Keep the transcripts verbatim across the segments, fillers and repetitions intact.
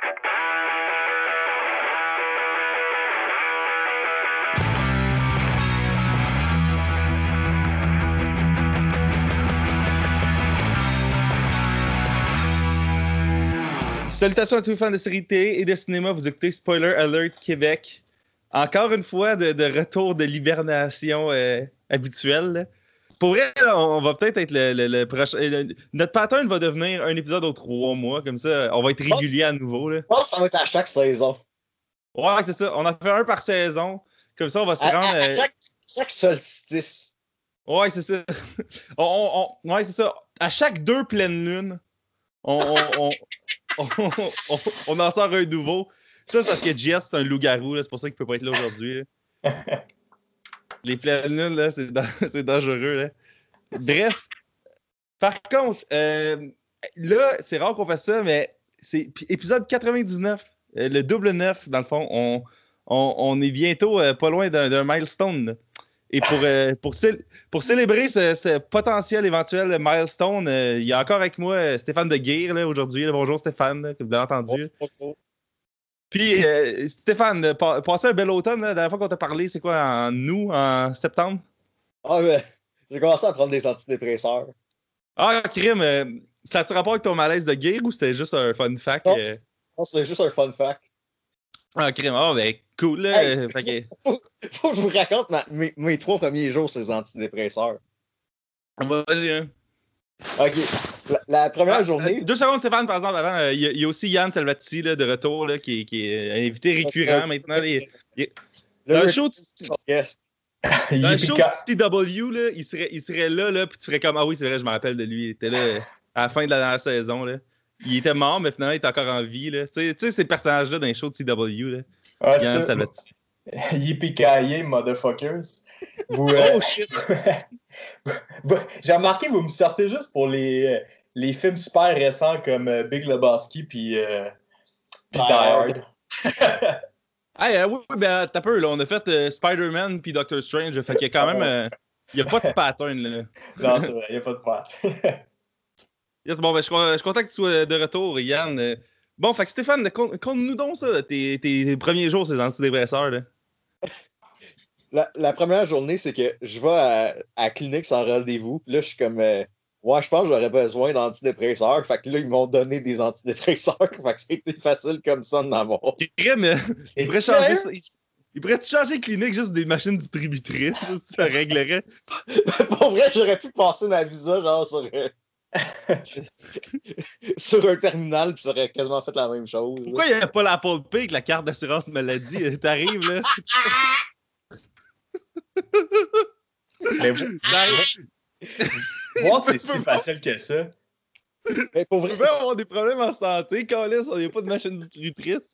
Salutations à tous les fans de séries télé et de cinéma, vous écoutez Spoiler Alert Québec. Encore une fois, de, de retour de l'hibernation euh, habituelle. Là. Pour vrai, là, on, on va peut-être être le, le, le prochain... Le, notre pattern va devenir un épisode aux trois mois, comme ça, on va être régulier à nouveau. Là. Je pense que ça va être à chaque saison. Ouais, c'est ça, on en fait un par saison, comme ça on va se à, rendre... À, à chaque, chaque solstice. Ouais, c'est ça. on, on, on, ouais, c'est ça. À chaque deux pleines lunes, on... on, on On, on, on en sort un nouveau. Ça, c'est parce que J S, c'est un loup-garou. Là. C'est pour ça qu'il peut pas être là aujourd'hui. Là. Les pleines lunes, là, c'est, da- c'est dangereux. Là. Bref. Par contre, euh, là, c'est rare qu'on fasse ça, mais c'est épisode quatre-vingt-dix-neuf. Euh, le double neuf, dans le fond. On, on, on est bientôt euh, pas loin d'un, d'un milestone. Là. Et pour, euh, pour, cé- pour célébrer ce, ce potentiel éventuel milestone, euh, il y a encore avec moi euh, Stéphane de Guire là, aujourd'hui. Là. Bonjour Stéphane, là, que vous l'avez entendu. Bonjour. Puis euh, Stéphane, pa- passez un bel automne. Là. La dernière fois qu'on t'a parlé, c'est quoi, en août, en septembre? Ah ouais, j'ai commencé à prendre des antidépresseurs. Ah, crime, euh, ça a-tu rapport avec ton malaise de Guire ou c'était juste un fun fact? Non, euh? non c'est juste un fun fact. Ah, crime, ah, ben cool. Là, hey, euh, fait que... faut, faut que je vous raconte ma, mes, mes trois premiers jours ces antidépresseurs. Vas-y, hein. Ok, la, la première ah, journée... Euh, deux secondes, Stéphane, par exemple, avant. Il euh, y, y a aussi Yann Salvati là, de retour, là, qui, qui est un invité récurrent maintenant. Là, il, il, dans le show de, yes. dans le show de C W, là, il, serait, il serait là, là puis tu ferais comme « Ah oui, c'est vrai, je me rappelle de lui. » Il était là à la fin de la dernière saison. Là. Il était mort, mais finalement, il est encore en vie. Tu sais, tu sais ces personnages-là dans les shows de C W. Là. Ah, Yann ça. Salvati. Yippee-ki-yay, motherfuckers. Vous, euh... Oh shit! J'ai remarqué, vous me sortez juste pour les, les films super récents comme euh, Big Lebowski puis euh, Die Hard. Hey, euh, oui, ben, t'as peu, là. On a fait euh, Spider-Man puis Doctor Strange. Fait qu'il y a quand même. Euh, il n'y a pas de pattern, là. Non, c'est vrai, il n'y a pas de pattern. Yes, bon, ben, je suis content que tu sois de retour, Yann. Euh, bon, fait que Stéphane, conte-nous donc ça, là, tes, tes premiers jours, ces antidépresseurs, là. La, la première journée, c'est que je vais à, à la clinique sans rendez-vous. Là, je suis comme, euh, ouais, je pense que j'aurais besoin d'antidépresseurs. Fait que là, ils m'ont donné des antidépresseurs. Fait que c'était facile comme ça d'en avoir. Mais il pourrait changer ça. Il pourrait-tu changer de clinique juste des machines distributrices? Ça réglerait. Pour vrai, j'aurais pu passer ma visa genre sur, euh, sur un terminal puis ça aurait quasiment fait la même chose. Pourquoi il n'y a pas l'Apple Pay avec la carte d'assurance maladie? T'arrives, là. Mais vous, voir que c'est si facile que ça. Mais pour vrai, on peut avoir des problèmes en santé, Calis, il n'y a pas de machine distributrice.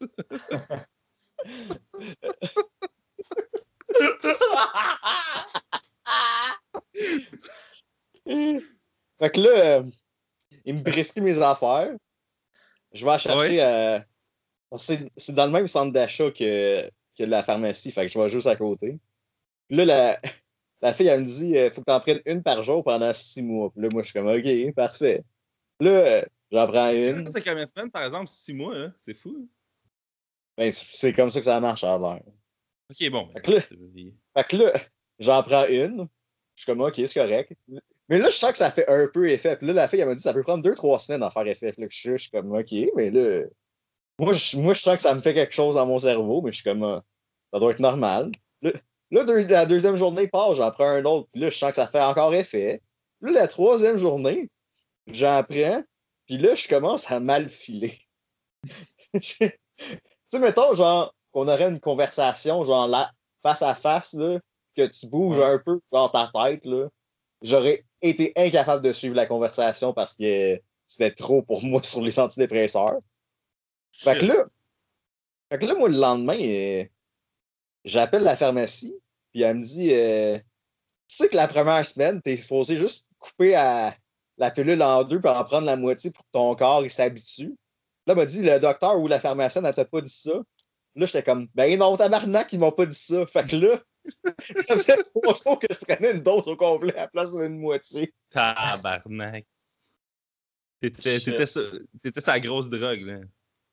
Fait que là, euh, il me prescrit mes affaires. Je vais la chercher ouais. à. C'est, c'est dans le même centre d'achat que, que la pharmacie, fait que je vais juste à côté. Puis là, la, la fille, elle me dit euh, faut que tu en prennes une par jour pendant six mois. Puis là, moi, je suis comme OK, parfait. Là, euh, j'en prends une. Ça, c'est combien de semaines, par exemple, six mois, là? C'est fou. Ben, c'est, c'est comme ça que ça marche à l'heure. OK, bon. Fait que là, fait que là j'en prends une. Je suis comme OK, c'est correct. Mais là, je sens que ça fait un peu effet. Puis là, la fille, elle m'a dit ça peut prendre deux, trois semaines à faire effet. Puis là, je, je suis comme OK, mais là. Moi je, moi, je sens que ça me fait quelque chose dans mon cerveau, mais je suis comme euh, ça doit être normal. Là, là deux, la deuxième journée passe, j'en prends un autre. Puis là, je sens que ça fait encore effet. Là, la troisième journée, j'en prends. Puis là, je commence à mal filer. Tu sais, mettons, genre, qu'on aurait une conversation, genre, là, face à face, là, que tu bouges un peu dans ta tête, là. J'aurais été incapable de suivre la conversation parce que c'était trop pour moi sur les antidépresseurs. Fait que là, fait que là, moi, le lendemain, euh, j'appelle la pharmacie, puis elle me dit euh, tu sais que la première semaine, t'es supposé juste couper à, la pilule en deux puis en prendre la moitié pour que ton corps il s'habitue. Là, elle m'a dit le docteur ou la pharmacienne, elle t'a pas dit ça. Là, j'étais comme ben non, tabarnak, ils m'ont pas dit ça. Fait que là, ça faisait trois jours que je prenais une dose au complet à la place d'une moitié. Tabarnak. T'étais, t'étais, sur, t'étais sur la grosse drogue, là.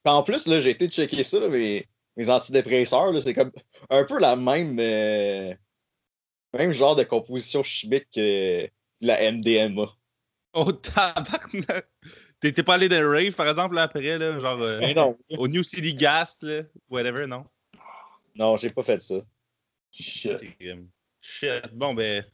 En plus, là, j'ai été checker ça, là, mes, mes antidépresseurs, là, c'est comme un peu la même, euh, même genre de composition chimique que la M D M A. Oh, tabarnak! T'es t'es pas allé dans le rave, par exemple, là, après, là, genre euh, Mais non. au New City Gas, là, whatever, non? Non, j'ai pas fait ça. Shit. Shit. Bon, ben.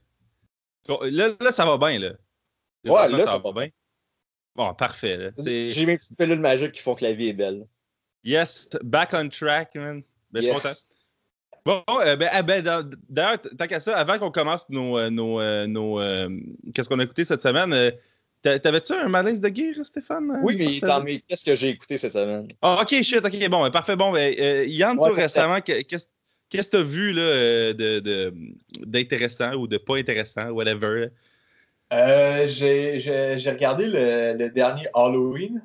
Là, là, ça va bien, là. Ouais, là, ça va bien. Bon, parfait. Là. J'ai mes petites pilules magiques qui font que la vie est belle. Yes, back on track, man. Ben, yes. je suis content. Bon, euh, ben, ah, ben d'ailleurs, tant qu'à ça, avant qu'on commence nos. nos, euh, nos euh, qu'est-ce qu'on a écouté cette semaine? Euh, T'avais-tu un malaise de guerre, Stéphane? Oui, mais dans mes qu'est-ce que j'ai écouté cette semaine? Ah, ok, shit, ok, bon, ben, parfait. Bon, ben, euh, Yann, ouais, toi, récemment, qu'est-ce qu'est-ce que t'as vu là, de, de, d'intéressant ou de pas intéressant, whatever? Euh, j'ai, j'ai, j'ai regardé le, le dernier Halloween.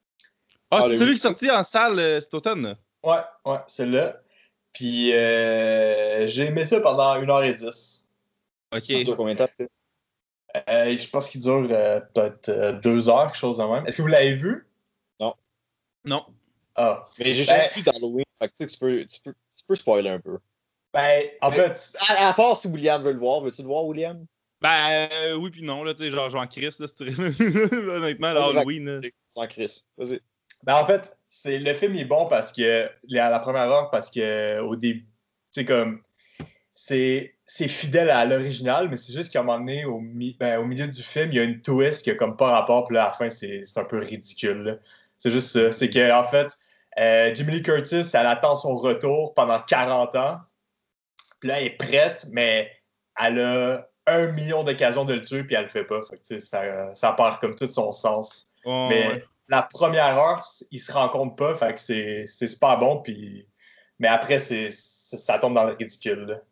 Ah, c'est celui qui est sorti en salle euh, cet automne? Ouais, ouais, c'est là. Puis euh, j'ai aimé ça pendant une heure et dix. Ok. Ça dure combien de temps? Euh, je pense qu'il dure euh, peut-être euh, deux heures, quelque chose de même. Est-ce que vous l'avez vu? Non. Non. Ah. Mais j'ai ben, jamais vu d'Halloween. Fait que tu peux, tu, peux, tu peux spoiler un peu. Ben, en Mais, fait... À, à part si William veut le voir. Veux-tu le voir, William? Ben, euh, oui puis non, là, tu sais, genre, genre en Chris, là, si tu honnêtement, là, Halloween. Sans Chris. Vas-y. Ben, en fait, c'est, le film est bon parce que, à la première heure, parce que, au début, tu sais, comme, c'est, c'est fidèle à l'original, mais c'est juste qu'à un moment donné, au, mi- ben, au milieu du film, il y a une twist qui a comme pas rapport, puis là, à la fin, c'est, c'est un peu ridicule, là. C'est juste ça. C'est que, en fait, euh, Jamie Lee Curtis, elle attend son retour pendant quarante ans, puis là, elle est prête, mais elle a un million d'occasions de le tuer, puis elle le fait pas. Fait que, tu sais, ça, ça perd comme tout son sens. Oh, mais ouais. la première heure, ils se rencontrent pas, fait que c'est, c'est super bon, puis... mais après, c'est, ça tombe dans le ridicule, là.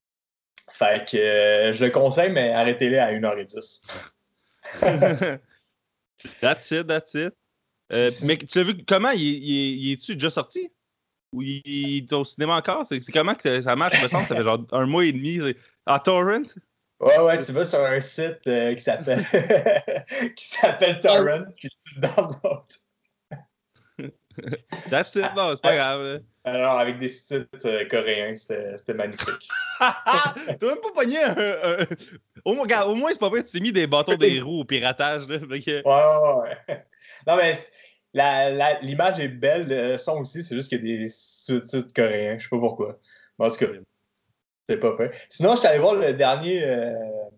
Fait que euh, je le conseille, mais arrêtez-le à une heure dix. That's it, that's it. Euh, mais tu as vu comment il, il, il est-tu déjà sorti? Ou il, il est au cinéma encore? C'est, c'est comment que ça marche? Me semble ça fait genre un mois et demi. À Torrent? Ouais, ouais, tu vas sur un site euh, qui s'appelle qui s'appelle Torrent, puis tu le downloads. That's it, non, c'est pas grave. Là. Alors, avec des sous-titres euh, coréens, c'était, c'était magnifique. T'as même pas pogné un... un... Au, moins, regarde, au moins, c'est pas vrai que tu t'es mis des bâtons des roues au piratage. Là, que... Ouais, ouais, ouais. Non, mais la, la, l'image est belle, le son aussi, c'est juste qu'il y a des sous-titres coréens. Je sais pas pourquoi. Mais en tout cas, c'est pas peur. Sinon, je suis allé voir le dernier... Euh,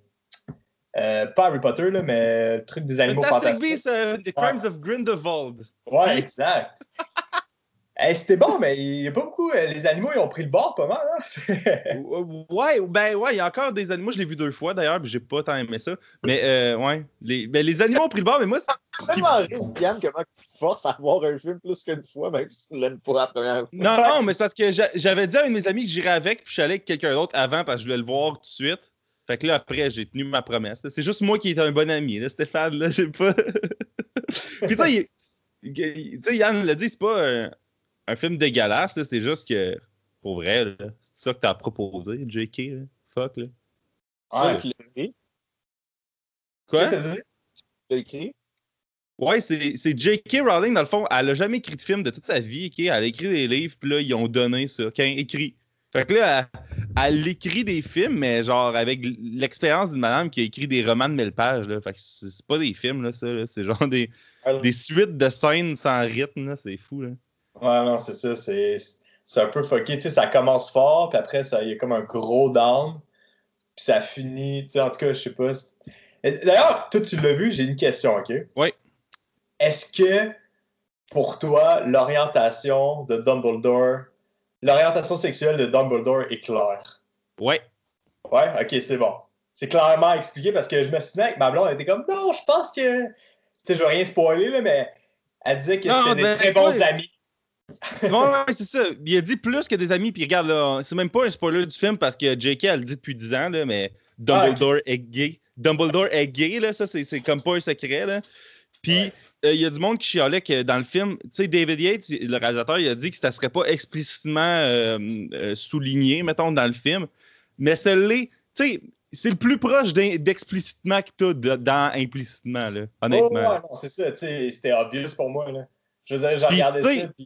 euh, pas Harry Potter, là, mais le truc des animaux Fantastic fantastiques. Beasts, uh, The Crimes ouais. of Grindelwald. Ouais, exact. Hey, c'était bon, mais il n'y a pas beaucoup. Les animaux, ils ont pris le bord pas mal. Hein? ouais, ben ouais, il y a encore des animaux. Je l'ai vu deux fois d'ailleurs, puis j'ai pas tant aimé ça. Mais euh, ouais, les, ben, les animaux ont pris le bord, mais moi, c'est vraiment rire, Yann, comment tu te forces à voir un film plus qu'une fois, même si tu l'aimes pour la première fois. Non, non, mais c'est parce que j'avais dit à un de mes amis que j'irais avec, puis je suis allé avec quelqu'un d'autre avant parce que je voulais le voir tout de suite. Fait que là, après, j'ai tenu ma promesse. C'est juste moi qui étais un bon ami, là, Stéphane. Là, j'ai pas. Puis tu sais, Yann l'a dit, c'est pas un, un film dégueulasse, là, c'est juste que, pour vrai, là, c'est ça que t'as proposé, J K. Là. Fuck, là. Ah, tu l'as écrit? Quoi? Tu l'as écrit? Ouais, c'est, c'est J K. Rowling, dans le fond, elle a jamais écrit de film de toute sa vie, okay? Elle a écrit des livres, puis là, ils ont donné ça. Quand écrit. Fait que là, elle, elle écrit des films, mais genre avec l'expérience d'une madame qui a écrit des romans de mille pages. Là. Fait que c'est, c'est pas des films, là, ça. Là. C'est genre des, Alors... des suites de scènes sans rythme. Là. C'est fou. Là. Ouais, non, c'est ça. C'est, c'est un peu fucké. Tu sais, ça commence fort, puis après, il y a comme un gros down, puis ça finit. Tu sais, en tout cas, je sais pas. D'ailleurs, toi, tu l'as vu, j'ai une question, OK? Oui. Est-ce que, pour toi, l'orientation de Dumbledore... L'orientation sexuelle de Dumbledore est claire. Ouais. Ouais, ok, c'est bon. C'est clairement expliqué parce que je me souviens que ma blonde était comme non, je pense que. Tu sais, je vais rien spoiler, là, mais elle disait que non, c'était ben, des très bons ouais. amis. Ouais, ouais, c'est ça. Il a dit plus que des amis, puis regarde, là, c'est même pas un spoiler du film parce que J K, elle le dit depuis dix ans, là, mais Dumbledore ah, okay. est gay. Dumbledore est gay, là, ça, c'est, c'est comme pas un secret, là. Puis, il ouais. euh, y a du monde qui chialait que dans le film, tu sais, David Yates, le réalisateur, il a dit que ça serait pas explicitement euh, euh, souligné, mettons, dans le film. Mais ça l'est, tu sais, c'est le plus proche d'explicitement que t'as de, dans implicitement, là, honnêtement. Oh, ouais, non, c'est ça, tu sais, c'était obvious pour moi, là. Je veux dire, j'ai Puis, regardé t'sais, ça, puis...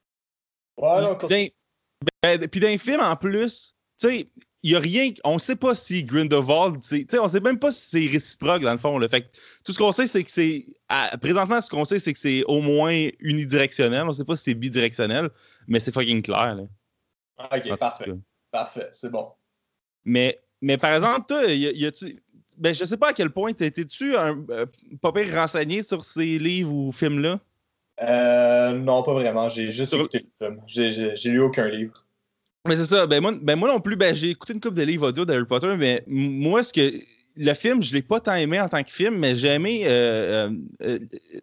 Ouais, non, Puis dans, ben, puis dans les films, en plus, tu sais, il y a rien... On sait pas si Grindelwald... Tu sais, on sait même pas si c'est réciproque, dans le fond. Là. Fait que tout ce qu'on sait, c'est que c'est... À, présentement, ce qu'on sait, c'est que c'est au moins unidirectionnel. On sait pas si c'est bidirectionnel, mais c'est fucking clair. Là. OK, parfait. Parfait, c'est bon. Mais, mais par exemple, toi, y a, y a-tu... Ben, je sais pas à quel point t'étais-tu un euh, pas pire renseigné sur ces livres ou films-là? Euh, non, pas vraiment. J'ai juste Sur... écouté le film. J'ai, j'ai, j'ai lu aucun livre. Mais c'est ça. Ben moi, ben moi non plus, ben, j'ai écouté une couple de livres audio d'Harry Potter, mais moi, ce que le film, je l'ai pas tant aimé en tant que film, mais j'ai aimé euh, euh, euh,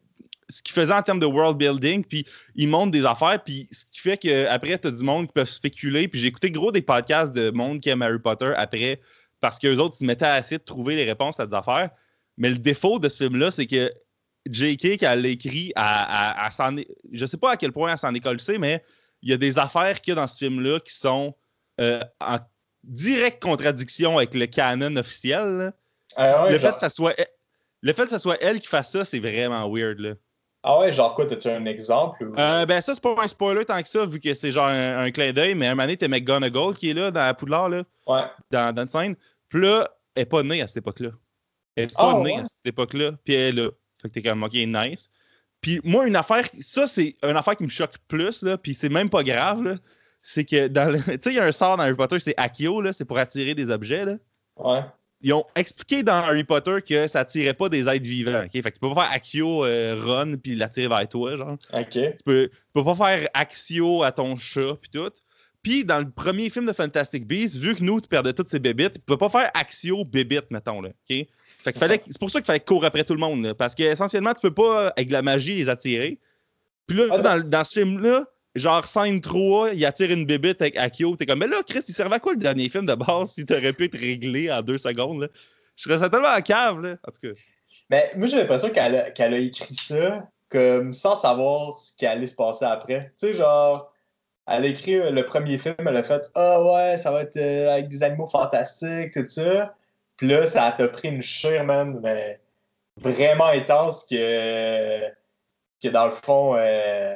ce qu'il faisait en termes de world building, puis il montre des affaires, puis ce qui fait qu'après, t'as du monde qui peut spéculer, puis j'ai écouté gros des podcasts de monde qui aime Harry Potter après, parce qu'eux autres, ils se mettaient à essayer de trouver les réponses à des affaires. Mais le défaut de ce film-là, c'est que J K, quand elle l'a écrit, à, à, à s'en... je sais pas à quel point elle s'en est collée, mais il y a des affaires qu'il y a dans ce film-là qui sont euh, en directe contradiction avec le canon officiel. Ah ouais, le, genre... fait que ça soit... le fait que ce soit elle qui fasse ça, c'est vraiment weird. Là. Ah ouais, genre quoi, t'as-tu un exemple? Ou... Euh, ben ça, c'est pas un spoiler tant que ça, vu que c'est genre un, un clin d'œil, mais un moment donné, t'as McGonagall qui est là dans Poudlard, là, ouais. dans, dans une scène. Puis là, elle est pas née à cette époque-là. Elle est pas oh, née ouais. à cette époque-là, puis elle est là. Fait que t'es comme, OK, nice. Puis moi, une affaire, ça, c'est une affaire qui me choque plus, là, puis c'est même pas grave, là, c'est que dans le... Tu sais, il y a un sort dans Harry Potter, c'est Accio, là, c'est pour attirer des objets, là. Ouais. Ils ont expliqué dans Harry Potter que ça attirait pas des êtres vivants, OK? Fait que tu peux pas faire Accio euh, Ron puis l'attirer vers toi, genre. OK. Tu peux, tu peux pas faire Axio à ton chat puis tout. Puis dans le premier film de Fantastic Beasts, vu que nous, tu perdais toutes ces bébites, tu peux pas faire Axio bébite, mettons, là, OK? Fait qu'il fallait, c'est pour ça qu'il fallait courir après tout le monde, là, parce qu'essentiellement, tu peux pas, avec de la magie, les attirer. Puis là, ah, dans, dans ce film-là, genre, scène trois, il attire une bébite avec Akio. T'es comme, mais là, Chris, il servait à quoi le dernier film de base si t'aurais pu être réglé en deux secondes, là? Je serais ça tellement en cave, là. En tout cas. Mais moi, j'ai l'impression qu'elle a, qu'elle a écrit ça comme sans savoir ce qui allait se passer après. Tu sais, genre, elle a écrit le premier film, elle a fait « Ah ouais, ça va être euh, avec des animaux fantastiques, tout ça. » Puis là, ça t'a pris une chire, man, mais vraiment intense que, que dans le fond, euh,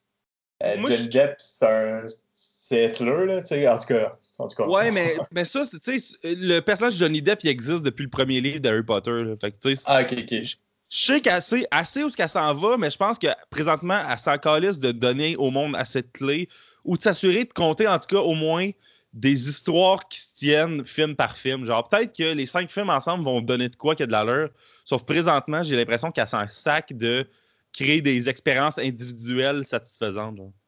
euh, Johnny je... Depp, c'est un... c'est Hitler, là, tu sais, en tout cas. En tout cas. Ouais, mais, mais ça, tu sais, le personnage de Johnny Depp, il existe depuis le premier livre d'Harry Potter. Là. Fait que, tu sais, ah, ok, ok. Je sais qu'assez assez où qu'elle s'en va, mais je pense que présentement, elle s'en calisse de donner au monde assez de clés ou de s'assurer de compter, en tout cas, au moins des histoires qui se tiennent film par film. Genre, peut-être que les cinq films ensemble vont donner de quoi qu'il y a de la leur. Sauf présentement, j'ai l'impression qu'elle s'en sac de créer des expériences individuelles satisfaisantes. Genre.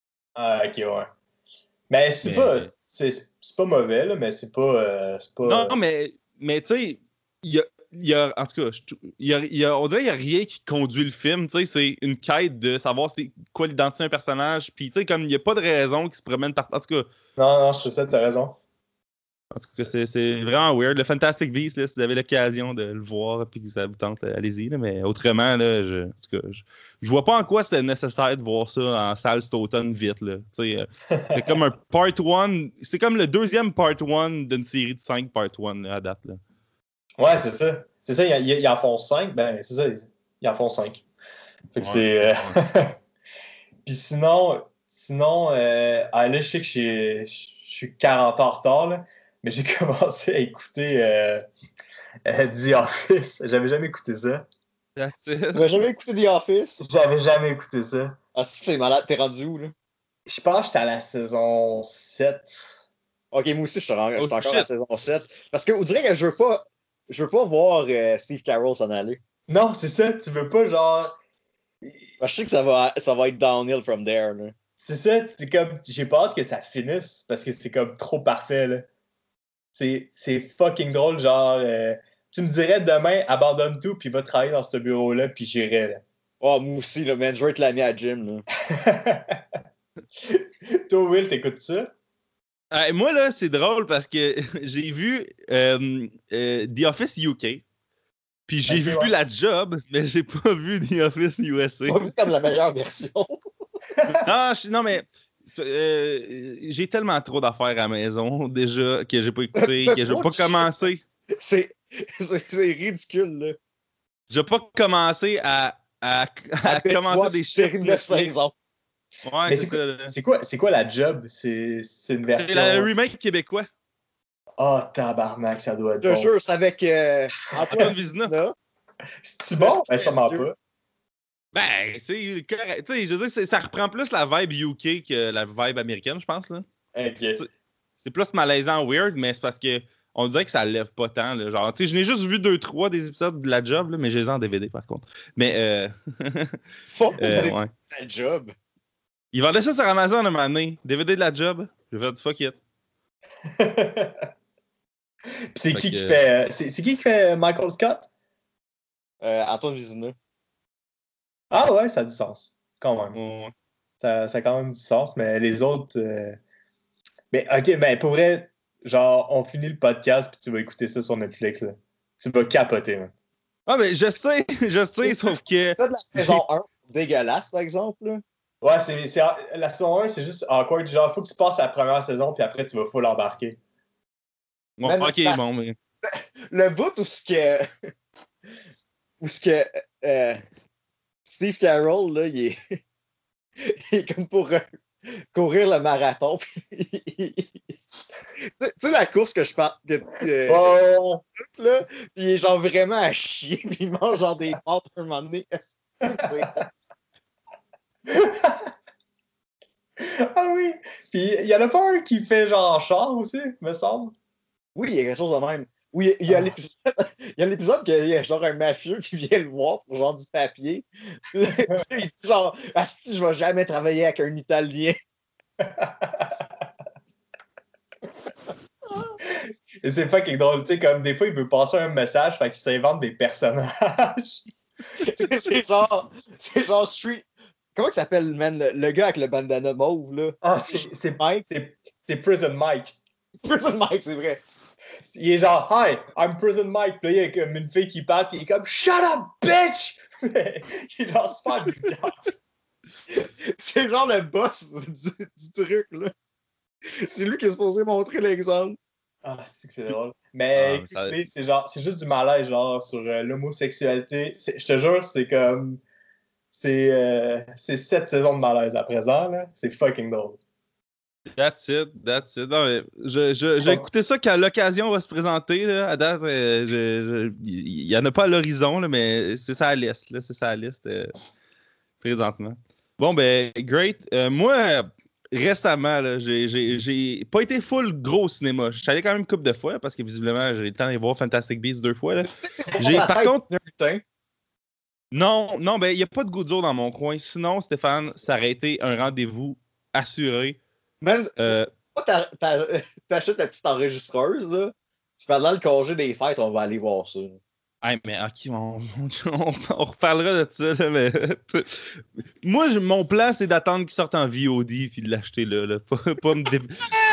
Ah, ok, ouais. Mais c'est mais... pas. C'est, c'est pas mauvais, là, mais c'est pas, euh, c'est pas. Non, mais, mais tu sais, il y a, y a. En tout cas, y a, y a, on dirait qu'il n'y a rien qui conduit le film. Tu sais, c'est une quête de savoir c'est quoi l'identité d'un personnage. Puis, tu sais, comme il n'y a pas de raison qu'il se promène par. En tout cas. Non, non, je sais, t'as raison. En tout cas, c'est, c'est vraiment weird. Le Fantastic Beasts, là, si vous avez l'occasion de le voir et que ça vous tente, allez-y. Là, mais autrement, là, je, en tout cas, je, je vois pas en quoi c'était nécessaire de voir ça en salle cet automne vite. Là. Euh, c'est comme un part one. C'est comme le deuxième part one d'une série de cinq part one là, à date. Là. Ouais, c'est ça. C'est ça, ils en font cinq. Ben, c'est ça, ils en font cinq. Fait que ouais, c'est. Euh... Puis sinon, sinon euh... ah, là, je sais que je suis quarante ans en retard, là. Mais j'ai commencé à écouter euh, euh, The Office. J'avais jamais écouté ça. J'avais jamais écouté The Office? J'avais jamais écouté ça. Ah, c'est malade. T'es rendu où, là? Je pense que j'étais à la saison sept. Ok, moi aussi, je suis, en... oh, encore shit. à la saison sept. Parce que, on dirait que je veux pas, je veux pas voir euh, Steve Carell s'en aller. Non, c'est ça. Tu veux pas, genre... Je sais que ça va, ça va être downhill from there, là. C'est ça. C'est comme... J'ai pas hâte que ça finisse parce que c'est comme trop parfait, là. C'est, c'est fucking drôle, genre, euh, tu me dirais demain, abandonne tout, puis va travailler dans ce bureau-là, puis j'irai, là. Oh, moi aussi, là, man, je vais être l'ami à Jim, là. Toi, Will, t'écoutes ça? Euh, moi, là, c'est drôle parce que j'ai vu euh, euh, The Office U K, puis j'ai okay, vu ouais. La Job, mais j'ai pas vu The Office U S A. Pas vu comme la meilleure version. non, je, non, mais... Euh, j'ai tellement trop d'affaires à la maison déjà que j'ai pas écouté, que j'ai pas commencé. C'est, c'est, c'est ridicule, là. J'ai pas commencé à à, à, à commencer des séries de saison. Ouais, mais c'est, c'est, quoi, ça, c'est, quoi, c'est quoi la job? C'est, c'est une version... c'est le remake québécois. Ah, oh, tabarnak, ça doit être Je bon. te jure, c'est avec euh, Antoine Vézina. C'est-tu bon? Ben, sûrement pas. Ben, c'est correct. Tu sais, je veux dire, ça reprend plus la vibe U K que la vibe américaine, je pense. Là. Okay. C'est, c'est plus malaisant, weird, mais c'est parce que on dirait que ça lève pas tant. Là. Genre, tu sais, je n'ai juste vu deux, trois des épisodes de la job, là, mais j'ai les en D V D par contre. Mais, euh. Fuck, euh, ouais. La job. Ils vendaient ça sur Amazon un moment donné. D V D de la job. J'ai fait fuck it. Puis c'est fait qui que... qui fait. C'est, c'est qui qui fait Michael Scott? Euh, Antoine Vézina. Ah ouais, ça a du sens. Quand même. Ouais. Ça, ça a quand même du sens, mais les autres. Euh... Mais ok, ben pour vrai, genre, on finit le podcast puis tu vas écouter ça sur Netflix. Là. Tu vas capoter, man. Ah, mais je sais, je sais, sauf que. C'est de la saison un, dégueulasse, par exemple. Là. Ouais, c'est, c'est, la saison un, c'est juste awkward. Genre, faut que tu passes la première saison puis après, tu vas full embarquer. Bon, Même ok, la... bon, mais. Le bout où ce que. où ce que. Euh... Steve Carroll, là, il est. il est comme pour euh, courir le marathon. tu sais, la course que je parle. Que, euh, Oh! là, il est genre vraiment à chier, puis il mange genre des pâtes à un moment donné. Ah oui! Puis il y en a pas un qui fait genre char aussi, me semble. Oui, il y a quelque chose de même. Oui, il y a, Ah. l'épisode, il y a l'épisode qu'il y a genre un mafieux qui vient le voir pour genre du papier. Il dit genre, asti, je vais jamais travailler avec un Italien. Et c'est pas quelque drôle, tu sais, comme des fois il veut passer un message, fait qu'il s'invente des personnages. c'est, c'est genre, c'est genre Street. Comment il s'appelle, man, le, le gars avec le bandana mauve, là? Ah, c'est, c'est Mike, c'est, c'est Prison Mike. Prison Mike, c'est vrai. Il est genre, hi, I'm Prison Mike. Puis là, il y a comme une fille qui parle, puis il est comme, shut up, bitch! Il est genre super vulgaire. C'est genre le boss du, du truc, là. C'est lui qui est supposé montrer l'exemple. Ah, c'est que c'est drôle. Mais Ah, écoute, ça... c'est genre, c'est juste du malaise, genre, sur euh, l'homosexualité. Je te jure, c'est comme. C'est, euh, c'est sept saisons de malaise à présent, là. C'est fucking drôle. That's it, that's it. Non, mais je, je, j'ai écouté ça quand l'occasion va se présenter. Là, à date, euh, il n'y en a pas à l'horizon, là, mais c'est ça à la liste. Là, c'est ça à la liste euh, présentement. Bon, ben, great. Euh, moi, récemment, là, j'ai, j'ai, j'ai pas été full gros au cinéma. Je suis allé quand même une couple de fois parce que visiblement, j'ai eu le temps d'aller voir Fantastic Beasts deux fois. Là. J'ai, par contre. Non, non, ben, il n'y a pas de Goudzo dans mon coin. Sinon, Stéphane, ça aurait été un rendez-vous assuré. Man, euh, t'as, t'as, t'achètes la petite enregistreuse, là. Pendant le congé des fêtes, on va aller voir ça. Hey, mais ok, on, on, on reparlera de ça, là, mais moi, je, mon plan, c'est d'attendre qu'il sorte en V O D puis de l'acheter là, là pas, pas me dé...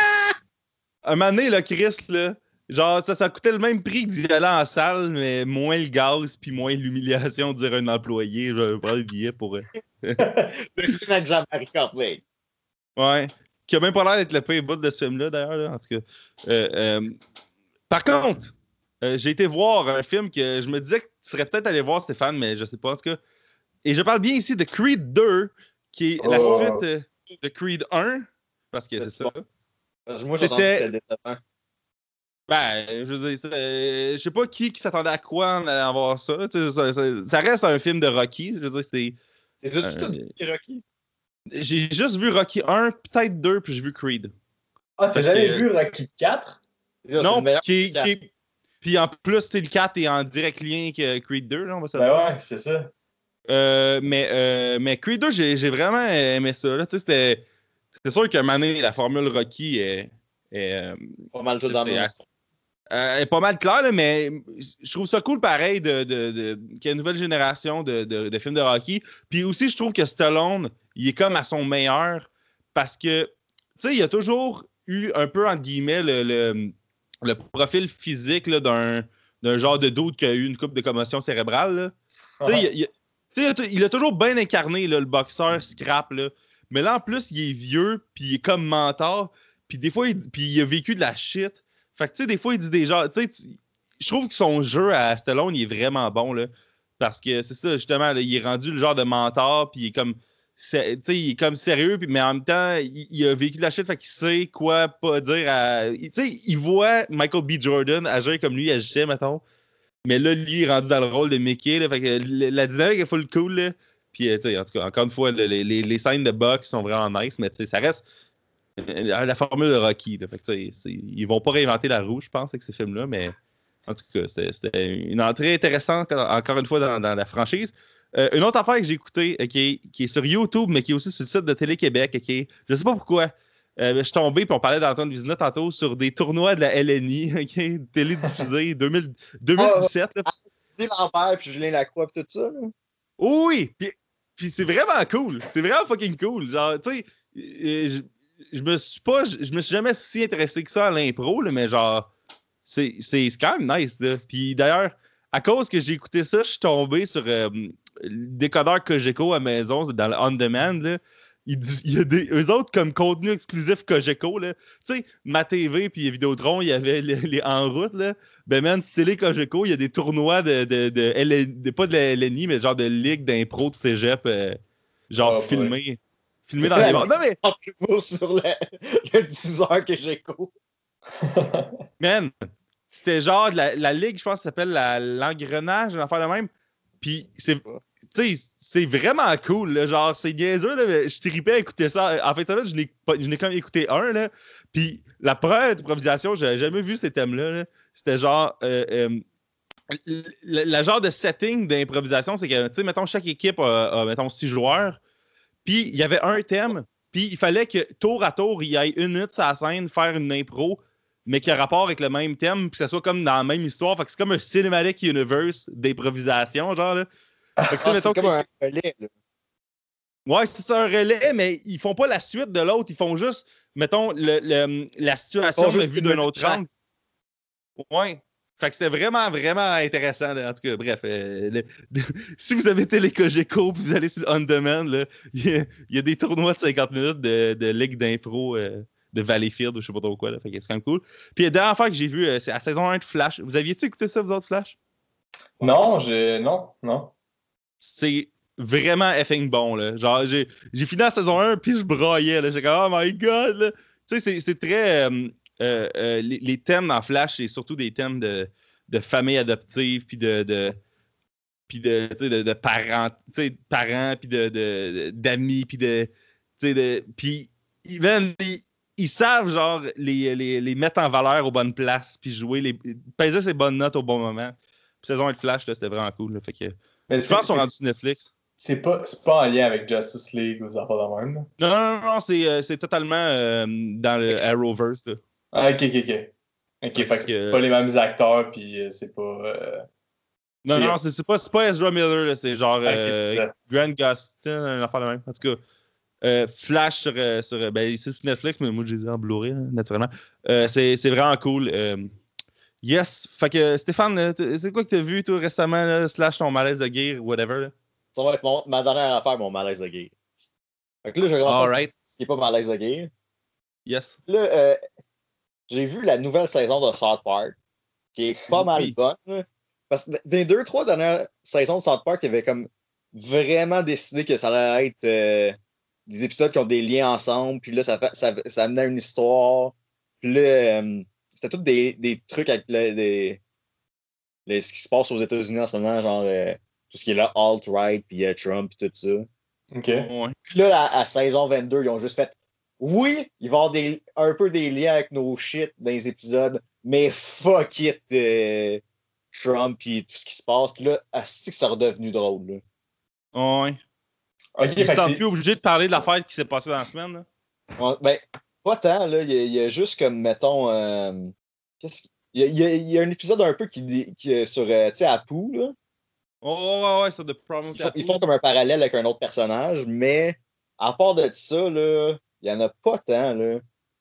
Un moment donné, là, Chris, là, genre, ça, ça coûtait le même prix que d'y aller en salle, mais moins le gaz puis moins l'humiliation de dire à un employé, je vais prendre le billet pour... Le film avec Jean-Marie Corbeil. Ouais. Qui a même pas l'air d'être le pire bout de ce film-là, d'ailleurs, là, en tout cas. Euh, euh, par contre, euh, j'ai été voir un film que je me disais que tu serais peut-être allé voir, Stéphane, mais je sais pas, en tout cas. Et je parle bien ici de Creed deux, qui est oh. la suite euh, de Creed un, parce que c'est, c'est ça. Parce que moi, j'ai entendu que c'était décevant. Ben, je veux dire, euh, je sais pas qui, qui s'attendait à quoi en allant voir ça, ça, ça. Ça reste un film de Rocky, je veux dire, c'est... Et as-tu tout dit Rocky? J'ai juste vu Rocky un, peut-être deux, puis j'ai vu Creed. Ah, t'as jamais que... vu Rocky quatre? Là, non, qui, qui est... Puis en plus, le quatre est en direct lien que Creed deux, là, on va se Ben dire. Ouais, c'est ça. Euh, mais, euh, mais Creed deux, j'ai, j'ai vraiment aimé ça. Là. C'était, c'est sûr qu'à un moment donné, la formule Rocky est... est pas mal tout dans le monde. Elle est pas mal claire, là, mais je trouve ça cool pareil de, de, de, qu'il y a une nouvelle génération de, de, de films de Rocky. Puis aussi, je trouve que Stallone, il est comme à son meilleur parce que, tu sais, il a toujours eu un peu, entre guillemets, le, le, le profil physique là, d'un, d'un genre de doute qui a eu une couple de commotion cérébrale. Tu sais, il, il, il a toujours bien incarné là, le boxeur scrap. Là. Mais là, en plus, il est vieux, puis il est comme mentor. Puis des fois, il, puis il a vécu de la shit. Fait que, tu sais, des fois, il dit des genres... Tu sais, je trouve que son jeu à Stallone, il est vraiment bon, là. Parce que c'est ça, justement, là, il est rendu le genre de mentor, puis il est comme. C'est, il est comme sérieux, puis, mais en même temps, il, il a vécu de la shit, fait qu'il sait quoi pas dire à. Tu sais, il voit Michael B. Jordan agir comme lui agissait, mettons. Mais là, lui, il est rendu dans le rôle de Mickey, là, fait que la dynamique est full cool, là. Puis, tu sais, en tout cas, encore une fois, les, les, les scènes de boxe sont vraiment nice, mais tu sais, ça reste la formule de Rocky, là. Fait que, tu sais, ils vont pas réinventer la roue, je pense, avec ces films-là, mais en tout cas, c'était, c'était une entrée intéressante, encore une fois, dans, dans la franchise. Euh, une autre affaire que j'ai écoutée, okay, qui est sur YouTube, mais qui est aussi sur le site de Télé-Québec, okay, je sais pas pourquoi. Euh, je suis tombé, puis on parlait d'Antoine Vézina tantôt, sur des tournois de la L N I, okay, télédiffusés, deux mille, deux mille dix-sept. Là. Julien Lambert, puis Julien Lacroix, puis tout ça. Là. Oui, puis, puis c'est vraiment cool. C'est vraiment fucking cool. Genre, tu sais, je, je me suis pas, je me suis jamais si intéressé que ça à l'impro, là, mais genre, c'est, c'est, c'est quand même nice. Là. Puis d'ailleurs, à cause que j'ai écouté ça, je suis tombé sur euh, le décodeur Cogeco à maison, dans le on-demand. Là. Il, il y a des, eux autres, comme contenu exclusif Cogeco, tu sais, ma T V puis Vidéotron, il y avait les, les en route, là. Ben, man, c'est télé Cogeco, il y a des tournois de, de, de, de, de pas de la L N I, mais genre de ligue d'impro de cégep, euh, genre oh, filmé. Ouais. Filmé dans les bars. Non, mais. Sur le, le diffuseur Cogeco. Man, c'était genre la, la ligue, je pense, ça s'appelle la, l'engrenage, une affaire de même. Puis c'est. Tu sais, c'est vraiment cool, là. Genre, c'est niaiseux, là, mais je tripais à écouter ça. En fait, ça, je n'ai, pas, je n'ai quand même écouté un, là. Puis la première improvisation, j'avais jamais vu ces thèmes-là. Là. C'était genre... Euh, euh, le, le genre de setting d'improvisation, c'est que, tu sais, mettons, chaque équipe a, a, mettons, six joueurs. Puis il y avait un thème. Puis il fallait que, tour à tour, il y ait une minute sur la scène, faire une impro, mais qui a rapport avec le même thème, puis que ça soit comme dans la même histoire. Fait que c'est comme un cinematic universe d'improvisation, genre, là. Fait que, ah, c'est comme un relais. Là. Ouais, c'est ça, un relais, mais ils font pas la suite de l'autre. Ils font juste, mettons, le, le, la situation de vue d'un autre angle. Ouais. Fait que c'était vraiment, vraiment intéressant. Là. En tout cas, bref. Euh, le, de, si vous avez Télécogeco et vous allez sur le On Demand, il y, y a des tournois de cinquante minutes de, de ligue d'impro euh, de Valleyfield ou je sais pas trop quoi. Là. Fait que c'est quand même cool. Puis la dernière fois que j'ai vu, euh, c'est la saison un de Flash. Vous aviez-tu écouté ça, vous autres, Flash? Non, j'ai. Non, non. C'est vraiment effing bon, là. Genre, j'ai, j'ai fini la saison un, puis je braillais, là. J'ai comme, oh my God, là. Tu sais, c'est, c'est très... Euh, euh, euh, les, les thèmes dans Flash, c'est surtout des thèmes de, de famille adoptive, puis de... de puis de, de, de parents, tu sais, parents, puis de, de, d'amis, puis de... Tu sais, de... Puis, ils, ils, ils savent, genre, les, les, les mettre en valeur aux bonnes places, puis jouer, les, peser ses bonnes notes au bon moment. Puis saison un de Flash, là, c'était vraiment cool, là. Fait que... Mais je pense qu'ils sont rendus sur Netflix. C'est pas, c'est pas en lien avec Justice League ou ça pas de même. Non, non, non, c'est, euh, c'est totalement euh, dans le Arrowverse. Là. Ah, ok, ok, ok. Ok, fait que c'est euh... pas les mêmes acteurs, puis euh, c'est pas. Euh... Non, non, c'est, c'est, pas, c'est pas Ezra Miller, là, c'est genre okay, euh, c'est Grant Gustin, un affaire de même. En tout cas, euh, Flash sur. Euh, sur ben, c'est sur Netflix, mais moi, j'ai dit en Blu-ray, là, naturellement. Euh, c'est, c'est vraiment cool. Euh, yes. Fait que, Stéphane, c'est quoi que t'as vu, toi, récemment, là, slash ton malaise de guerre, whatever? Là? Ça va être mon, ma dernière affaire, mon malaise de guerre. Fait que là, je vais commencer right. ce qui n'est pas malaise de guerre. Yes. Là, euh, j'ai vu la nouvelle saison de South Park, qui est pas mal oui. bonne. Parce que dans les deux, trois dernières saisons de South Park, il y avait comme vraiment décidé que ça allait être euh, des épisodes qui ont des liens ensemble. Puis là, ça, fait, ça, ça amenait à une histoire. Puis là, euh, c'était tout des, des trucs avec le, des, les, ce qui se passe aux États-Unis en ce moment, genre euh, tout ce qui est là, alt-right, puis euh, Trump, puis tout ça. OK. Puis là, à, à saison vingt-deux, ils ont juste fait oui, il va y avoir des, un peu des liens avec nos shit dans les épisodes, mais fuck it, euh, Trump, puis tout ce qui se passe. Puis là, c'est que c'est redevenu drôle. Là. Ouais. Okay, ils sont plus obligés de parler de l'affaire qui s'est passée dans la semaine. Là. Ouais, ben, pas tant, là. Il y a, il y a juste comme, mettons. Euh, qu'est-ce il, y a, il, y a, il y a un épisode un peu qui, qui est sur, euh, tu sais, Apu, là. Oh, ouais, ouais, sur The Problem ils, ils font comme un parallèle avec un autre personnage, mais à part de ça, là, il y en a pas tant, là.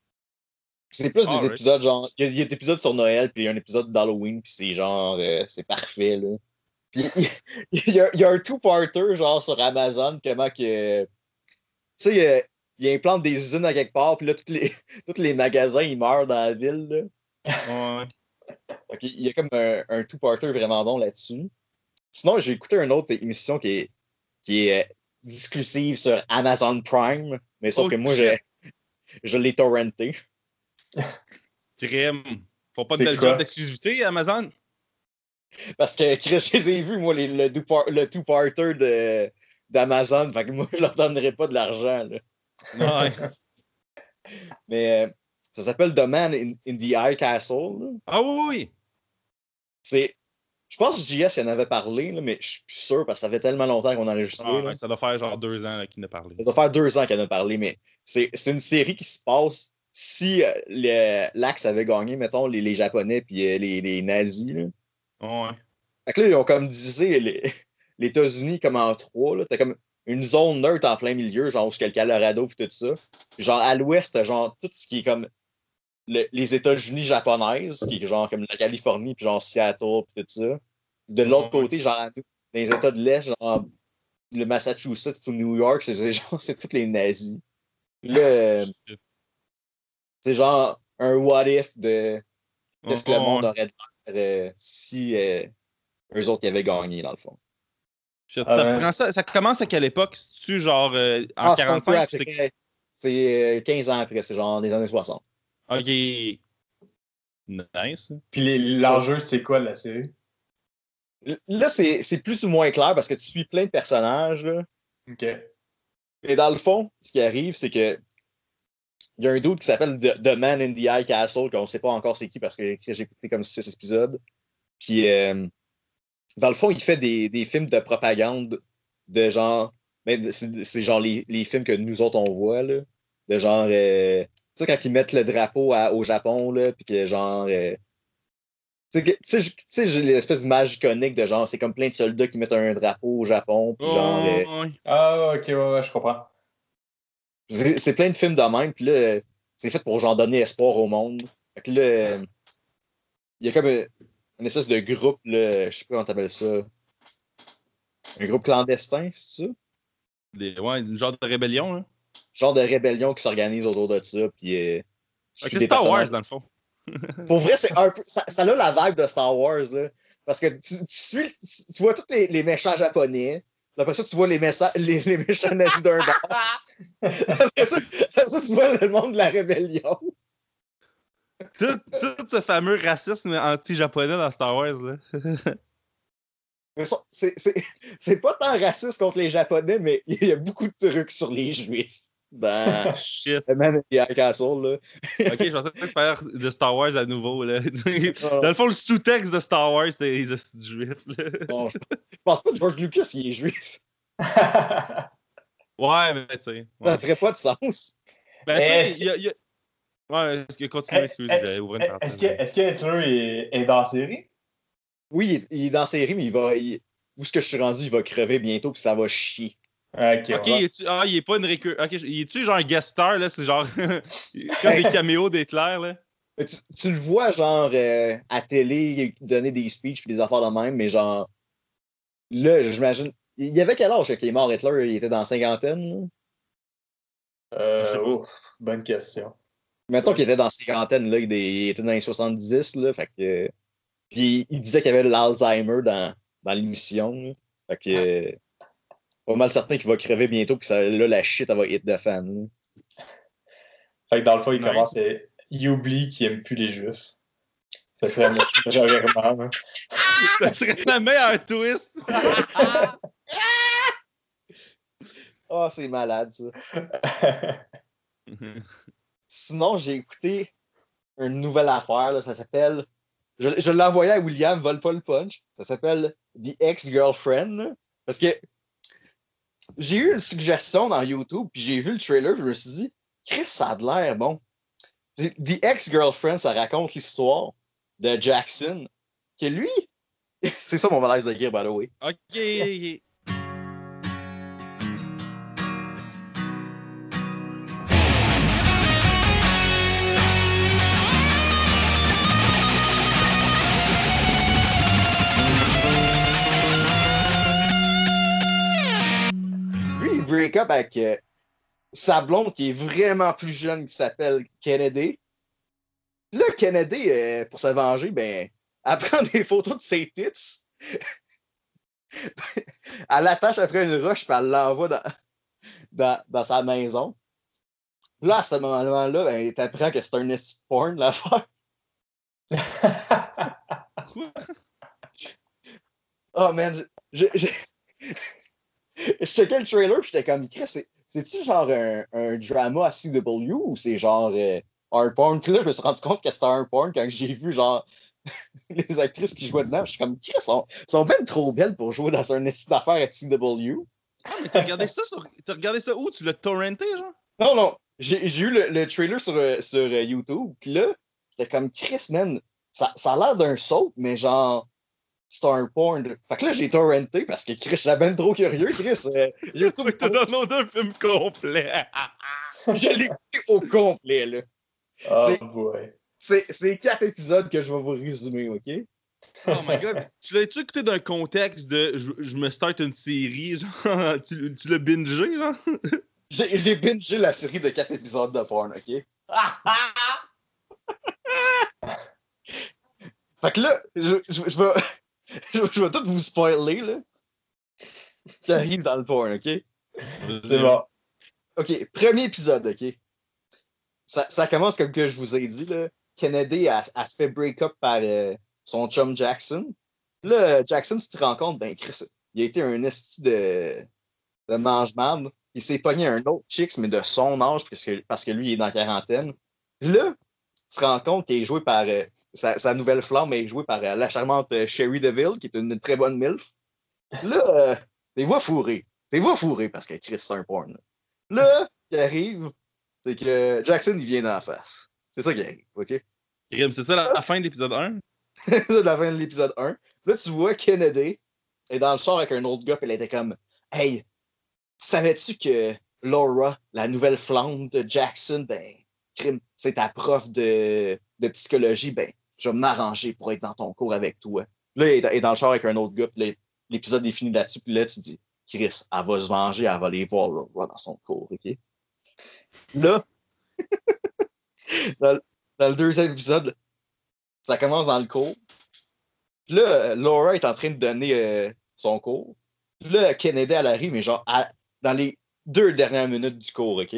C'est plus des right. épisodes, genre. Il y, a, il y a des épisodes sur Noël, puis il y a un épisode d'Halloween, puis c'est genre. Euh, c'est parfait, là. Puis il, il, y a, il y a un two-parter, genre, sur Amazon, comment que. Tu sais, euh, il implante des usines à quelque part, puis là, tous les, tous les magasins, ils meurent dans la ville, là. Ouais. Okay, il y a comme un, un two-parter vraiment bon là-dessus. Sinon, j'ai écouté une autre émission qui est, qui est exclusive sur Amazon Prime, mais sauf Oh, que moi, shit. je, je l'ai torrenté. Crème. Faut pas de C'est belle quoi? job d'exclusivité, Amazon? Parce que Chris, je les ai vus, moi, les, le, two-part- le two-parter de, d'Amazon. Fait que moi, je leur donnerais pas de l'argent. Là. Ouais. Mais euh, ça s'appelle The Man in, in the High Castle. Là. Ah oui, oui, oui. C'est. Je pense que J S y en avait parlé, là, mais je suis plus sûr parce que ça fait tellement longtemps qu'on en a enregistré. Ah, là. ouais, ça doit faire genre deux ans là, qu'il en a parlé. Ça doit faire deux ans qu'elle en a parlé, mais c'est, c'est une série qui se passe si euh, le, l'Axe avait gagné, mettons, les, les Japonais puis euh, les, les nazis. Là. Ouais. Fait que là, ils ont comme divisé les, les États-Unis comme en trois. Là. T'as comme une zone neutre en plein milieu, genre où il y a le Colorado et tout ça. Puis genre à l'ouest, t'as genre tout ce qui est comme le, les États-Unis japonaises, qui est genre comme la Californie, puis genre Seattle, puis tout ça. De l'autre Ouais. côté, genre dans les États de l'Est, genre le Massachusetts ou New York, c'est genre c'est tous les nazis. Puis là, euh, Shit. c'est genre un what if de qu'est-ce que le Ouais. monde aurait dû faire euh, si euh, eux autres y avaient gagné, dans le fond. Shit. Ah, ça, ouais. prend ça, ça commence à quelle époque? C'est-tu genre euh, en Ah, c'est un peu quarante-cinq? ou c'est- après. C'est euh, quinze ans après, c'est genre des années soixante. Ok. Nice. Puis les- l'enjeu, c'est quoi de la série? Là, c'est, c'est plus ou moins clair parce que tu suis plein de personnages. Là. OK. Et dans le fond, ce qui arrive, c'est que il y a un dude qui s'appelle The, The Man in the High Castle, qu'on ne sait pas encore c'est qui parce que j'ai écouté comme six épisodes. Puis, euh, dans le fond, il fait des, des films de propagande de genre. Mais c'est, c'est genre les, les films que nous autres on voit, là. De genre. Euh, tu sais, quand ils mettent le drapeau à- au Japon, là, puis que genre. Euh, tu sais, que- tu sais, je- tu sais, j'ai l'espèce d'image iconique de genre, c'est comme plein de soldats qui mettent un drapeau au Japon, puis genre. Euh, Oh, ouais. Ah, OK, ouais, ouais, je comprends. c'est, c'est plein de films de même, puis là, euh, c'est fait pour genre donner espoir au monde. Fait que là, euh, il y a comme euh, une espèce de groupe, là, je sais pas comment t'appelles ça. Un groupe clandestin, c'est ça? Des- ouais, une genre de rébellion, là. Genre de rébellion qui s'organise autour de ça, puis euh, Fait que suit c'est des Star Wars, personnages. dans le fond. Pour vrai, c'est un peu. Ça, ça a la vibe de Star Wars, là. Parce que tu, tu suis, tu, tu vois tous les, les méchants japonais. Puis après ça, tu vois les, méchants, les, les méchants nazis d'un bord. Après ça, après ça, tu vois le monde de la rébellion. Tout, tout ce fameux racisme anti-japonais dans Star Wars, là. Mais ça, c'est, c'est, c'est pas tant raciste contre les Japonais, mais il y a beaucoup de trucs sur les Juifs. Dans Shit. même The Castle, là. Ok, je pensais pas faire de Star Wars à nouveau, là. Dans le fond, le sous-texte de Star Wars, c'est les hosties de juifs, là. Bon, je je pense pas que George Lucas, il est juif. Ouais, mais tu sais. Ça Ouais. ferait pas de sens. Ben, tu Est-ce sais, que- il y a. il y a- Ouais, est-ce que continue, excuse, Est- j'allais ouvrir une Est-ce parenthèse. que, est-ce que Hitler est, est dans la série? Oui, il est, il est dans la série, mais il va. Il, où est-ce que je suis rendu, il va crever bientôt, puis ça va chier. OK, Ok, ouais. il est-tu... Ah, il est pas une récur... Ok, il est-tu genre un guest star, là? C'est genre. Comme des caméos d'Hitler, là. Mais Tu, tu le vois, genre, euh, à télé, donner des speeches puis des affaires de même, mais genre. Là, j'imagine. Il y avait quel âge qu'il est mort, Hitler? Il était dans la cinquantaine, là? Euh, Je sais pas. ouf, bonne question. Mettons qu'il était dans la cinquantaine, là, il il était dans les soixante-dix, là, fait que. Puis il disait qu'il y avait l'Alzheimer dans, dans l'émission, là. Fait que. euh, Pas mal certain qu'il va crever bientôt, puis ça, là, la shit, elle va hit de fan, là. Fait que dans le fond, il Nice. commence à... Il oublie qu'il aime plus les Juifs. Ça serait un petit revirement, hein. Ça serait la meilleure twist. Ah, c'est malade, ça. Sinon, j'ai écouté une nouvelle affaire, là, ça s'appelle. Je, je l'ai envoyé à William, vole pas le punch. Ça s'appelle The Ex-Girlfriend. Là. Parce que j'ai eu une suggestion dans YouTube, puis j'ai vu le trailer, puis je me suis dit, Chris, ça a de l'air bon. The Ex-Girlfriend, ça raconte l'histoire de Jackson, que lui, c'est ça mon malaise de gear, by the way. Ok. Lui, il break up avec euh, sa blonde qui est vraiment plus jeune, qui s'appelle Kennedy. Là, Kennedy, euh, pour se venger, ben, elle prend des photos de ses tits. Elle l'attache après une roche, puis elle l'envoie dans, dans, dans sa maison. Là, à ce moment-là, ben, t'apprends que c'est un esti de porn, l'affaire. Quoi? Oh man, je, je, je checkais le trailer pis j'étais comme, Chris, c'est, c'est-tu genre un, un drama à C W ou c'est genre euh, un porn? Puis là, je me suis rendu compte que c'était un porn quand j'ai vu genre les actrices qui jouaient dedans. Je suis comme, Chris, sont, sont même trop belles pour jouer dans un esti d'affaires à C W. Ah, mais t'as regardé ça sur... T'as regardé ça où? Tu l'as torrenté, genre? Non, non, j'ai, j'ai eu le, le trailer sur, euh, sur euh, YouTube, pis là, j'étais comme, Chris, man, ça, ça a l'air d'un soap, mais genre, c'est un porn. Fait que là, j'ai torrenté parce que Chris, j'étais ben trop curieux, Chris. Euh, YouTube, T'as downloadé un film complet. je l'ai écouté au complet, là. Oh C'est- boy. C'est, c'est quatre épisodes que je vais vous résumer, OK? Oh my god. Tu l'as-tu écouté d'un contexte de je, je me start une série, genre, tu, tu l'as bingé, genre? J'ai, j'ai bingé la série de quatre épisodes de porn, OK? Fait que là, je, je, je vais, je, je vais tout vous spoiler, là. Qui arrive dans le porn, OK? C'est bon. OK, premier épisode, OK? Ça, ça commence comme que je vous ai dit, là. Kennedy, elle, elle se fait break-up par euh, son chum Jackson. Là, Jackson, tu te rends compte, ben, Chris, il a été un esti de, de mange-marde. Il s'est pogné un autre chicks, mais de son âge, parce que, parce que lui, il est dans la quarantaine. Puis là, tu te rends compte qu'il est joué par... euh, sa, sa nouvelle flamme est jouée par euh, la charmante euh, Sherry DeVille, qui est une, très bonne MILF. Là, euh, t'es vois fourré. T'es vois fourré, parce que Chris, c'est un porn. Là, là ce qui arrive, c'est que Jackson, il vient dans la face. C'est ça qui arrive, OK? Grim, c'est ça la, la fin de l'épisode un? C'est de la fin de l'épisode un. Là, tu vois Kennedy est dans le char avec un autre gars, puis elle était comme, hey, savais-tu que Laura, la nouvelle flamme de Jackson, ben, crime, c'est ta prof de, de psychologie, ben, je vais m'arranger pour être dans ton cours avec toi. Là, elle est dans le char avec un autre gars, puis là, l'épisode est fini là-dessus, puis là, tu te dis, Chris, elle va se venger, elle va aller voir Laura dans son cours, OK? Là, dans, dans le deuxième épisode, ça commence dans le cours. Puis là, Laura est en train de donner euh, son cours. Puis là, Kennedy, elle arrive, mais genre, à- dans les deux dernières minutes du cours, OK?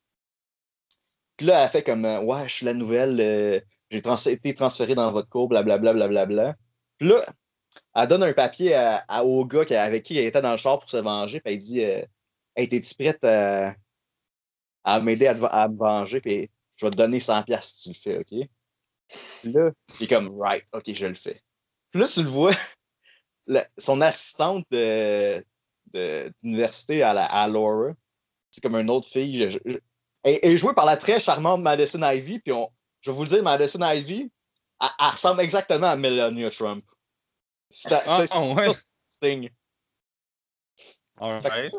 Puis là, elle fait comme, euh, ouais, je suis la nouvelle, euh, j'ai trans- été transféré dans votre cours, blablabla, blablabla. Puis là, elle donne un papier à, à- au gars qui- avec qui elle était dans le char pour se venger, puis elle dit, euh, hey, t'es-tu prête à, à m'aider à, te- à me venger, puis je vais te donner cent piastres si tu le fais, OK? Puis là, il est comme, right, OK, je le fais. Puis là, tu le vois, la- son assistante de, de- d'université à, la, à Laura, c'est comme une autre fille. Je- je- elle, elle est jouée par la très charmante Madison Ivy, puis on, je vais vous le dire, Madison Ivy, elle, elle ressemble exactement à Melania Trump. C'est Ah, c'est- oh, ouais. c'est Sting. Alright.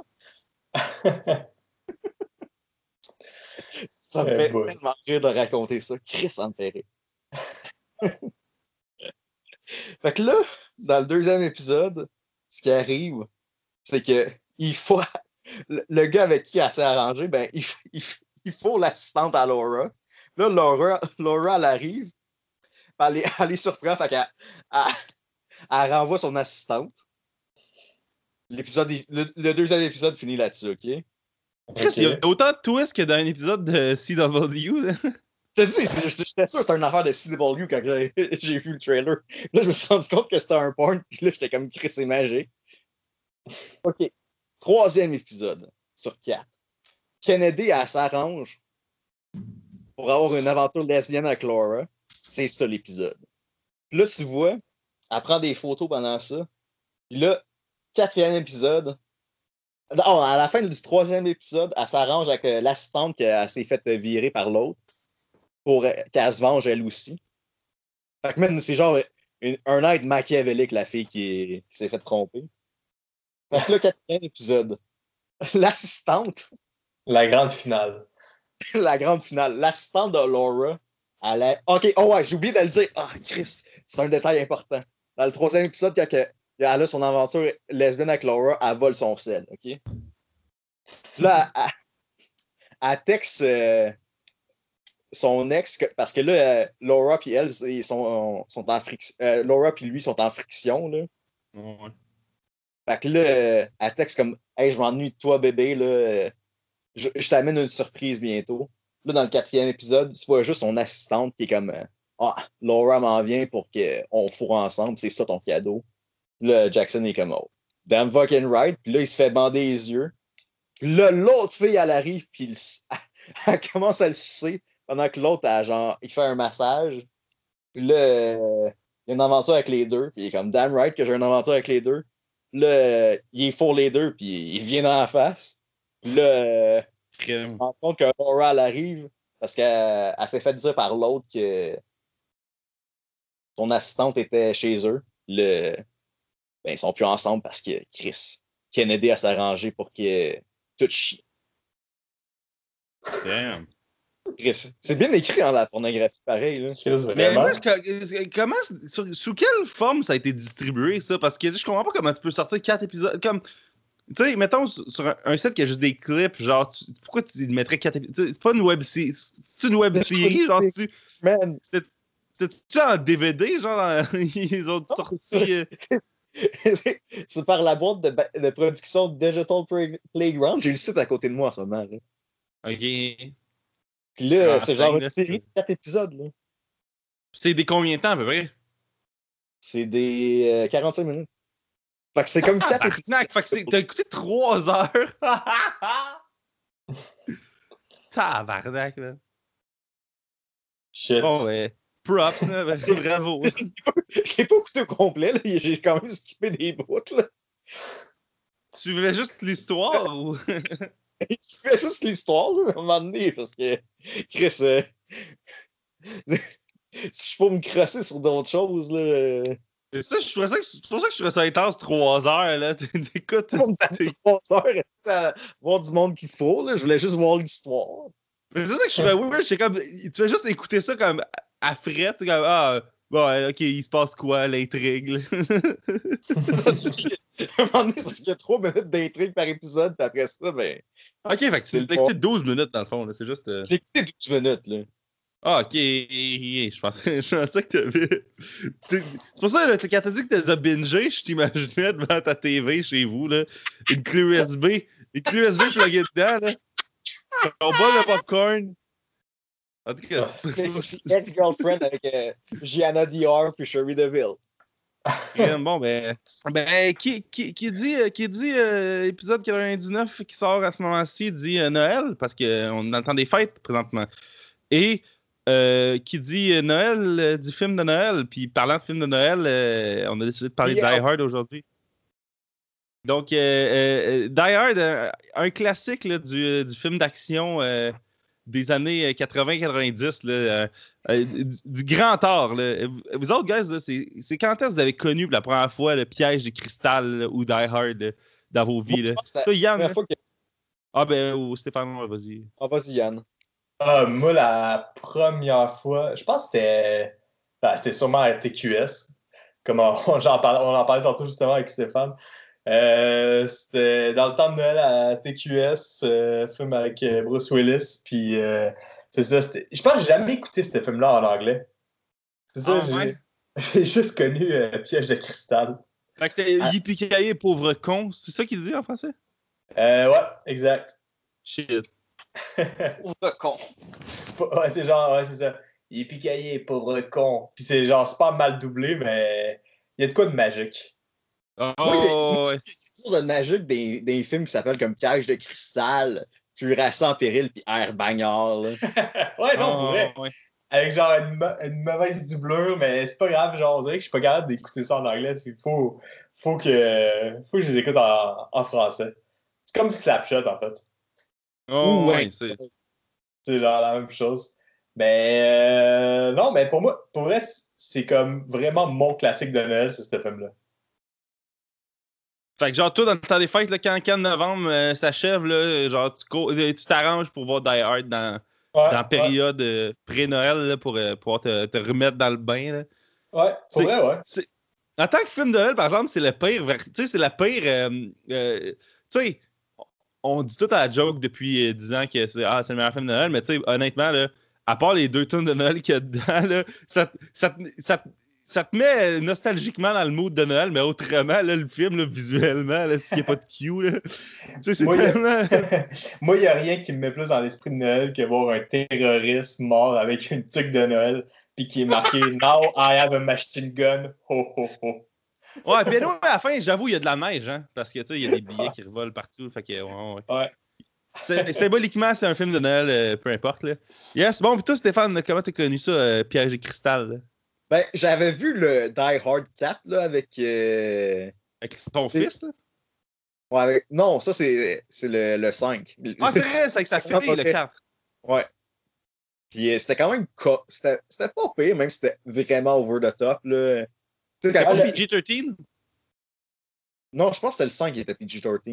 Ça me Eh fait boy. tellement rire de raconter ça. Chris, ça me fait rire. Fait que là, dans le deuxième épisode, ce qui arrive, c'est que il faut le, le gars avec qui elle s'est arrangée, ben, il, il, il faut l'assistante à Laura. Là, Laura, Laura elle arrive, elle les, elle les surprend, fait qu'elle elle, elle renvoie son assistante. L'épisode, le, le deuxième épisode finit là-dessus, OK? Chris, il y a Ok. autant de twists que dans un épisode de C W. Là. Je te dis, c'est- j'étais sûr que c'était une affaire de C W quand j'ai j'ai vu le trailer. Là, je me suis rendu compte que c'était un porn, puis là, j'étais comme Chris, c'est magique. OK. Troisième épisode sur quatre. Kennedy, elle s'arrange pour avoir une aventure lesbienne avec Laura. C'est ça l'épisode. Puis là, tu vois, elle prend des photos pendant ça. Puis là, quatrième épisode. Non, à la fin du troisième épisode, elle s'arrange avec euh, l'assistante qu'elle s'est faite virer par l'autre pour euh, qu'elle se venge elle aussi. Fait que même, c'est genre une- un aide machiavélique, la fille qui, est- qui s'est fait tromper. Fait que là, quatrième épisode. L'assistante, La grande finale. la grande finale, l'assistante de Laura, elle est... OK, oh ouais, j'ai oublié de le dire. Ah, Chris, c'est un détail important. Dans le troisième épisode, quand que- elle a son aventure lesbienne avec Laura, elle vole son sel, OK? Là, elle, elle, elle texte euh, son ex, que- parce que là, euh, Laura puis elle, ils sont, sont en friction. Euh, Laura puis lui sont en friction, là. Ouais. Fait que là, euh, elle texte comme Hey, je m'ennuie de toi, bébé, là. euh, Je, je t'amène une surprise bientôt. Là, dans le quatrième épisode, tu vois juste son assistante qui est comme euh, Ah, Laura m'en vient pour qu'on fourre ensemble, c'est ça ton cadeau. Là, Jackson est comme Oh, damn fucking right. Puis là, il se fait bander les yeux. Puis là, l'autre fille, elle arrive, puis il, elle commence à le sucer pendant que l'autre, elle, genre, il fait un massage. Puis là, euh, il y a une aventure avec les deux. Puis il est comme damn right que j'ai une aventure avec les deux. Là, euh, il est fourre les deux, puis il vient dans la face. Puis là, euh, on se rend compte que Laura, elle arrive parce qu'elle elle s'est fait dire par l'autre que son assistante était chez eux. Le, ben, ils sont plus ensemble parce que Chris, Kennedy a s'arrangé pour que tout chie. Damn. Chris, c'est bien écrit en la pornographie, pareil. Là. Chris, Mais vraiment. moi, je- comment, sur- sous quelle forme ça a été distribué, ça? Parce que je comprends pas comment tu peux sortir quatre épisodes. Comme, tu sais, mettons sur sur un, un site qui a juste des clips, genre, tu- pourquoi tu mettrais quatre épisodes? C'est pas une web série. C'est une web série, genre, si tu. Man, C'était-tu en D V D, genre, dans les autres Non, sorties? c'est euh? c'est c'est par la boîte de, ba- de production Digital Play- Playground. J'ai le site à côté de moi en ce moment. Là. Ok. Puis là, J'enchaîne, c'est genre là. une série de quatre épisodes. Là. C'est des combien de temps, à peu près? C'est des euh, quarante-cinq minutes. Fait que c'est comme quatre épisodes. Tabarnak! Fait que c'est- t'as écouté trois heures! Tabarnak, là. Shit. Bon, ouais. Props, là. ben, Bravo. Je l'ai pas écouté au complet. Là. J'ai quand même skippé des bouts. Là. Tu suivais juste l'histoire ou. Il fait juste l'histoire là, à un moment donné. Parce que Chris, euh, si je peux me crosser sur d'autres choses, là. euh, C'est ça, je trouvais ça que- c'est pour ça que je trouvais ça intense trois heures, là. Tu écoutes. On me trois heures à voir du monde qu'il faut. Là. Je voulais juste voir l'histoire. Mais c'est ça que je trouvais weird. J'étais comme. Tu fais juste écouter ça comme à fret. Tu sais, comme. Ah, bon, ouais, ok, il se passe quoi, l'intrigue, là? À un moment donné, c'est parce qu'il y a trois minutes d'intrigue par épisode, puis après ça, ben. Ok, fait que C'est tu le t'as écouté douze minutes, dans le fond, là. C'est juste. euh, J'ai écouté douze minutes, là. Ah, ok. Je pensais, je pensais que t'avais. T'es- C'est pour ça, là, quand t'as dit que t'as bingé, je t'imaginais devant ta T V chez vous, là. Une clé U S B. Une clé U S B pluguée dedans, là. On boit le popcorn. En tout cas, c'est Ex-girlfriend avec euh, Gianna Dior puis Sherry DeVille. pas- bon, ben. Ben, qui, qui, qui dit, euh, qui dit euh, épisode quatre-vingt-dix-neuf qui sort à ce moment-ci dit euh, Noël, parce qu'on entend des fêtes présentement. Et euh, qui dit euh, Noël, euh, dit film de Noël. Puis parlant de film de Noël, euh, on a décidé de parler Yeah. de Die Hard aujourd'hui. Donc, euh, euh, Die Hard, euh, un classique là, du, euh, du film d'action euh, des années quatre-vingts quatre-vingt-dix, là, euh, euh, du, du grand art. Là. Vous autres, guys, là, c'est, c'est quand est-ce que vous avez connu pour la première fois le piège de cristal là, ou Die Hard là, dans vos vies? Moi, je Là? pense que c'est Toi, la Yann, première là? fois que. Ah ben, ou Stéphane, ouais, vas-y. Ah, vas-y, Yann. Ah, moi, la première fois, je pense que c'était. Ben, c'était sûrement à T Q S. Comme on, j'en parlais, on en parlait tantôt justement avec Stéphane. Euh, c'était dans le temps de Noël à T Q S, euh, film avec euh, Bruce Willis. Puis euh, c'est ça. C'était... Je pense que j'ai jamais écouté ce film-là en anglais. C'est ça, Ah, j'ai, ouais? j'ai juste connu euh, Piège de cristal. Fait que c'était Ah. Yippee pauvre con. C'est ça qu'il dit en français? Euh, ouais, exact. Shit. Pauvre con. Ouais, c'est genre, ouais, c'est ça. Il est picaillé, pauvre con. Puis c'est genre super mal doublé, mais il y a de quoi de magique. Oh, Oui, mais ouais. c'est quelque chose de magique des, des films qui s'appellent comme Piège de cristal, Cuirassé en péril, puis Air Bagnard. Là. Ouais, non, pour vrai. Oh, ouais. Avec genre une, mo- une mauvaise doublure, mais c'est pas grave, genre, on dirait que je suis pas capable d'écouter ça en anglais. Il faut, faut, que, faut que je les écoute en, en français. C'est comme Slapshot, en fait. Oh, Ouh, ouais, ouais. c'est... C'est genre la même chose. Mais euh, non, mais pour moi, pour vrai, c'est comme vraiment mon classique de Noël, c'est ce film-là. Fait que genre, toi, dans le temps des fêtes, là, quand, quand novembre euh, s'achève, là, genre, tu, cours- euh, tu t'arranges pour voir Die Hard dans, Ouais, dans la période euh, pré-Noël là, pour euh, pouvoir te, te remettre dans le bain. Là. ouais, ouais, pour C'est- vrai, ouais. c'est- En tant que film de Noël, par exemple, c'est le pire. ver- Tu sais, c'est la pire. euh, euh, tu sais, on dit tout à la joke depuis euh, dix ans que c'est, ah, c'est le meilleur film de Noël, mais tu sais, honnêtement, là, à part les deux tunes de Noël qu'il y a dedans, là, ça, ça, ça, ça te met nostalgiquement dans le mood de Noël, mais autrement, là, le film, là, visuellement, là, s'il n'y a pas de Q, là, tu sais, c'est Moi, tellement... Moi, il n'y a rien qui me met plus dans l'esprit de Noël que voir un terroriste mort avec une tuque de Noël puis qui est marqué « Now I have a machine gun, ho ho ho ». Ouais, puis nous, à la fin, j'avoue, il y a de la neige, hein, parce que, tu sais, il y a des billets qui revolent partout, fait que, ouais, ouais. Ouais. C'est, symboliquement, c'est un film de Noël, euh, peu importe, là. Yes, bon, puis toi, Stéphane, comment t'as connu ça, euh, Piège et Cristal, là? Ben, j'avais vu le Die Hard quatre, là, avec... Euh... Avec ton fils, là? Ouais, avec... Non, ça, c'est, c'est le, le cinq. Ah, c'est vrai, c'est avec sa fille, le quatre. Ouais. Puis euh, c'était quand même... Co... C'était... c'était pas pire, même si c'était vraiment over the top, là. Tu sais, quand Ah, le... P G treize? Non, je pense que c'était le cinq qui était P G treize.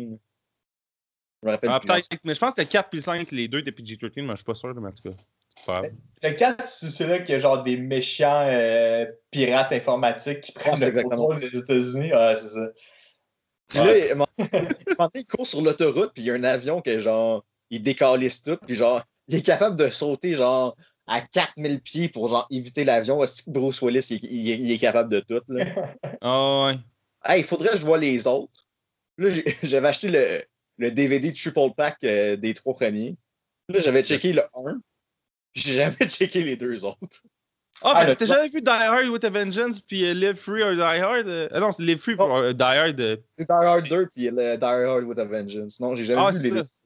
Je me rappelle Ah, plus. peut-être, mais je pense que le quatre puis le cinq, les deux étaient P G treize, mais je suis pas sûr, mais en tout cas, c'est pas grave. Le quatre, c'est celui-là qui a genre des méchants euh, pirates informatiques qui prennent Ah, le contrôle des États-Unis. Ouais, c'est ça. Puis là, il, il, il court sur l'autoroute, puis il y a un avion que genre, il décalisse tout, puis genre, il est capable de sauter genre à quatre mille pieds pour genre éviter l'avion. Bruce Willis, il, il, il est capable de tout. Là. Ah ouais. Hey, il faudrait que je vois les autres. Là, j'ai, j'avais acheté le, le D V D triple pack euh, des trois premiers. Là, j'avais checké le un, puis j'ai jamais checké les deux autres. Ah, Ah, ben, le t'as jamais vu Die Hard with a Vengeance puis euh, Live Free or Die Hard? Euh... Ah non, c'est Live Free Non. pour euh, Die Hard. Euh... C'est Die Hard deux puis le Die Hard with a Vengeance. Non, j'ai jamais Ah, vu c'est les ça. deux.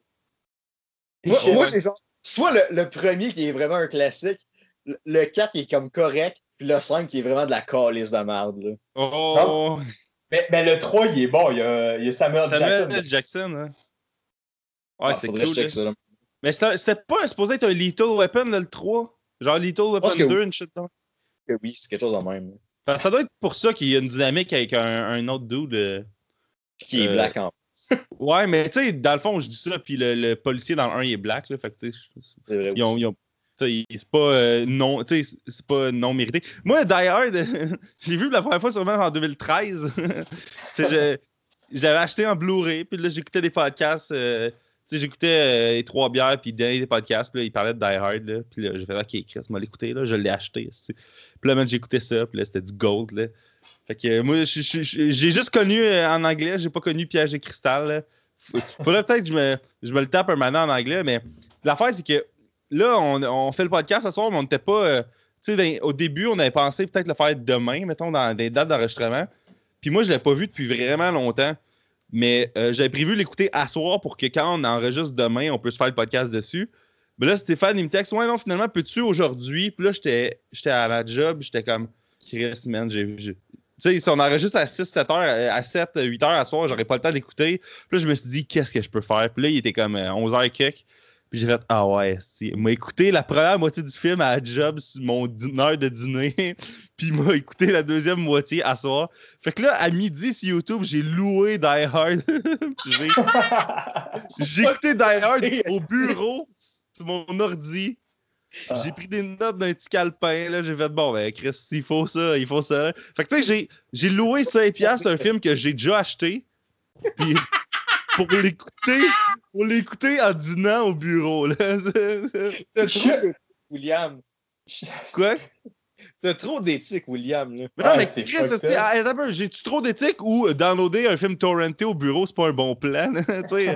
Moi, Ouais. moi c'est genre, soit le, le premier qui est vraiment un classique, le, le quatre qui est comme correct, puis le cinq qui est vraiment de la calice de merde. Là. Oh! Mais, mais le trois, il est bon. Il y a, il y a Samuel, Samuel Jackson. Jackson, hein? Ouais, Ah, c'est faudrait cool. que je check là. ça. Là. Mais c'était, c'était pas supposé être un Lethal Weapon, là, le trois? Genre Lethal Weapon que deux, oui. une shit dans. Que oui, c'est quelque chose de même. Parce que ça doit être pour ça qu'il y a une dynamique avec un, un autre dude. Euh... Qui est Euh, black en Ouais, mais tu sais, dans le fond, je dis ça, puis le, le policier dans le un, il est black, là. Fait que, tu sais, C'est vrai. ils ont, ils ont, t'sais, c'est pas euh, non, tu sais, c'est pas non mérité. Moi, Die Hard, j'ai vu la première fois sûrement en deux mille treize. je, je l'avais acheté en Blu-ray, puis là, j'écoutais des podcasts. Euh, tu sais, j'écoutais euh, les trois bières, puis des podcasts, puis là, il parlait de Die Hard, là. Puis là, j'ai fait, OK, Chris, m'a l'écouté, là, je l'ai acheté. T'sais. Puis là, man, j'ai écouté ça, puis là, c'était du gold, là. Fait que euh, moi, j'ai juste connu euh, en anglais, j'ai pas connu Piège et Cristal. Là. Faudrait peut-être que je me, je me le tape un maintenant en anglais, mais l'affaire, c'est que là, on, on fait le podcast ce soir, mais on n'était pas. Euh, tu sais, au début, on avait pensé peut-être le faire demain, mettons, dans des dates d'enregistrement. Puis moi, je l'ai pas vu depuis vraiment longtemps. Mais euh, j'avais prévu l'écouter à soir pour que quand on enregistre demain, on puisse faire le podcast dessus. Mais là, Stéphane, il me texte, ouais, non, finalement, peux-tu aujourd'hui? Puis là, j'étais à la job, j'étais comme, Chris, man, j'ai. j'ai... Tu sais, si on enregistre à six sept heures, à sept huit heures à soir, j'aurais pas le temps d'écouter. Puis là, je me suis dit, qu'est-ce que je peux faire? Puis là, il était comme onze heures quelques. Puis j'ai fait, ah ouais, si. Il m'a écouté la première moitié du film à la job sur mon heure de dîner. Puis il m'a écouté la deuxième moitié à soir. Fait que là, à midi sur YouTube, j'ai loué Die Hard. j'ai... j'ai écouté Die Hard au bureau, sur mon ordi. J'ai pris des notes d'un petit calepin, là, j'ai fait, bon, ben, Chris, il faut ça, il faut ça. Là. Fait que, tu sais, j'ai, j'ai loué cinq piastres un film que j'ai déjà acheté, puis pour l'écouter, pour l'écouter en dînant au bureau, là. T'as trop d'éthique, William. Quoi? T'as trop d'éthique, William, là. Mais non, Ouais, mais c'est Chris, fucked up. j'ai-tu trop d'éthique ou downloader un film torrenté au bureau, c'est pas un bon plan, tu sais?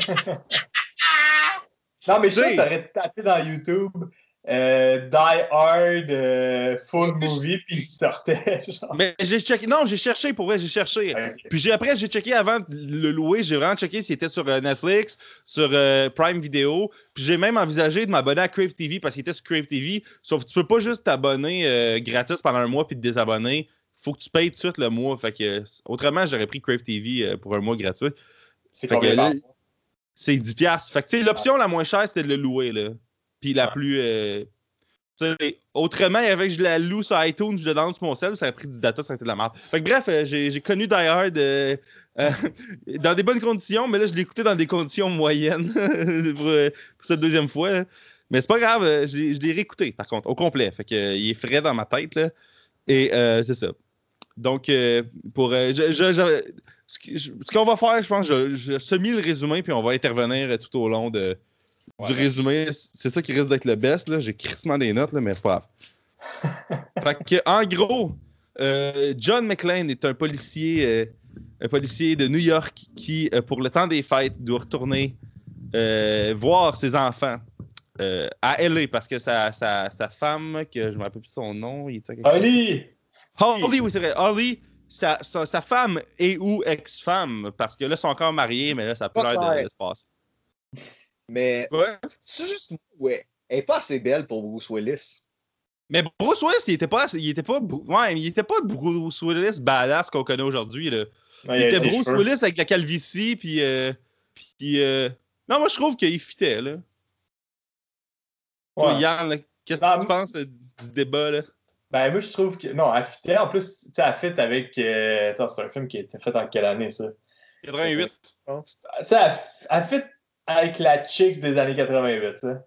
Non, mais je T'sais. sais, t'aurais tapé dans YouTube euh, Die Hard euh, Full Movie, puis il sortait. Genre. Mais j'ai checké, non, j'ai cherché, pour vrai, j'ai cherché. Okay. Puis j'ai, après, j'ai checké avant de le louer, j'ai vraiment checké s'il était sur euh, Netflix, sur euh, Prime Video. Puis j'ai même envisagé de m'abonner à Crave T V parce qu'il était sur Crave T V. Sauf que tu peux pas juste t'abonner euh, gratis pendant un mois puis te désabonner. Faut que tu payes tout de suite le mois. Fait que, euh, autrement, j'aurais pris Crave T V euh, pour un mois gratuit. C'est fait combien que, par là, mois? C'est dix piastres. Fait que, tu sais, l'option la moins chère, c'était de le louer, là. Puis la plus... Euh, autrement, avec je la loue sur iTunes, je le download sur mon cell, ça a pris du data, ça a été de la merde. Fait que bref, euh, j'ai, j'ai connu Die Hard euh, euh, dans des bonnes conditions, mais là, je l'ai écouté dans des conditions moyennes pour, euh, pour cette deuxième fois. Là. Mais c'est pas grave, euh, je, l'ai, je l'ai réécouté, par contre, au complet. Fait que, euh, il est frais dans ma tête, là. Et euh, c'est ça. Donc, euh, pour... Euh, je, je, je, ce, que, je, ce qu'on va faire, je pense, je, je semi le résumé, puis on va intervenir tout au long de... Du ouais. résumé, c'est ça qui risque d'être le best. Là. J'ai crissement des notes, là, mais c'est pas grave. Fait que, en gros, euh, John McClane est un policier, euh, un policier de New York qui, euh, pour le temps des fêtes, doit retourner euh, voir ses enfants euh, à L A parce que sa, sa, sa femme, que je ne me rappelle plus son nom, il dit ça quelque chose? Holly! Holly, oui, c'est vrai. Holly, sa, sa, sa femme est ou ex-femme, parce que là, ils sont encore mariés, mais là, ça a plus l'air de, de se passer. Mais Ouais. c'est juste moi, ouais. Elle est pas assez belle pour Bruce Willis. Mais Bruce Willis, il était pas, il était pas, ouais, il était pas Bruce Willis badass qu'on connaît aujourd'hui. Là. Ouais, il il était ses Bruce cheveux. Willis avec la calvitie, puis, euh, puis euh... non, moi je trouve qu'il fitait là. Toi, Ouais. Yann, là, qu'est-ce Non, que tu penses euh, du débat là? Ben, moi, je trouve que. Non, elle fitait. En plus, tu sais, elle fit avec. Euh... Attends, c'est un film qui a été fait en quelle année, ça? quatre-vingt-huit. Tu sais, elle, elle fit avec la Chicks des années quatre-vingt-huit, tu sais.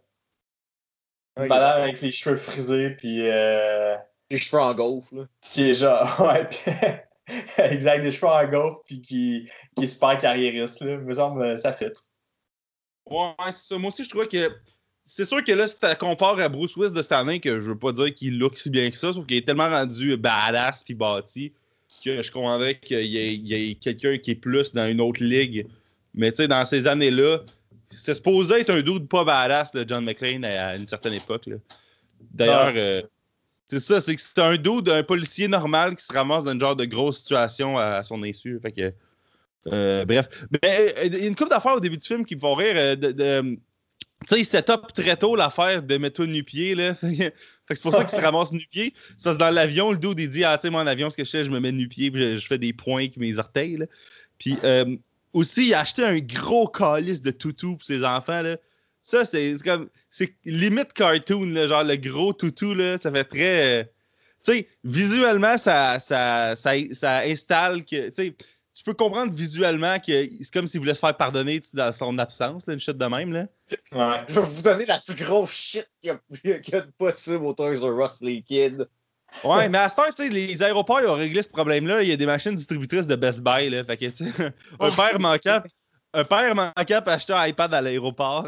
Une Ok. madame avec les cheveux frisés, puis. Euh... Les cheveux en gaufre, là. Qui est genre. Ouais, puis. Exact, des cheveux en gaufre, puis qui, qui est super carriériste, là. Il me semble, ça fit. Ouais, c'est ça. Moi aussi, je trouvais que. C'est sûr que là, si tu compares à Bruce Willis de cette année, que je veux pas dire qu'il look si bien que ça, sauf qu'il est tellement rendu badass puis bâti que je comprendrais qu'il y ait, il y ait quelqu'un qui est plus dans une autre ligue. Mais tu sais, dans ces années-là, c'est supposé être un dude pas badass, là, John McClane, à une certaine époque. Là. D'ailleurs, Non, c'est- euh, c'est ça, c'est que c'est un dude, un policier normal qui se ramasse dans une genre de grosse situation à, à son insu. Fait que. Euh, bref. Mais il y a une couple d'affaires au début du film qui me font rire. euh, de, de, tu sais, il set up très tôt l'affaire de mettre-toi nu-pied, là. Fait que c'est pour ça qu'il se ramasse nu-pied. C'est parce que dans l'avion, le dude, il dit, ah, tu sais, moi, en avion, ce que je fais, je me mets nu-pied, puis je, je fais des points avec mes orteils, là. Puis euh, aussi, il a acheté un gros calice de toutou pour ses enfants, là. Ça, c'est c'est comme, c'est limite cartoon, là, genre le gros toutou, là, ça fait très... euh, tu sais, visuellement, ça, ça, ça, ça installe que... Tu sais, tu peux comprendre visuellement que c'est comme s'il voulait se faire pardonner dans son absence, là, une chute de même, là. Ouais. Je vais vous donner la plus grosse shit qu'il y a, qu'il y a de possible au Toys R Us, les kids. Ouais, mais à cette heure, tu sais, les aéroports, ils ont réglé ce problème-là. Il y a des machines distributrices de Best Buy, là. Fait que, tu sais, un Oh, père c'est- manquant, un père manquant peut acheter un iPad à l'aéroport.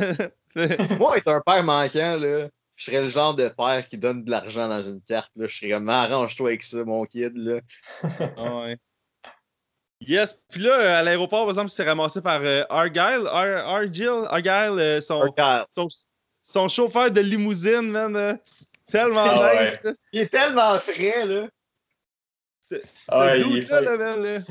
Moi, être un père manquant, là, je serais le genre de père qui donne de l'argent dans une carte. Là. Je serais comme, arrange-toi avec ça, mon kid. Là. Ouais. Yes, puis là, à l'aéroport, par exemple, il s'est ramassé par euh, Argyle, Ar Argyle, Argyle, euh, son, Regarde. son, son chauffeur de limousine, man. euh, tellement Ah nice, ouais. là. Il est tellement frais, là. C'est Ah ouais, ce il est dude-là, fait- là, man, là.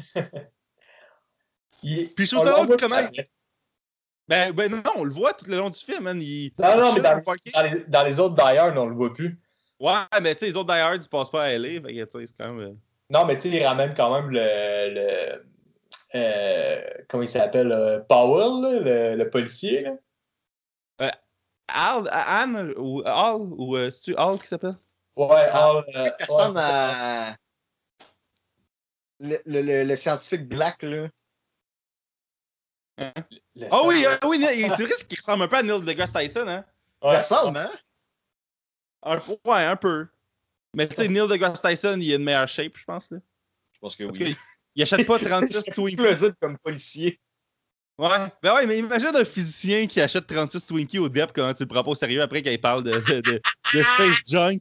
Il- Puis je trouve on ça le drôle voit comment... après. Ben, ben non, on le voit tout le long du film, man. Il, Non, il non, mais chill dans, dans le parking. dans les, dans les autres Die Hard, on le voit plus. Ouais, mais tu sais, les autres Die Hard, ils passent pas à L A, fait que tu sais, c'est quand même... euh, Non, mais tu sais, il ramène quand même le. le euh, comment il s'appelle euh, Powell, là, le, le policier. Là. Al, Anne, ou Al, ou euh, c'est-tu Al qui s'appelle? Ouais, Ah, Al, euh, Il ressemble ouais, à. Le, le, le, le scientifique black, là. le Ah oui, sang. ah oui, il- c'est vrai qu'il ressemble un peu à Neil deGrasse Tyson, hein? Il Ouais. ressemble, hein? Un, ouais, un peu. Mais tu sais, Neil deGrasse Tyson, il a une meilleure shape, je pense, là. Je pense que Parce que oui. il achète pas trente-six C'est Twinkies. plausible comme policier. Ouais. Ben ouais, mais imagine un physicien qui achète trente-six Twinkies au D E P, comment tu le prends pas au sérieux après qu'il parle de, de, de, de Space Junk.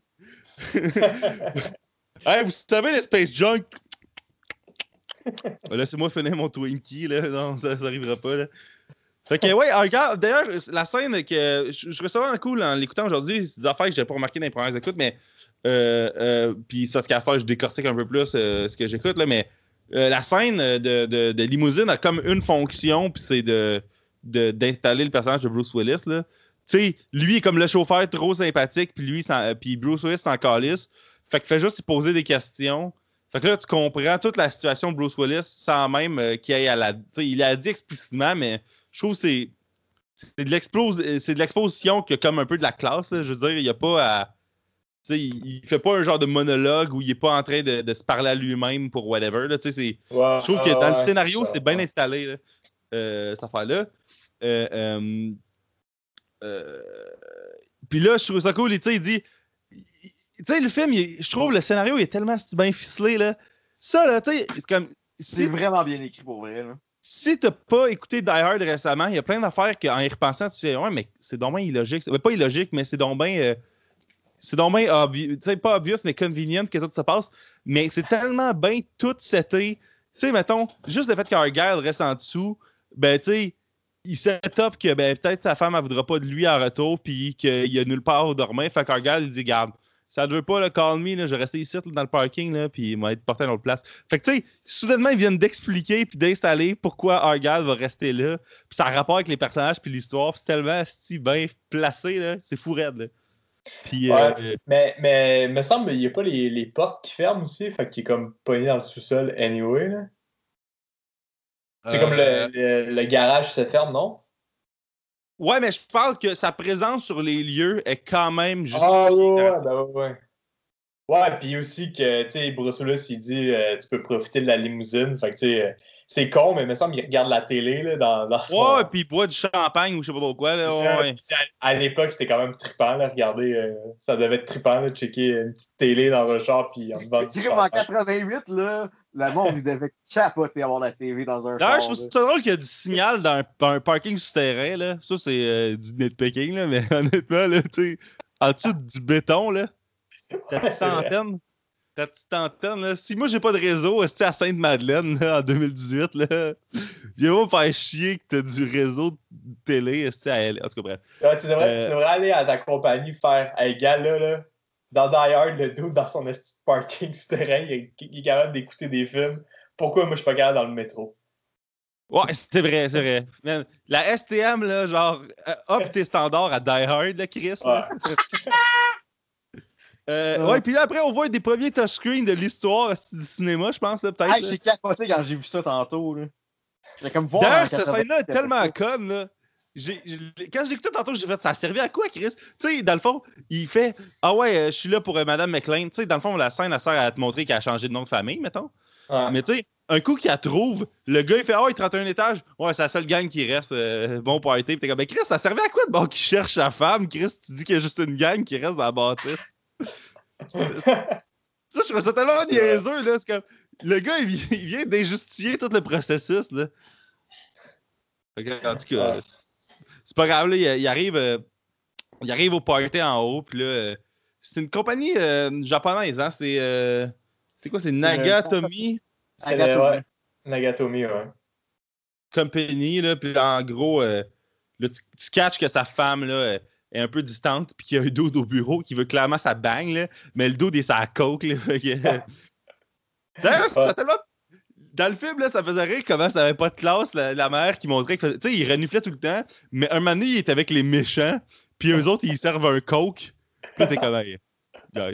Hey, vous savez, les Space Junk. Laissez-moi finir mon Twinkie, là. Non, ça, ça arrivera pas, là. Fait que, ouais, regarde, d'ailleurs, la scène que je, je trouvais ça vraiment cool en l'écoutant aujourd'hui, c'est des affaires que j'avais pas remarqué dans les premières écoutes, mais. Euh, euh, puis c'est parce qu'à ça, je décortique un peu plus euh, ce que j'écoute, là, mais euh, la scène de, de, de limousine a comme une fonction, puis c'est de, de, d'installer le personnage de Bruce Willis, là. Tu sais, lui est comme le chauffeur trop sympathique, puis lui, puis Bruce Willis s'en calisse. Fait qu'il fait juste se poser des questions. Fait que là, tu comprends toute la situation de Bruce Willis sans même euh, qu'il ait à la. Tu sais, il l'a dit explicitement, mais je trouve que c'est. C'est de, l'explos... c'est de l'exposition qui a comme un peu de la classe, là. Je veux dire, il n'y a pas à. Tu sais, il, il fait pas un genre de monologue où il est pas en train de, de se parler à lui-même pour whatever. Là. Tu sais, c'est. Ouais, Je trouve que dans ouais, le scénario, ça, c'est bien ouais. installé, là, euh, cette affaire-là. Euh, euh, euh, Puis là, je trouve ça cool. Tu sais, il dit. Tu sais, le film, il- je trouve le scénario il est tellement bien ficelé. Là. Ça, là, tu sais, comme. C'est Si, vraiment bien écrit pour vrai, là. si t'as pas écouté Die Hard récemment, il y a plein d'affaires qu'en y repensant, tu fais. Ouais, mais c'est donc bien illogique. Ben, pas illogique, mais c'est donc bien. Euh, c'est donc bien obvious, tu sais, pas obvious, mais convenient que tout se passe, mais c'est tellement bien tout seté. Tu sais, mettons, juste le fait qu'Argyle reste en dessous, ben, tu sais, il set up que ben, peut-être sa femme, elle voudra pas de lui en retour, puis qu'il y a nulle part où dormir. Fait qu'Argyle, il dit, garde, ça ne veut pas, là, call me, là, je vais rester ici, là, dans le parking, là, puis il m'a été porté à une autre place. Fait que, tu sais, soudainement, ils viennent d'expliquer puis d'installer pourquoi Argyle va rester là, puis ça a rapport avec les personnages puis l'histoire, puis c'est tellement bien placé, là, c'est fou raide, là. Puis, ouais, euh, mais, mais il me semble qu'il n'y a pas les, les portes qui ferment aussi, fait qu'il est comme pogné dans le sous-sol anyway, là. C'est euh... comme le, le, le garage se ferme, non? Ouais, mais je parle que sa présence sur les lieux est quand même juste. Ah ouais, ben ouais, ouais. Ouais, puis aussi que, tu sais, Bruce Willis, il dit euh, tu peux profiter de la limousine. Fait que, tu sais, euh, c'est con, mais il me semble qu'il regarde la télé, là, dans, dans son... Ouais, puis il boit du champagne ou je sais pas trop quoi, là. Ouais. Puis, à, à l'époque, c'était quand même trippant, là, regardez, euh, ça devait être trippant, là, de checker une petite télé dans un char, puis en devant du C'est comme en quatre-vingt-huit, là, le monde, il devait capoter avoir la T V dans un char. D'ailleurs, je trouve ça drôle qu'il y a du signal dans un, un parking souterrain, là. Ça, c'est euh, du nitpicking, là, mais honnêtement, là, tu sais, en dessous du béton, là, ta petite antenne, ta petite antenne, là. Si moi, j'ai pas de réseau, est-ce à Sainte-Madeleine, là, en deux mille dix-huit, là, viens pas me faire chier que t'as du réseau de télé, est-ce à elle. En tout cas, bref. Ouais, tu, devrais, euh... tu devrais aller à ta compagnie faire, hey, gars, là, là, dans Die Hard, le dude, dans son esti de parking souterrain, il est, il est capable d'écouter des films. Pourquoi moi, je suis pas capable dans le métro? Ouais, c'est vrai, c'est vrai. Man, la S T M, là, genre, euh, up tes standards à Die Hard, là, Chris. Là. Ouais, euh, ouais puis là, après, on voit des premiers touchscreens de l'histoire du cinéma, je pense, peut-être. Hey, j'ai capoté quand j'ai vu ça tantôt, là. J'ai comme voir. D'ailleurs, cette scène-là est tellement conne, là. J'ai, j'ai, quand j'ai écouté tantôt, j'ai fait ça a servi à quoi, Chris? Tu sais, dans le fond, il fait ah ouais, euh, je suis là pour euh, Madame McLean. Tu sais, dans le fond, la scène, elle sert à te montrer qu'elle a changé de nom de famille, mettons. Ouais. Mais tu sais, un coup qu'il la trouve, le gars, il fait ah ouais, trente et un étages. Ouais, c'est la seule gang qui reste. Euh, bon party. Puis t'es comme, ben Chris, ça servait à quoi de bon qu'il cherche sa femme? Chris, tu dis qu'il y a juste une gang qui reste dans la bâtisse. Ça, je trouve ça tellement niaiseux, là. C'est comme, le gars, il vient, il vient d'injustifier tout le processus, là. En tout cas. Ouais. C'est pas grave, là, il, il, arrive, euh, il arrive au party en haut, puis là, euh, c'est une compagnie euh, japonaise, hein, c'est, euh, c'est quoi, c'est Nagatomi? C'est Nagatomi. Le, ouais. Nagatomi, ouais. Company, là, puis en gros, euh, là, tu, tu catches que sa femme, là, est un peu distante, puis qu'il y a un dude au bureau qui veut clairement sa bang, là, mais le dude est sa coke, là. D'ailleurs, ouais. Ça tellement... Dans le film, là, ça faisait rire comment ça n'avait pas de classe, la, la mère qui montrait que... Tu sais, il reniflait tout le temps, mais un moment donné, il était avec les méchants, puis eux autres, ils servent un coke. Puis là, t'es comme... Hey, guys,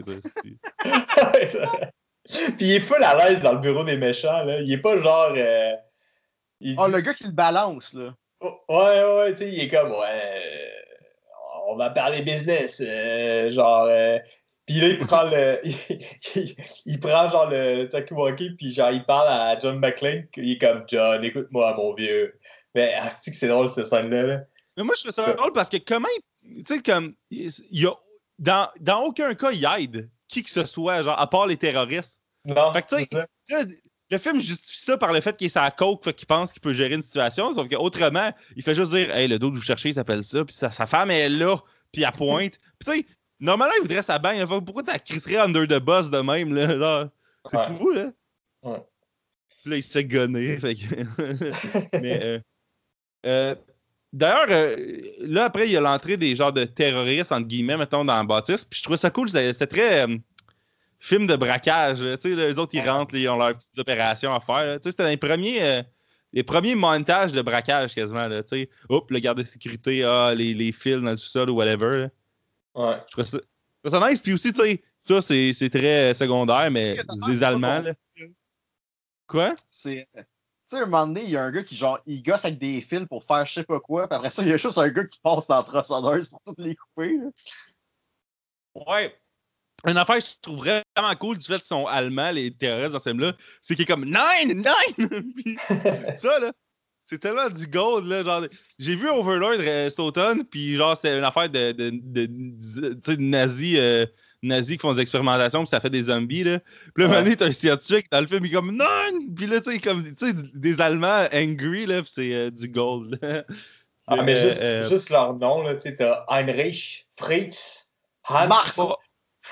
puis il est full à l'aise dans le bureau des méchants, là. Il est pas genre... Euh, il oh, dit... le gars qui le balance, là. Oh, ouais, ouais, tu sais, il est comme... Ouais, on va parler business. Euh, genre... Euh, Puis là, il prend le. Il, il, il prend genre le talkie-walkie, puis genre, il parle à John McClane, il est comme John, écoute-moi, mon vieux. Mais c'est que c'est drôle, cette scène-là. Là. Mais moi, je trouve ça drôle parce que comment. Tu sais, comme. Il y a, dans, dans aucun cas, il aide qui que ce soit, genre, à part les terroristes. Non. Fait que, tu sais, le film justifie ça par le fait qu'il est sa coke, fait qu'il pense qu'il peut gérer une situation, sauf qu'autrement, il fait juste dire, hey, le dos que vous cherchez, il s'appelle ça, puis sa, sa femme est là, puis elle pointe. Puis, tu sais, normalement, il voudrait sa bagne. Pourquoi t'as crisserais under the bus de même, là? Genre, c'est ouais. Fou, là? Ouais. Puis là, il se fait gonner. Fait que... Mais, euh, euh, d'ailleurs, euh, là, après, il y a l'entrée des genres de terroristes, entre guillemets, mettons, dans la bâtisse. Puis je trouvais ça cool. C'était très euh, film de braquage. Tu sais, les autres, ils rentrent, là, ils ont leurs petites opérations à faire. Tu sais, c'était dans les premiers... Euh, les premiers montages de braquage, quasiment, là. Tu sais, hop, le garde de sécurité, ah, les, les fils dans le sous-sol ou whatever, là. Ouais. Je trouve ça, je trouve ça nice. Puis aussi, tu sais, ça, c'est, c'est très secondaire, mais des Allemands, là. Quoi? C'est... Tu sais, un moment donné, il y a un gars qui, genre, il gosse avec des fils pour faire je sais pas quoi, puis après ça, il y a juste un gars qui passe dans la tronçonneuse pour toutes les couper, là. Ouais. Une affaire que je trouve vraiment cool du fait qu'ils sont allemands, les terroristes dans ce film-là, c'est qu'il est comme nine, nine! Puis ça, là. C'est tellement du gold, là. Genre, j'ai vu Overlord euh, cet automne, puis genre, c'était une affaire de, de, de, de, de nazis, euh, nazis qui font des expérimentations, puis ça fait des zombies, là. Puis là, ouais. Mané, t'as un sciatique dans le film, il est comme non! Puis là, tu sais, comme, tu sais, des Allemands angry, là, puis c'est euh, du gold. Ah, mais, mais juste, euh, juste leur nom, là, tu sais, t'as Heinrich, Fritz, Hans. Marx!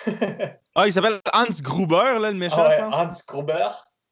Ah, il s'appelle Hans Gruber, là, le méchant, Ah ouais, je pense. Hans Gruber.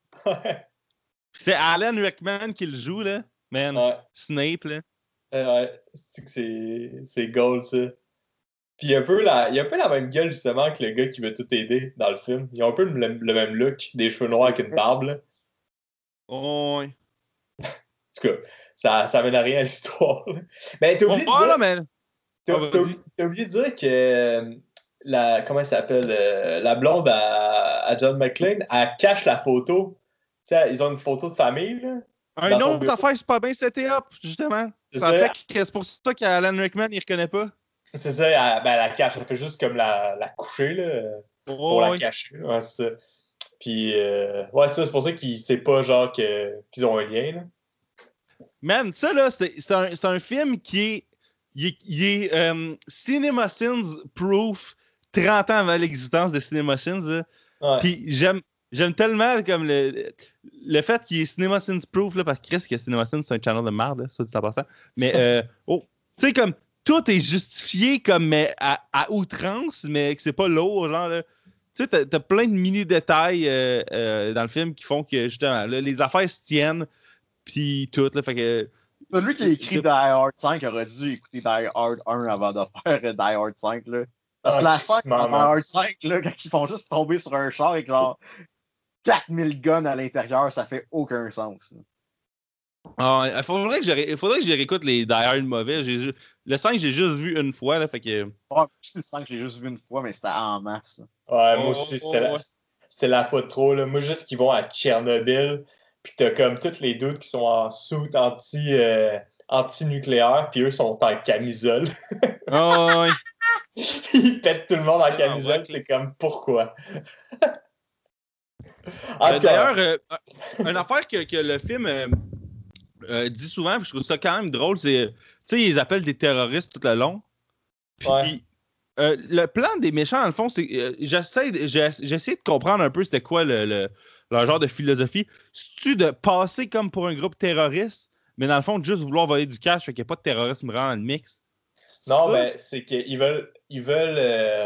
C'est Alan Rickman qui le joue, là. Man, Ouais. Snape, là. Euh, ouais, c'est que c'est, c'est gold, ça. Puis il y a un peu la, il y a un peu la même gueule, justement, que le gars qui veut tout aider dans le film. Ils ont un peu le, le même look, des cheveux noirs avec une barbe, là. Oh, ouais. En tout cas, ça, ça mène à rien à l'histoire. là. Mais t'as oublié, Bon, de dire, là, mais... t'as, Ah, t'as- vas-y. t'as oublié de dire que euh, la, comment elle s'appelle, euh, la blonde à, à John McClane, elle cache la photo. Tu sais, ils ont une photo de famille, là, Un dans son autre bureau. affaire, c'est pas bien seté up, justement. C'est Ça ça. fait que c'est pour ça qu'Alan Rickman, il reconnaît pas. C'est ça, elle, ben, elle la cache. Elle fait juste comme la, la coucher, là, pour Oh, la ouais. cacher. Ouais, c'est ça. Puis, euh, ouais, ça, c'est pour ça qu'il sait pas, genre, que, qu'ils ont un lien, là. Man, ça, là, c'est, c'est, un, c'est un film qui est... Il est, il est euh, CinemaSins proof trente ans avant l'existence de CinemaSins, là. Ouais. Puis j'aime, j'aime tellement comme le, le fait qu'il est CinemaSins proof, là, parce que Chris, que CinemaSins, c'est un channel de merde, là, ça dit ça passant. Mais, euh, oh, tu sais, comme, tout est justifié comme mais à, à outrance, mais que c'est pas lourd, genre, là. Tu sais, t'as, t'as plein de mini-détails euh, euh, dans le film qui font que, justement, là, les affaires se tiennent, puis tout, là, fait que... Celui qui a écrit Die Hard cinq aurait dû écouter Die Hard un avant de faire Die Hard cinq, là. Parce que Ah, la fin de Die crissement, man. Hard cinq, là, quand ils font juste tomber sur un char avec genre quatre mille guns à l'intérieur, ça fait aucun sens. là. Ah, il faudrait que, je, faudrait que je réécoute les Die Hard mauvais. J'ai ju- le cinq, j'ai juste vu une fois, là, fait que... Ouais, c'est le cinq que j'ai juste vu une fois, mais c'était en masse. là. Ouais, Oh, moi aussi, oh, c'était la, ouais. c'était la fois de trop, là. Moi, juste qu'ils vont à Tchernobyl, puis t'as comme tous les doutes qui sont en soute anti, euh, anti-nucléaire, puis eux sont en camisole. Ah, ouais. Ils pètent tout le monde en Ah, camisole, ouais. c'est comme, pourquoi? En Euh, tout cas, D'ailleurs, euh, une affaire que, que le film euh, euh, dit souvent, puis je trouve ça quand même drôle, c'est, tu sais, ils appellent des terroristes tout le long. Puis ouais. euh, le plan des méchants, dans le fond, c'est, euh, j'essaie, de- j'ai, j'ai essayé de comprendre un peu c'était quoi le, le- leur genre de philosophie. C'est-tu de passer comme pour un groupe terroriste, mais dans le fond, de juste vouloir voler du cash, fait qu'il n'y a pas de terrorisme vraiment dans le mix? C'est Non, ça? ben, c'est qu'ils veulent, ils veulent, euh,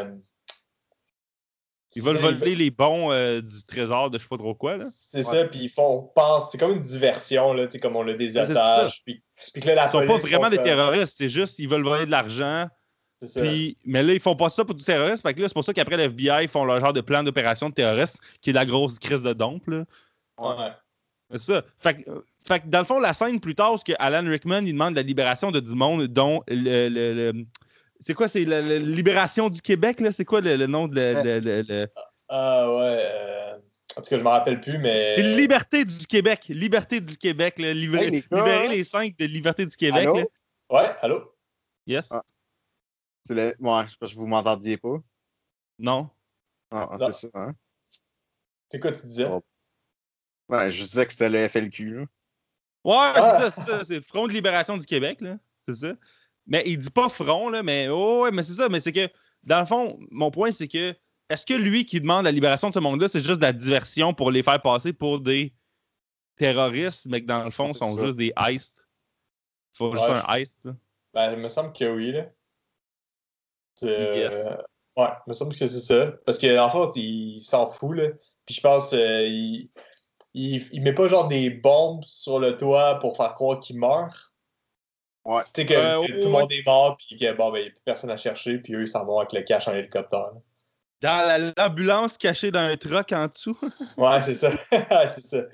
Ils veulent c'est- voler les bons euh, du trésor de je sais pas trop quoi, là. C'est Ouais. ça, puis ils font, on pense, c'est comme une diversion, là, tu sais, comme on a des Ouais, c'est ça. otages, puis, puis que là, la Ils sont pas police vraiment font des comme- terroristes, c'est juste ils veulent voler de l'argent. C'est ça. Puis, mais là, ils font pas ça pour du terrorisme. Fait que là, c'est pour ça qu'après, le F B I font leur genre de plan d'opération de terroriste, qui est la grosse crise de dompe, là. Ouais. C'est ça. Fait que, euh, fait que dans le fond, la scène plus tard, c'est que Alan Rickman, il demande la libération de du monde, dont le. le- le- c'est quoi, c'est la, la libération du Québec, là? C'est quoi le, le nom de. le- le- le- le- Ah ouais. euh, En tout cas, je me rappelle plus, mais. C'est Liberté du Québec. Liberté du Québec, là. Libérer, Hey, les gars. libérer les cinq de Liberté du Québec, Allô? là. Ouais, allô? Yes? Ah. C'est le... Ouais, je sais pas si vous m'entendiez pas. Non? Ah, ah, Non. c'est ça, hein? C'est quoi tu disais? Oh. Ouais, je disais que c'était le F L Q, là. Ouais, Ah. c'est ça, c'est ça. C'est Front de libération du Québec, là. C'est ça. Mais il dit pas front, là, mais oh, ouais, mais c'est ça. Mais c'est que, dans le fond, mon point, c'est que est-ce que lui qui demande la libération de ce monde-là, c'est juste de la diversion pour les faire passer pour des terroristes, mais que dans le fond, C'est sont ça. juste des heists? Faut juste Ouais, faire un heist, là. Ben, il me semble que oui, là. C'est, Yes. euh, Ouais, il me semble que c'est ça. Parce qu'en fait, il s'en fout, là. Puis je pense euh, il... il... il met pas genre des bombes sur le toit pour faire croire qu'il meurt. Ouais. Tu sais que, Euh, que ouais. tout le monde est mort, puis que bon, ben, il n'y a plus personne à chercher, puis eux, ils s'en vont avec le cash en hélicoptère. là. Dans la- l'ambulance cachée dans un truck en dessous. Ouais, c'est ça. Ouais, c'est ça.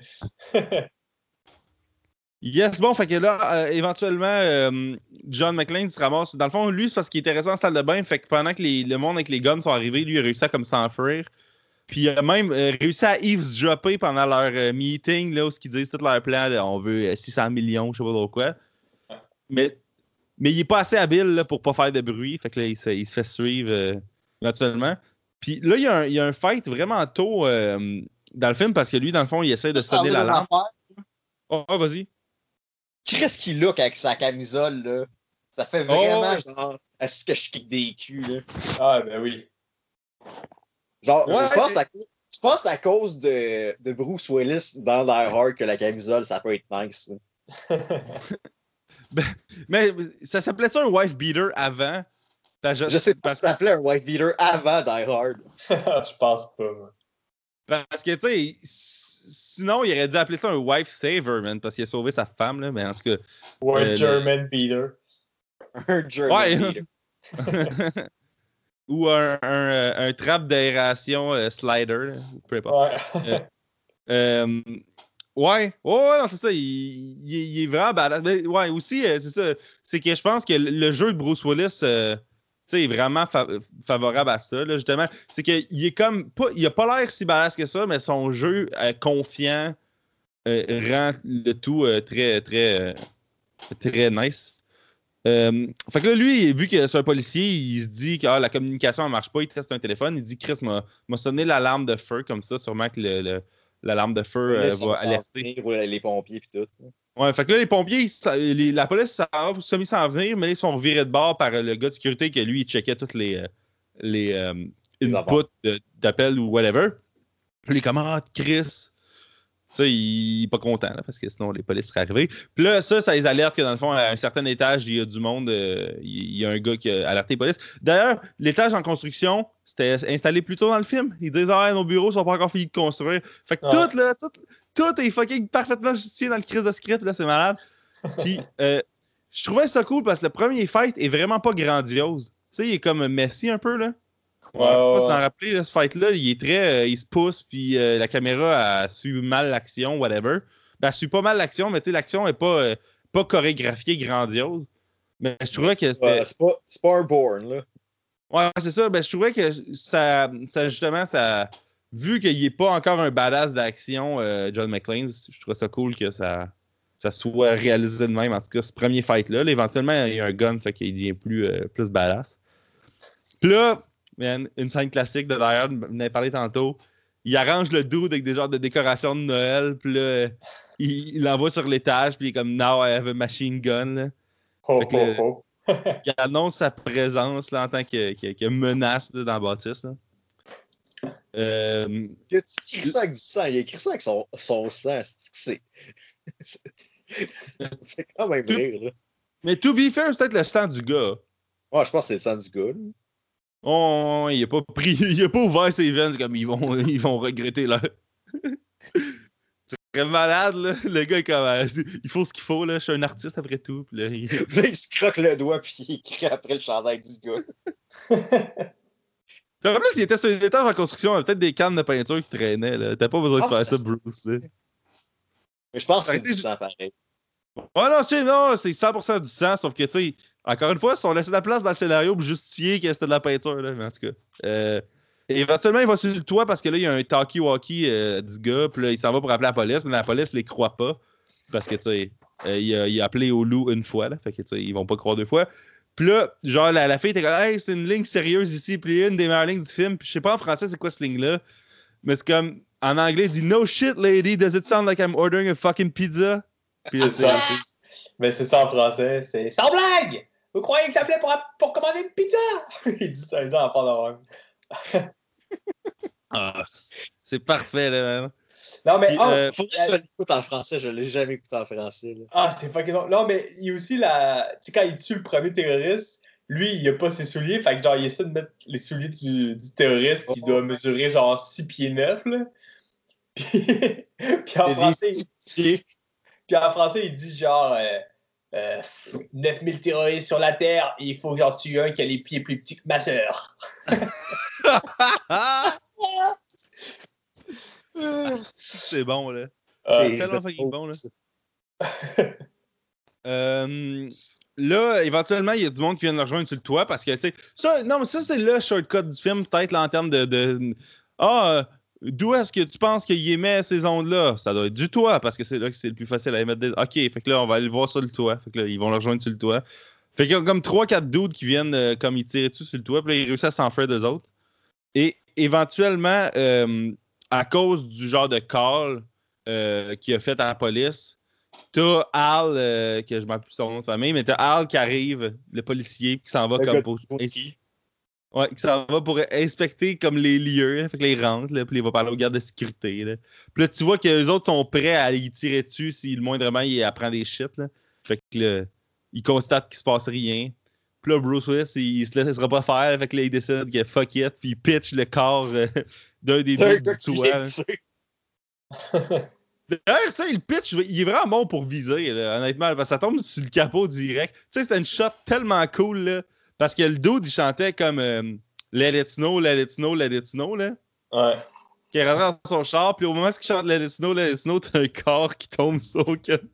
Yes, bon, fait que là, euh, éventuellement, euh, John McClane se ramasse. Dans le fond, lui, c'est parce qu'il était resté en salle de bain. Fait que pendant que les- le monde avec les guns sont arrivés, lui, il a réussi à comme s'enfuir. Puis il a même euh, réussi à eavesdropper pendant leur euh, meeting, là, où ils disent tout leur plan. Là, on veut euh, six cents millions, je sais pas trop quoi. Mais, mais il est pas assez habile là, pour pas faire de bruit. Fait que là, il se, il se fait suivre euh, éventuellement. Puis là, il y, a un, il y a un fight vraiment tôt euh, dans le film parce que lui, dans le fond, il essaie de sonner la lampe. Oh, oh, vas-y. Qu'est-ce qu'il look avec sa camisole, là? Ça fait vraiment Oh. genre, est-ce que je kick des culs, là? Ah, ben oui. Genre, Ouais, je pense c'est- que c'est à- je pense que c'est à cause de, de Bruce Willis dans Die Hard que la camisole, ça peut être nice. là. Mais ça s'appelait ça un wife beater avant? Je, Je sais pas parce, si ça s'appelait un wife beater avant Die Hard. Je pense pas, moi. Parce que, tu sais, sinon, il aurait dû appeler ça un wife saver, man, parce qu'il a sauvé sa femme, là, mais en tout cas... Ou un euh, German le... beater. Un German ouais. beater. Ou un, un, un trap d'aération euh, slider, là, peu importe. Ouais. euh, euh, ouais, ouais, non, c'est ça, il, il, il est vraiment badass. Mais, ouais, aussi, euh, c'est ça, c'est que je pense que le jeu de Bruce Willis... Euh, tu sais, est vraiment fa- favorable à ça, là, justement. C'est qu'il est comme pas. Il a pas l'air si badass que ça, mais son jeu euh, confiant euh, rend le tout euh, très, très, euh, très nice. Euh, fait que là, lui, vu que c'est un policier, il se dit que ah, la communication ne marche pas, il teste un téléphone, il dit Chris m'a, m'a sonné l'alarme de feu, comme ça, sûrement que le, le, l'alarme de feu euh, va alerter. Les pompiers et tout. Ouais, fait que là, les pompiers, ça, les, la police, ça va semi s'en venir, mais là, ils sont virés de bord par le gars de sécurité que lui, il checkait toutes les, euh, les euh, inputs de, d'appel ou whatever. Puis il est comme, ah, Chris. Tu sais, il est pas content, là, parce que sinon, les polices seraient arrivés. Puis là, ça, ça les alerte que dans le fond, à un certain étage, il y a du monde, euh, il y a un gars qui a alerté les polices. D'ailleurs, l'étage en construction, c'était installé plus tôt dans le film. Ils disent, ah, nos bureaux sont pas encore finis de construire. Fait que ouais. tout, là, tout. Tout est fucking parfaitement justifié dans le crise de script, là, c'est malade. Puis, euh, je trouvais ça cool parce que le premier fight est vraiment pas grandiose. Tu sais, il est comme Messi un peu, là. Ouais, ouais, je sais pas ouais. si t'en rappelais, là, ce fight-là, il est très. Euh, il se pousse, puis euh, la caméra, elle suit mal l'action, whatever. Ben, elle suit pas mal l'action, mais tu sais, l'action est pas, euh, pas chorégraphiée grandiose. Mais je trouvais que c'était. Ouais, c'est pas, c'est pas un Bourne, là. Ouais, c'est ça. Ben, je trouvais que ça, ça justement, ça. Vu qu'il n'est pas encore un badass d'action, euh, John McClane, je trouve ça cool que ça, ça soit réalisé de même. En tout cas, ce premier fight-là. Là, éventuellement, il y a un gun, fait qu'il devient plus, euh, plus badass. Puis là, man, une scène classique de Die Hard, on avait parlé tantôt. Il arrange le dude avec des genres de décorations de Noël. Puis là, il, il l'envoie sur l'étage. Puis il est comme, now I have a machine gun. Là. Oh, fait que là, oh, oh. il annonce sa présence là, en tant que, que, que menace là, dans la bâtisse. Là. Euh, il a écrit ça avec du sang. Il a écrit ça avec son, son sang. C'est, c'est, c'est quand même rire. Là. Mais to be fair, c'est peut-être le sang du gars. Ouais, je pense que c'est le sang du gars. Là. Oh, il a pas pris, il a pas ouvert ses veines comme ils vont, ils vont regretter là. C'est très malade, là. Le gars est comme, euh, il faut ce qu'il faut, là. Je suis un artiste après tout. Puis là, il... là, il se croque le doigt puis il crie après le chandail du gars. En plus, il était sur les étages en construction, il y avait peut-être des cannes de peinture qui traînaient. Là. T'as pas besoin de oh, faire ça, ça, Bruce. Là. Mais je pense que c'est du sang pareil. Ouais, non, tu sais, non, c'est cent pour cent du sang, sauf que, tu sais, encore une fois, ils ont laissé de la place dans le scénario pour justifier que c'était de la peinture, là. Mais en tout cas. Euh, éventuellement, il va sur le toit parce que là, il y a un talkie-walkie euh, du gars, puis là, il s'en va pour appeler la police, mais la police les croit pas. Parce que, tu sais, euh, il, a, il a appelé au loup une fois, là. Fait que, tu sais, ils vont pas croire deux fois. Puis là, genre, la, la fille était comme, hey, c'est une ligne sérieuse ici, puis une des meilleures lignes du film. Puis je sais pas en français c'est quoi cette ligne-là, mais c'est comme, en anglais, il dit, no shit, lady, does it sound like I'm ordering a fucking pizza? Puis c'est ça. Mais c'est ça en français, c'est sans blague! Vous croyez que j'appelais pour, pour commander une pizza? Il dit ça, il dit en part de même. Ah, c'est parfait, là, man. Non, mais. Puis, oh, euh, faut que je l'écoute en français, je l'ai jamais écouté en français. Là. Ah, c'est fucking drôle. Non, mais il y a aussi la. Tu sais, quand il tue le premier terroriste, lui, il a pas ses souliers, fait que genre, il essaie de mettre les souliers du, du terroriste qui oh. doit mesurer genre six pieds neuf, là. Puis, puis en français. Il... Puis en français, il dit genre. Euh, Euh, neuf mille terroristes sur la Terre, et il faut que j'en tue un qui a les pieds plus petits que ma sœur. C'est bon, là. Euh, c'est tellement fucking bon, là. euh, là, éventuellement, il y a du monde qui vient de le rejoindre sur le toit parce que, tu sais, ça, non, mais ça, c'est le shortcut du film, peut-être, là, en termes de. de ah, euh, d'où est-ce que tu penses qu'il émet ces ondes-là? Ça doit être du toit, parce que c'est là que c'est le plus facile à émettre. Des... OK, fait que là, on va aller le voir sur le toit. Fait que là, ils vont le rejoindre sur le toit. Fait qu'il y a comme trois quatre dudes qui viennent euh, comme ils tirent dessus sur le toit, puis là, ils réussissent à s'enfuir d'eux autres. Et éventuellement, euh, à cause du genre de call euh, qu'il a fait à la police, t'as Al, euh, que je m'en rappelle plus son nom de famille, mais t'as Al qui arrive, le policier, qui s'en va le comme pour... Ouais, qui s'en va pour inspecter comme les lieux. Fait que là, il rentre, là, puis il va parler aux gardes de sécurité. Là. Puis là, tu vois que les autres sont prêts à y tirer dessus si le moindrement il apprend des shit. Là. Fait que là, il constate qu'il se passe rien. Puis là, Bruce Willis, il, il se laissera pas faire. Fait que là, il décide que fuck it. Puis il pitch le corps euh, d'un des deux du toit. D'ailleurs, ça, le pitch, il est vraiment bon pour viser, là, honnêtement. Parce que ça tombe sur le capot direct. Tu sais, c'était une shot tellement cool, là. Parce que le dude, il chantait comme euh, Let it snow, let it snow, let it snow, là. Ouais. Qui est rentré dans son char, puis au moment où il chante Let it snow, let it snow, t'as un corps qui tombe sur le canot.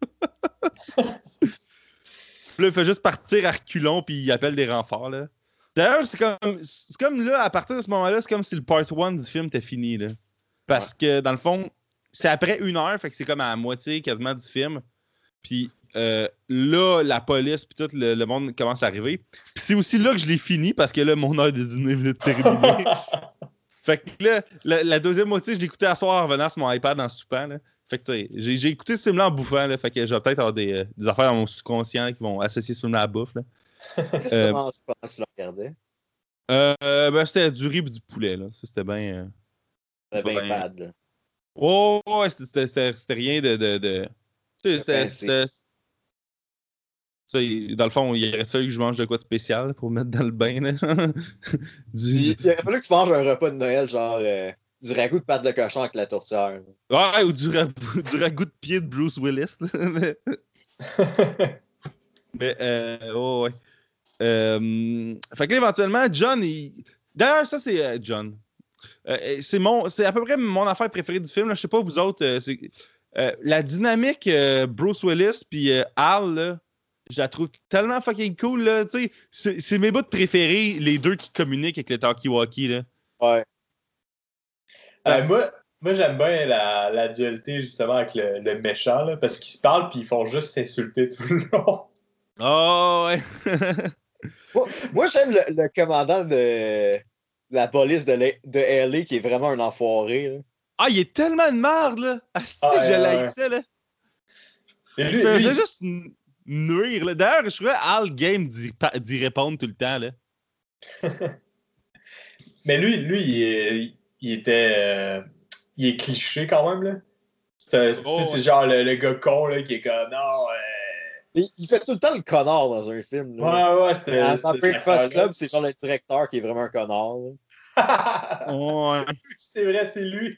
Puis là, il fait juste partir à reculons, puis il appelle des renforts, là. D'ailleurs, c'est comme, c'est comme là, à partir de ce moment-là, c'est comme si le part un du film était fini, là. Parce ouais. que, dans le fond, c'est après une heure, fait que c'est comme à la moitié quasiment du film. Puis euh, là, la police, puis tout le, le monde commence à arriver. Puis c'est aussi là que je l'ai fini, parce que là, mon heure de dîner venait de terminer. Fait que là, la, la deuxième moitié, je l'écoutais à soir en revenant sur mon iPad en soupant, là. Fait que, tu sais, j'ai, j'ai écouté ce film-là en bouffant, là. Fait que je vais peut-être avoir des, euh, des affaires dans mon subconscient qui vont associer ce film-là à la bouffe, là. Qu'est-ce que tu manges pendant que tu le regardais? Euh, ben, c'était du riz et du poulet, là. Ça, c'était bien... Euh, c'était bien fade, là. Oh, ouais, c'était, c'était, c'était, c'était rien de... de, de... Tu sais, c'était... c'était... c'était... Dans le fond, il aurait fallu que je mange de quoi de spécial pour mettre dans le bain, là. du... Il, il aurait fallu que tu manges un repas de Noël, genre... Euh... Du ragoût de pâte de cochon avec la tourtière. Ouais, ou du, ra- du ragoût de pied de Bruce Willis. mais, mais euh, oh, ouais. Euh, fait que là, éventuellement, John, il... D'ailleurs, ça, c'est euh, John. Euh, c'est, mon, c'est à peu près mon affaire préférée du film. Là. Je sais pas, vous autres, euh, c'est, euh, la dynamique euh, Bruce Willis puis euh, Al, là, je la trouve tellement fucking cool. Là, c'est, c'est mes bouts préférés, les deux qui communiquent avec le talkie-walkie. Là. Ouais. Euh, moi, moi, j'aime bien la, la dualité, justement, avec le, le méchant, là, parce qu'ils se parlent puis ils font juste s'insulter tout le long. Oh, ouais. moi, moi, j'aime le, le commandant de la police de, de L A qui est vraiment un enfoiré. Là. Ah, il est tellement de merde, là. Ah, c'est ah, que je euh, l'haïssais, là. Et lui, il faisait lui... juste nuire, là. D'ailleurs, je trouvais Al Game d'y, d'y répondre tout le temps, là. Mais lui, lui, il est... il était. Euh, il est cliché quand même, là. C'est, c'est, oh, c'est ouais. genre le, le gars con là, qui est comme non. Euh... Il, il fait tout le temps le connard dans un film. Là. Ouais, ouais, c'était. Dans, dans Breakfast Club, c'est genre le directeur qui est vraiment un connard. Ouais. C'est vrai, c'est lui.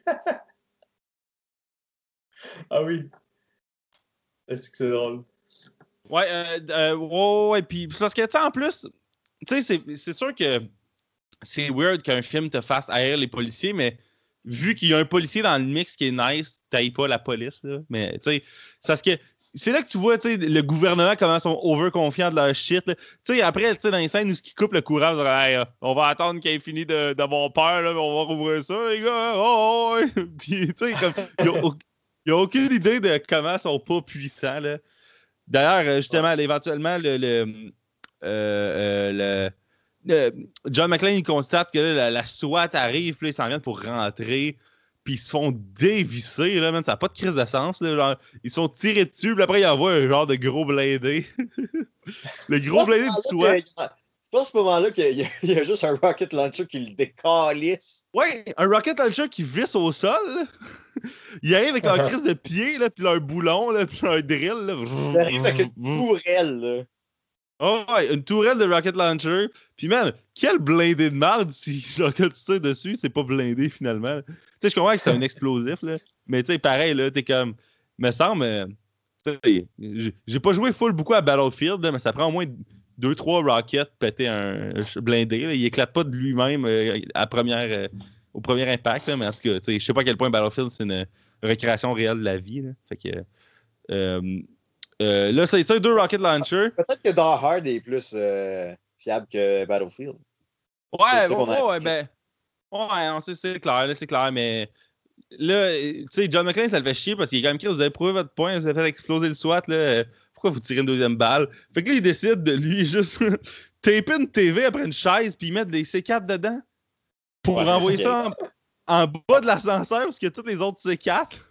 Ah oui. Est-ce que c'est drôle? Ouais, euh, euh, ouais, ouais. Puis parce que, tu sais, en plus, tu sais, c'est, c'est sûr que c'est weird qu'un film te fasse haïr les policiers, mais vu qu'il y a un policier dans le mix qui est nice, t'haïs pas la police, là. Mais, tu sais, c'est parce que c'est là que tu vois, tu sais, le gouvernement, comment ils sont over-confiants de leur shit, tu sais, après, tu sais, dans les scènes où ils coupent le courant, on, hey, on va attendre qu'il ait fini de, d'avoir peur, là, mais on va rouvrir ça, les gars. Oh, oh, oh. Puis, tu sais, comme, il n'y a, a aucune idée de comment ils sont pas puissants, là. D'ailleurs, justement, ouais. éventuellement, le... le, euh, euh, le Euh, John McClane, il constate que là, la, la SWAT arrive, puis là, ils s'en viennent pour rentrer, puis ils se font dévisser, là, man, ça n'a pas de crise de sens, là, genre, ils sont tirés dessus, puis après, ils envoient un genre de gros blindé. Le gros blindé du SWAT. C'est pas à ce moment-là qu'il y a, il y a juste un rocket launcher qui le décalisse. Ouais, un rocket launcher qui visse au sol, là. Ils arrivent avec leur crise de pied, là, puis leur boulon, là, puis leur drill, là. Ils arrivent avec une tourelle, là. Oh ouais, une tourelle de rocket launcher. Puis man, quel blindé de merde si genre que tu tires dessus, c'est pas blindé finalement. Tu sais, je comprends que c'est un explosif, là. Mais tu sais, pareil, là, t'es comme. Me semble. T'sais, j'ai pas joué full beaucoup à Battlefield, là, mais ça prend au moins deux trois rockets péter un blindé. Là. Il éclate pas de lui-même euh, à première, euh, au premier impact, là, mais en tout cas, je sais pas à quel point Battlefield c'est une récréation réelle de la vie. Là. Fait que. Euh, Euh, là, ça il tire deux rocket launchers. Peut-être que Die Hard est plus euh, fiable que Battlefield. Ouais, ouais, ouais, ouais, ben. Ouais, non, c'est, c'est clair, là, c'est clair, mais. Là, tu sais, John McClane, ça le fait chier parce qu'il est quand même écrit, vous avez prouvé votre point, vous avez fait exploser le SWAT, là. Pourquoi vous tirez une deuxième balle? Fait que là, il décide de lui juste taper une T V après une chaise puis mettre des C quatre dedans pour ouais, envoyer ça en, en bas de l'ascenseur parce qu'il y a tous les autres C quatre.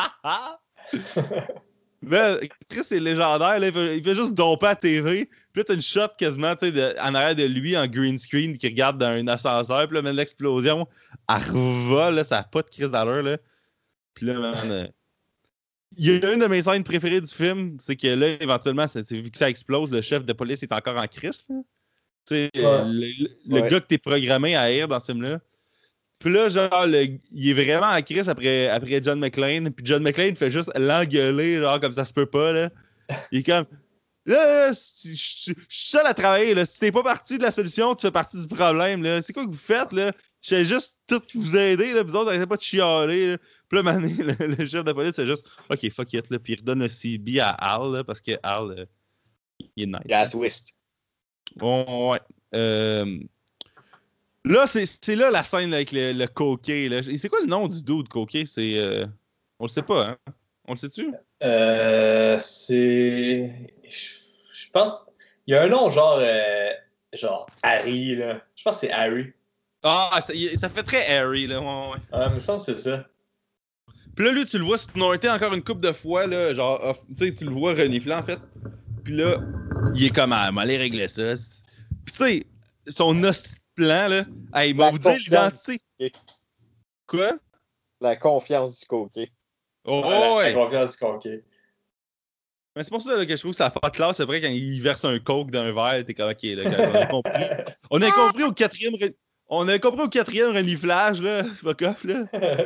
Ben, Chris, c'est légendaire. Là, il, fait, il fait juste domper à la T V. Puis là, t'as une shot quasiment de, en arrière de lui en green screen qui regarde dans un ascenseur. Puis là, même l'explosion, elle revole. Là, ça n'a pas de crise d'allure. Là. Puis là, man, euh, il y a une de mes scènes préférées du film. C'est que là, éventuellement, c'est, c'est, vu que ça explose, le chef de police est encore en crise. Là. sais, Ouais. le, le Ouais. gars que t'es programmé à haïr dans ce film-là. Puis là, genre, le, il est vraiment en crise après, après John McClane. Puis John McClane fait juste l'engueuler, genre, comme ça se peut pas, là. Il est comme, là, là si- je je- je suis seul à travailler, là. Si t'es pas partie de la solution, tu fais partie du problème, là. C'est quoi que vous faites, là? Je fais juste tout vous aider, là. Vous autres, arrêtez pas de chialer, là. Puis là, mané, le, le chef de police, c'est juste, OK, fuck it, là. Puis il redonne le C B à Al, là, parce que Al, euh, il est nice. Il y a la twist. Oh, ouais. Euh... Là, c'est, c'est là la scène là, avec le, le coquet. Là. Et c'est quoi le nom du dude coquet? C'est. Euh... On le sait pas, hein? On le sait-tu? Euh, c'est. Je, je pense. Il y a un nom genre. Euh, genre Harry, là. Je pense que c'est Harry. Ah, ça, il- ça fait très Harry, là. Ouais, ouais. Ah, il me semble que c'est ça. Puis là, lui, tu le vois snorter encore une couple de fois, là. Genre, off- tu sais, tu le vois renifler, en fait. Puis là, il est comme, ah, m'aller régler ça. Puis tu sais, son hostie de plan, là. Hey, il va La vous dire confiance. l'identité. Quoi? La confiance du côté. Oh, Ouais, la, ouais. la confiance du conquet. Mais c'est pour ça là, que je trouve que ça n'a pas de classe. C'est vrai, quand il verse un coke dans un verre, t'es comme, OK, là, gars, on a compris. On a compris au quatrième... re- On a compris au quatrième reniflage, là. Fuck off, là.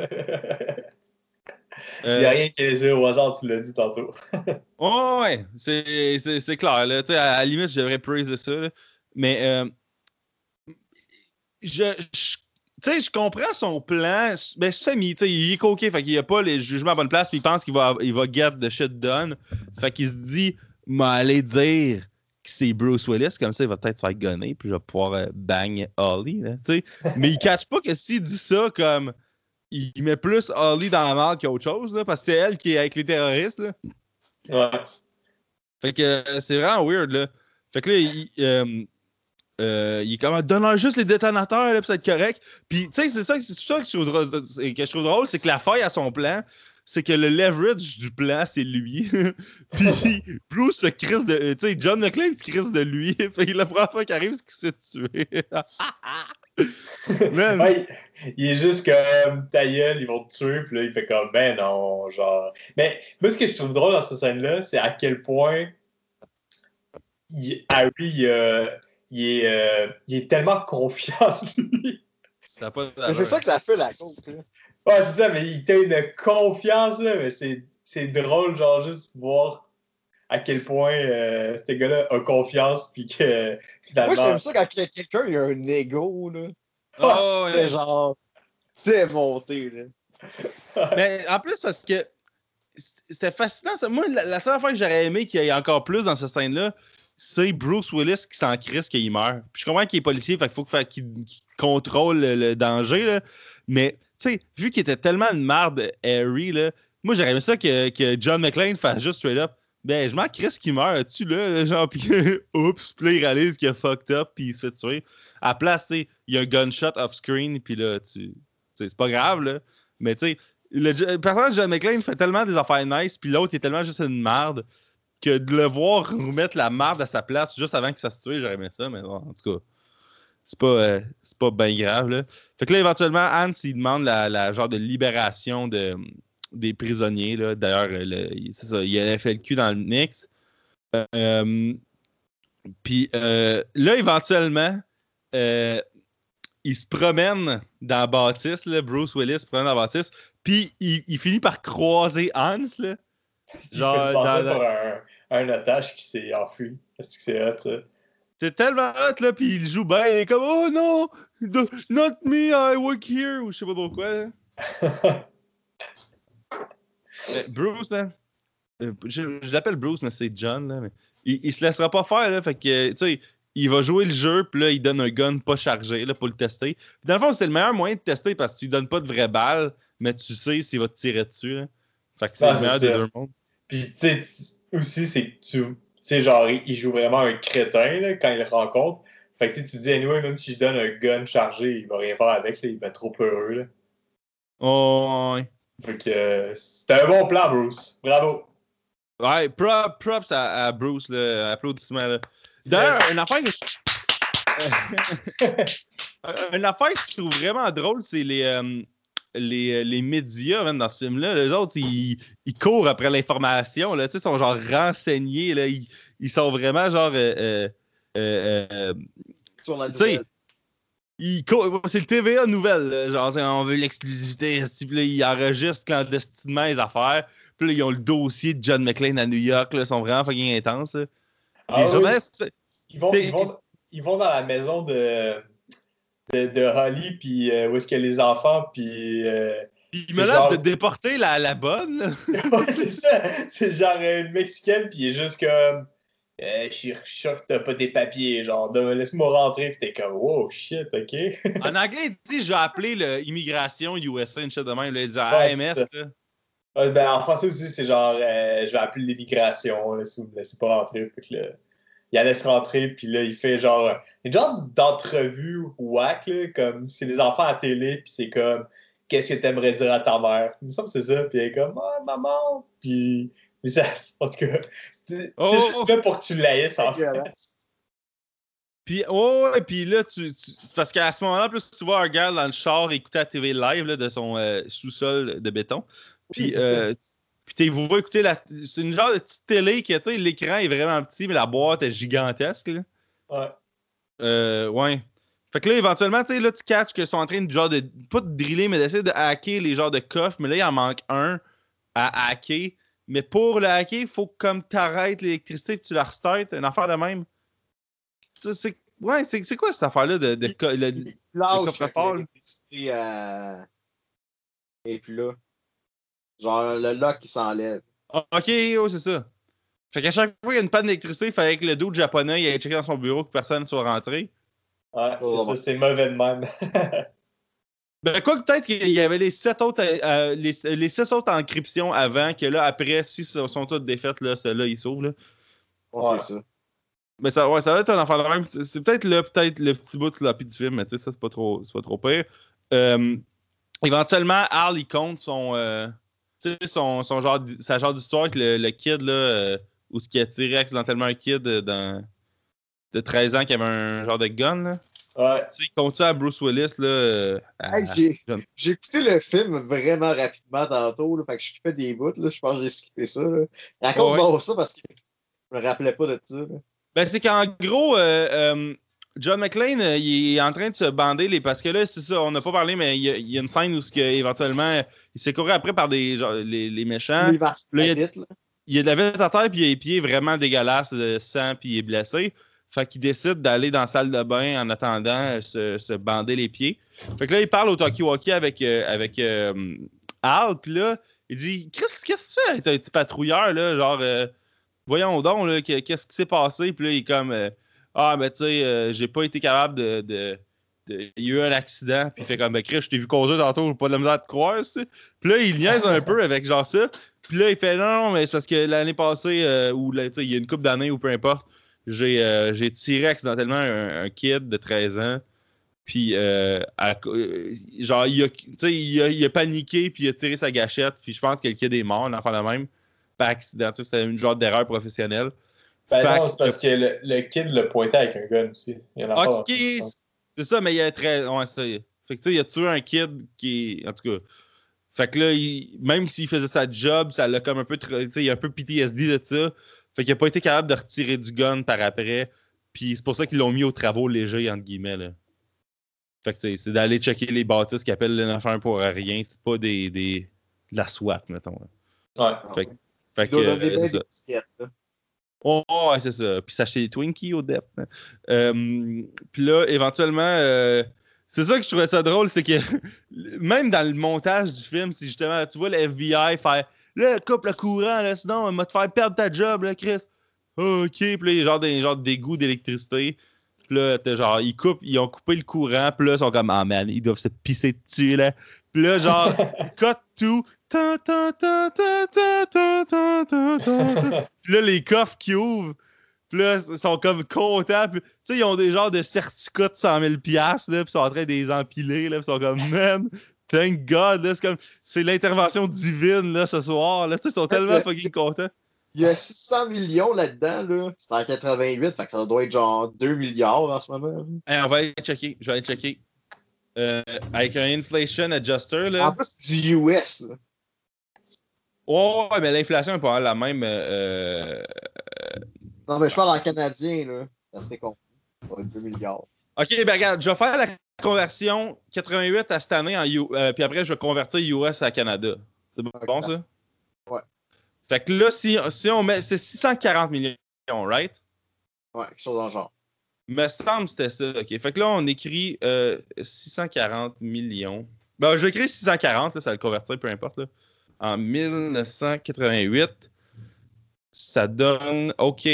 Il n'y a Euh, rien qui est laissé au hasard, tu l'as dit tantôt. oh, ouais, c'est, c'est, c'est clair, là. Tu sais, à, à la limite, je devrais praiser ça, là. Mais, euh, je... je tu sais, je comprends son plan. Ben, semi, tu sais, il est coqué, fait qu'il a pas les jugements à bonne place, puis il pense qu'il va, il va get the shit done. Fait qu'il se dit, m'a allé dire que c'est Bruce Willis, comme ça, il va peut-être se faire gonner, puis je vais pouvoir euh, bang Holly, là, tu sais. Mais il catch pas que s'il dit ça, comme, il met plus Holly dans la merde qu'autre chose, là, parce que c'est elle qui est avec les terroristes, là. Ouais. Fait que euh, c'est vraiment weird, là. Fait que là, il... Euh, Euh, il est comme, donne-leur juste les détonateurs, là, puis ça va être correct. Puis, tu sais, c'est ça, c'est ça que, je trouve, que je trouve drôle, c'est que la faille à son plan, c'est que le leverage du plan, c'est lui. Puis, Bruce se crisse de. Tu sais, John McClane se crisse de lui. Fait que la première fois qu'il arrive, c'est qu'il se fait tuer. Man. Ouais, il, il est juste comme ta gueule, ils vont te tuer, puis là, il fait comme, ben non, genre. Mais moi, ce que je trouve drôle dans cette scène-là, c'est à quel point il, Harry, euh, il, est, euh, il est tellement confiant en lui. Ça a pas Mais c'est ça que ça fait, la côte, là. Ouais, c'est ça, mais il t'a une confiance, là, mais c'est, c'est drôle, genre, juste voir à quel point euh, ce gars-là a confiance, puis que finalement. Moi, j'aime ça quand quelqu'un il a un ego, là. Oh, Oh, c'est ouais. genre démonté, là. Mais en plus, parce que c'était fascinant. Ça. Moi, la, la seule fois que j'aurais aimé qu'il y ait encore plus dans cette scène-là, c'est Bruce Willis qui s'en crisse qu'il meurt. Puis je comprends qu'il est policier, fait qu'il faut qu'il, qu'il, qu'il contrôle le, le danger, là. Mais, tu sais, vu qu'il était tellement une merde, Harry, là, moi, j'aurais aimé ça que, que John McClane fasse juste straight up. Ben, je m'en crisse qu'il meurt, tu là, là, genre, pis oups, pis là, il réalise qu'il a fucked up, pis il se fait tuer. À la place, tu sais, il y a un gunshot off-screen, pis là, tu sais, c'est pas grave, là. Mais, tu sais, le, le personnage de John McClane fait tellement des affaires nice, pis l'autre, il est tellement juste une merde, que de le voir remettre la merde à sa place juste avant qu'il se fasse tuer, j'aurais aimé ça, mais bon, en tout cas, c'est pas, euh, c'est pas bien grave, là. Fait que là, éventuellement, Hans, il demande la, la genre de libération de, des prisonniers, là. D'ailleurs, le, c'est ça, il avait fait le cul dans le mix. Euh, Puis euh, là, éventuellement, euh, il se promène dans la bâtisse, là, Bruce Willis se promène dans la bâtisse, puis il, il finit par croiser Hans, là. Il se fait Genre, passer dans- pour un, un otage qui s'est enfui. Est-ce que c'est hot, ça? C'est tellement hot, là, puis il joue bien, il est comme « Oh non! Not me, I work here! » ou je sais pas trop quoi, là. Mais Bruce, hein, euh, je, je l'appelle Bruce, mais c'est John, là, mais il, il se laissera pas faire, là, fait que, tu sais, il va jouer le jeu, puis là, il donne un gun pas chargé, là, pour le tester. Puis dans le fond, c'est le meilleur moyen de tester, parce que tu lui donnes pas de vraies balles, mais tu sais s'il va te tirer dessus, là. Fait que c'est Ah, le meilleur c'est des ça. deux mondes. Puis, tu sais, tu- aussi, c'est que tu. Tu sais, genre, il joue vraiment un crétin, là, quand il le rencontre. Fait que, tu sais, tu dis, anyway, même si je donne un gun chargé, il va rien faire avec, là, il va être trop peureux, là. Oh, ouais. Fait que, euh, c'était un bon plan, Bruce. Bravo. Ouais, prop, props à, à Bruce, là, applaudissements, là. D'ailleurs, Yes. une affaire que je... une affaire que je trouve vraiment drôle, c'est les, euh, les, les médias même, dans ce film-là. Les autres, ils, ils courent après l'information. Là, ils sont genre renseignés. Là, ils, ils sont vraiment genre. Euh, euh, euh, sur la Tu sais, nouvelle. il co- c'est le T V A nouvelle. Là. Genre, c'est- on veut l'exclusivité. Puis là, ils enregistrent clandestinement les affaires. Puis là, ils ont le dossier de John McClane à New York. Là, ils sont vraiment fucking intenses. Là. Ah Les oui, journalistes. ils vont, t'es- ils vont, ils vont dans la maison de, de, de Holly, puis euh, où est-ce qu'il y a les enfants, puis euh, Ils c'est menacent genre... de déporter la, la bonne. Là. Ouais, c'est ça. C'est genre euh, une Mexicaine, puis il est juste comme... Euh, je suis sûr que t'as pas tes papiers, genre, de- laisse-moi rentrer, puis t'es comme, wow, shit, ok. En anglais, il dit j'ai appelé l'immigration U S A, une chose de même. Là, il dit Ouais, A M c'est S. ça. Là. Ouais, ben, en français aussi, c'est genre, euh, je vais appeler l'immigration, là, si vous me laissez pas rentrer. Fait que là, il la laisse rentrer, puis là, il fait genre, une genre d'entrevue whack, là, comme c'est des enfants à télé, puis c'est comme, qu'est-ce que t'aimerais dire à ta mère? Il me semble que c'est ça, puis elle est comme, ah, maman, puis, mais ça, en tout cas, c'est Oh, c'est oh, juste là pour que tu laisses, en fait. Puis, oh, ouais, puis là, tu, tu, c'est parce qu'à ce moment-là, plus tu vois un gars dans le char écouter la T V live là, de son euh, sous-sol de béton. Puis, Oui, c'est euh, puis t'es- vous voyez écouter la. C'est une genre de petite télé qui, tu sais, l'écran est vraiment petit, mais la boîte est gigantesque. Là. Ouais. Euh, ouais. Fait que là, éventuellement, tu sais, là, tu catches qu'ils sont en train de, genre, de. Pas de driller, mais d'essayer de hacker les genres de coffres. Mais là, il en manque un à hacker. Mais pour le hacker, il faut que comme t'arrêtes l'électricité et tu la restartes. Une affaire de même. Ça, c'est. Ouais, c'est, c'est quoi cette affaire-là de, de, co- le, Il le lâche coffre-fort? Là? l'électricité à... Et puis là, genre le lock qui s'enlève. Ah, ok, oh, c'est ça. Fait qu'à chaque fois qu'il y a une panne d'électricité, il fallait que le dude japonais il aille checker dans son bureau que personne ne soit rentré. Ouais, c'est Oh, ça, c'est mauvais de même. Ben, quoi que peut-être qu'il y avait les sept autres, euh, les, les six autres encryptions avant, que là, après, si sont, sont toutes défaites, là, celle-là, il s'ouvre. Là. Bon, Ouais. c'est ça. Mais ça, ouais, ça va être un enfant de même. C'est, c'est peut-être le, peut-être le petit bout de sloppy du film, mais tu sais, ça, c'est pas trop, c'est pas trop pire. Euh, éventuellement, Al, il compte son, euh, tu sais, son, son genre, d'i- sa genre d'histoire avec le, le kid, là, euh, où ce qui a tiré accidentellement un kid euh, dans, de treize ans qui avait un genre de gun. Là. Ouais. Tu sais, il compte ça à Bruce Willis, là. euh, à- Hey, j'ai, jeune- j'ai écouté le film vraiment rapidement tantôt, là, fait que je skippais des bouts, là, je pense que j'ai skippé ça. Là. Raconte-moi Ouais, ouais. ça parce que je me rappelais pas de ça. Là. Ben, c'est qu'en gros, euh, euh, John McClane, euh, il est en train de se bander les. Parce que là, c'est ça, on n'a pas parlé, mais il y, a, il y a une scène où ce que, éventuellement, il s'est couru après par des, genre, les, les méchants. Les vaches Là, il y a- vite, là. Il y a de la vête à terre, puis il a les pieds vraiment dégueulasses, de sang, puis il est blessé. Fait qu'il décide d'aller dans la salle de bain en attendant euh, se, se bander les pieds. Fait que là, il parle au talkie-walkie avec, euh, avec euh, Al, puis là, il dit Chris, qu'est-ce que tu fais? T'es un petit patrouilleur, là, genre, euh, voyons donc, là, que- qu'est-ce qui s'est passé? Puis là, il est comme euh, Ah, ben, tu sais, euh, j'ai pas été capable de. de- de- Il y a eu un accident, puis il fait comme, ben, Chris, je t'ai vu conduire tantôt, j'ai pas de la misère à te croire, tu sais. Puis là, il niaise un peu avec genre ça. Puis là, il fait non, non, mais c'est parce que l'année passée, euh, ou là, il y a une couple d'années, ou peu importe, j'ai, euh, j'ai tiré accidentellement un, un kid de treize ans. Puis, euh, à- euh, genre, il a, il, a, il a paniqué, puis il a tiré sa gâchette. Puis je pense que le kid est mort, un enfant de même. Par accident, c'était une genre d'erreur professionnelle. Ben Fait non, c'est parce que le, le kid l'a pointé avec un gun aussi. Il y en a pas Ok, c'est ça, mais il y a très. Ouais, c'est ça. Fait que tu sais, il a tué un kid qui est. En tout cas. Fait que là, il... même s'il faisait sa job, ça l'a comme un peu. Tu sais, il a un peu P T S D de ça. Fait qu'il a pas été capable de retirer du gun par après. Puis c'est pour ça qu'ils l'ont mis aux travaux légers, entre guillemets. Là. Fait que tu sais, c'est d'aller checker les bâtisses qui appellent le neuf un un pour rien. C'est pas des, des... de la SWAT, mettons. Là. Ouais. Fait, fait Il que. doit donner euh, bien c'est des ça. tickets, là. Oh, ouais, c'est ça. Puis s'acheter des Twinkies au D E P. Hein. Euh, puis là, éventuellement, euh, c'est ça que je trouvais ça drôle, c'est que même dans le montage du film, si justement, tu vois le F B I faire là, coupe le courant, là, sinon, on va te faire perdre ta job, là, Chris. OK, puis là, il y a genre des genre d'égouts d'électricité. Puis là, t'es genre, ils coupent, ils ont coupé le courant, puis là, ils sont comme, ah man, ils doivent se pisser dessus, là. Puis là, genre, cut tout. Ta, ta, ta, ta, ta, ta, ta, ta, ta. Puis là, les coffres qui ouvrent, puis là, ils sont comme contents. Tu sais, ils ont des genres de certificats de cent mille piastres, là, puis ils sont en train de les empiler, là, puis ils sont comme, man, thank God, là, c'est comme, c'est l'intervention divine, là, ce soir, là, tu sais, ils sont tellement fucking contents. Il y a six cents millions là-dedans, là. C'est en quatre-vingt-huit, fait que ça doit être genre deux milliards en ce moment. Là. Hey, on va aller checker, je vais aller checker. Euh, avec un inflation adjuster, là. En plus, c'est du U S, là. Oh, ouais, mais l'inflation est pas la même. Euh, Non, mais je parle en canadien, là. Ça serait con. Ça doit être deux milliards. OK, ben regarde, je vais faire la conversion quatre-vingt-huit à cette année, en U- euh, puis après, je vais convertir U S à Canada. C'est bon, Ok, bon, ça? Ouais. Fait que là, si, si on met... C'est six cent quarante millions, right? Ouais, quelque chose dans le genre. Me semble que c'était ça. OK, fait que là, on écrit euh, six cent quarante millions. Ben, je vais écrire six cent quarante, là, ça va le convertir, peu importe. Là. En mille neuf cent quatre-vingt-huit, ça donne... OK.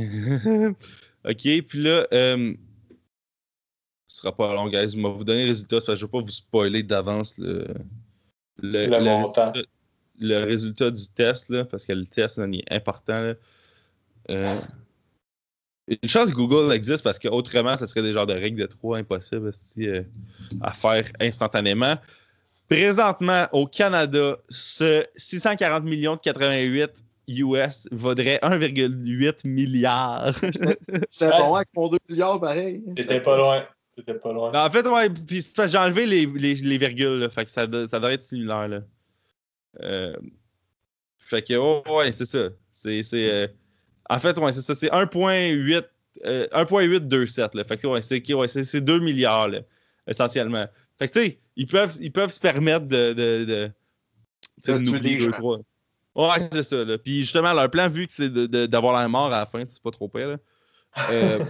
OK, puis là... Euh... Ce sera pas long, guys. Je vais vous donner les résultats parce que je ne vais pas vous spoiler d'avance le, le, Le le, montant. résultat, le résultat du test, là, parce que le test là, il est important. Là. Euh, une chance que Google existe parce qu'autrement, ce serait des genres de règles de trois impossibles aussi, euh, à faire instantanément. Présentement, au Canada, ce six cent quarante millions de quatre-vingt-huit U S vaudrait un virgule huit milliard. C'était Ouais. bon avec mon deux milliards, pareil. T'étais pas loin. T'étais pas loin. Ben, en fait, ouais, puis c'est parce que j'ai enlevé les, les, les virgules, là, fait que ça, do- ça devrait être similaire. Là. Euh, fait que, oh, ouais, c'est ça. C'est, c'est, euh, en fait, ouais, c'est ça. C'est un virgule huit, euh, un virgule huit deux sept. Là. Fait que, ouais, c'est, ouais, c'est, c'est deux milliards, là, essentiellement. Fait que, tu sais, ils peuvent, ils peuvent se permettre de, de, de, tu sais, De de tuer nous oublier des deux, gens. trois. Ouais, c'est ça. Là. Puis justement, leur plan, vu que c'est de, de, d'avoir la mort à la fin, c'est pas trop pire. Là. Euh,